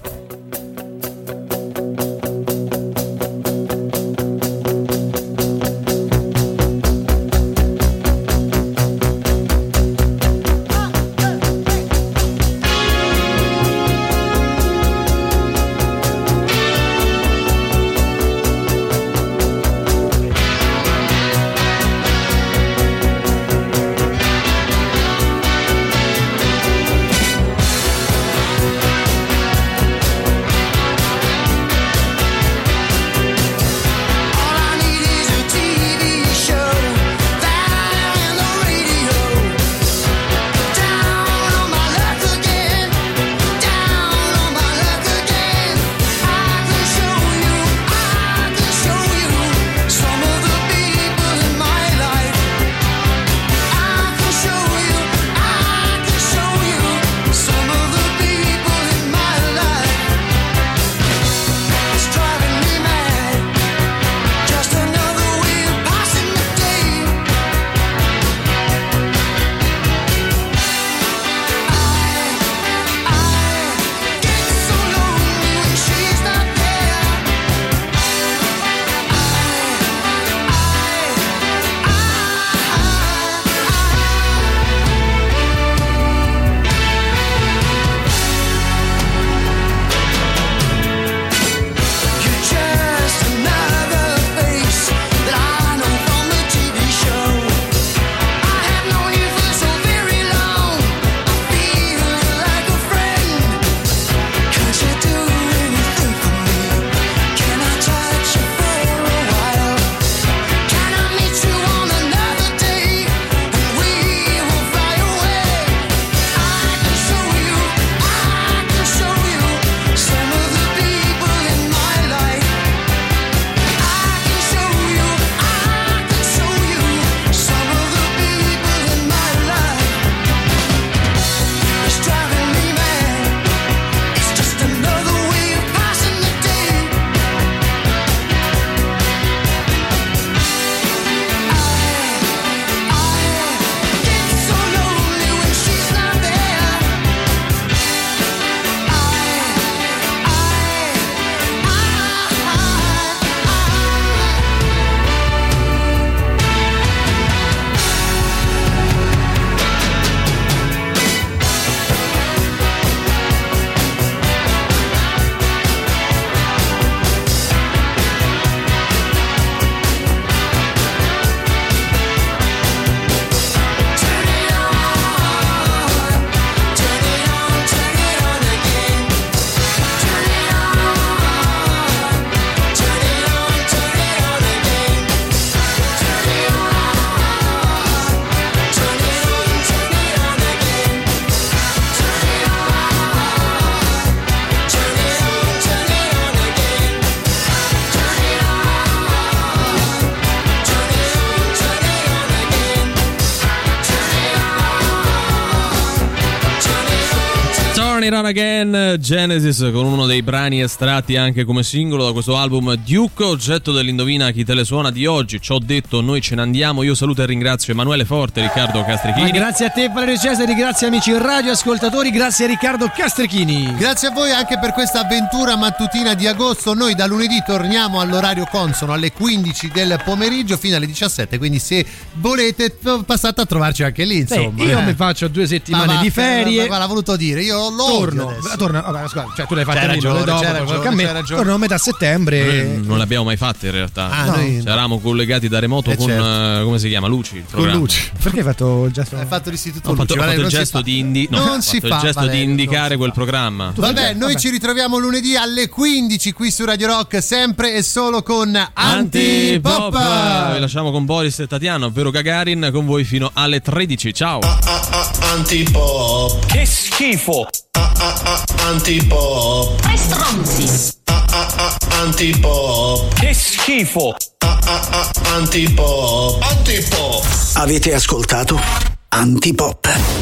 Running Run Again, Genesis, con uno dei brani estratti anche come singolo da questo album Duke, oggetto dell'Indovina chi te le suona di oggi. Ci ho detto, noi ce ne andiamo. Io saluto e ringrazio Emanuele Forte, Riccardo Castrichini. Ma grazie a te Valerio Cesari, grazie amici radioascoltatori, grazie a Riccardo Castrichini. Grazie a voi anche per questa avventura mattutina di agosto. Noi da lunedì torniamo all'orario consono alle quindici del pomeriggio fino alle diciassette, quindi se volete passate a trovarci anche lì, insomma. Sì, io eh. mi faccio due settimane ma va, di ferie. Ma l'ha voluto dire, io lo torno. Torno, vabbè, scusa, cioè tu l'hai fatto c'è ragione, dopo, c'è ragione, a me, c'è ragione. torno a metà settembre. Noi non l'abbiamo mai fatta in realtà. Ah, no. Noi eravamo collegati da remoto eh, con certo. uh, come si chiama? Luci. Il con Luci. Perché hai fatto il gesto? Hai fatto l'istituto ho Luci. fatto, ho fatto il gesto di indi- no, non ho si fatto fa, il gesto Valerio, di indicare quel programma. Vabbè, noi vabbè. ci ritroviamo lunedì alle quindici qui su Radio Rock, sempre e solo con Antipop. Antipop. Vi lasciamo con Boris e Tatiana, ovvero Gagarin, con voi fino alle tredici. Ciao. Antipop. Che schifo. Antipop. Tre stronzi. Antipop. Che schifo. Antipop. Antipop. Avete ascoltato Antipop.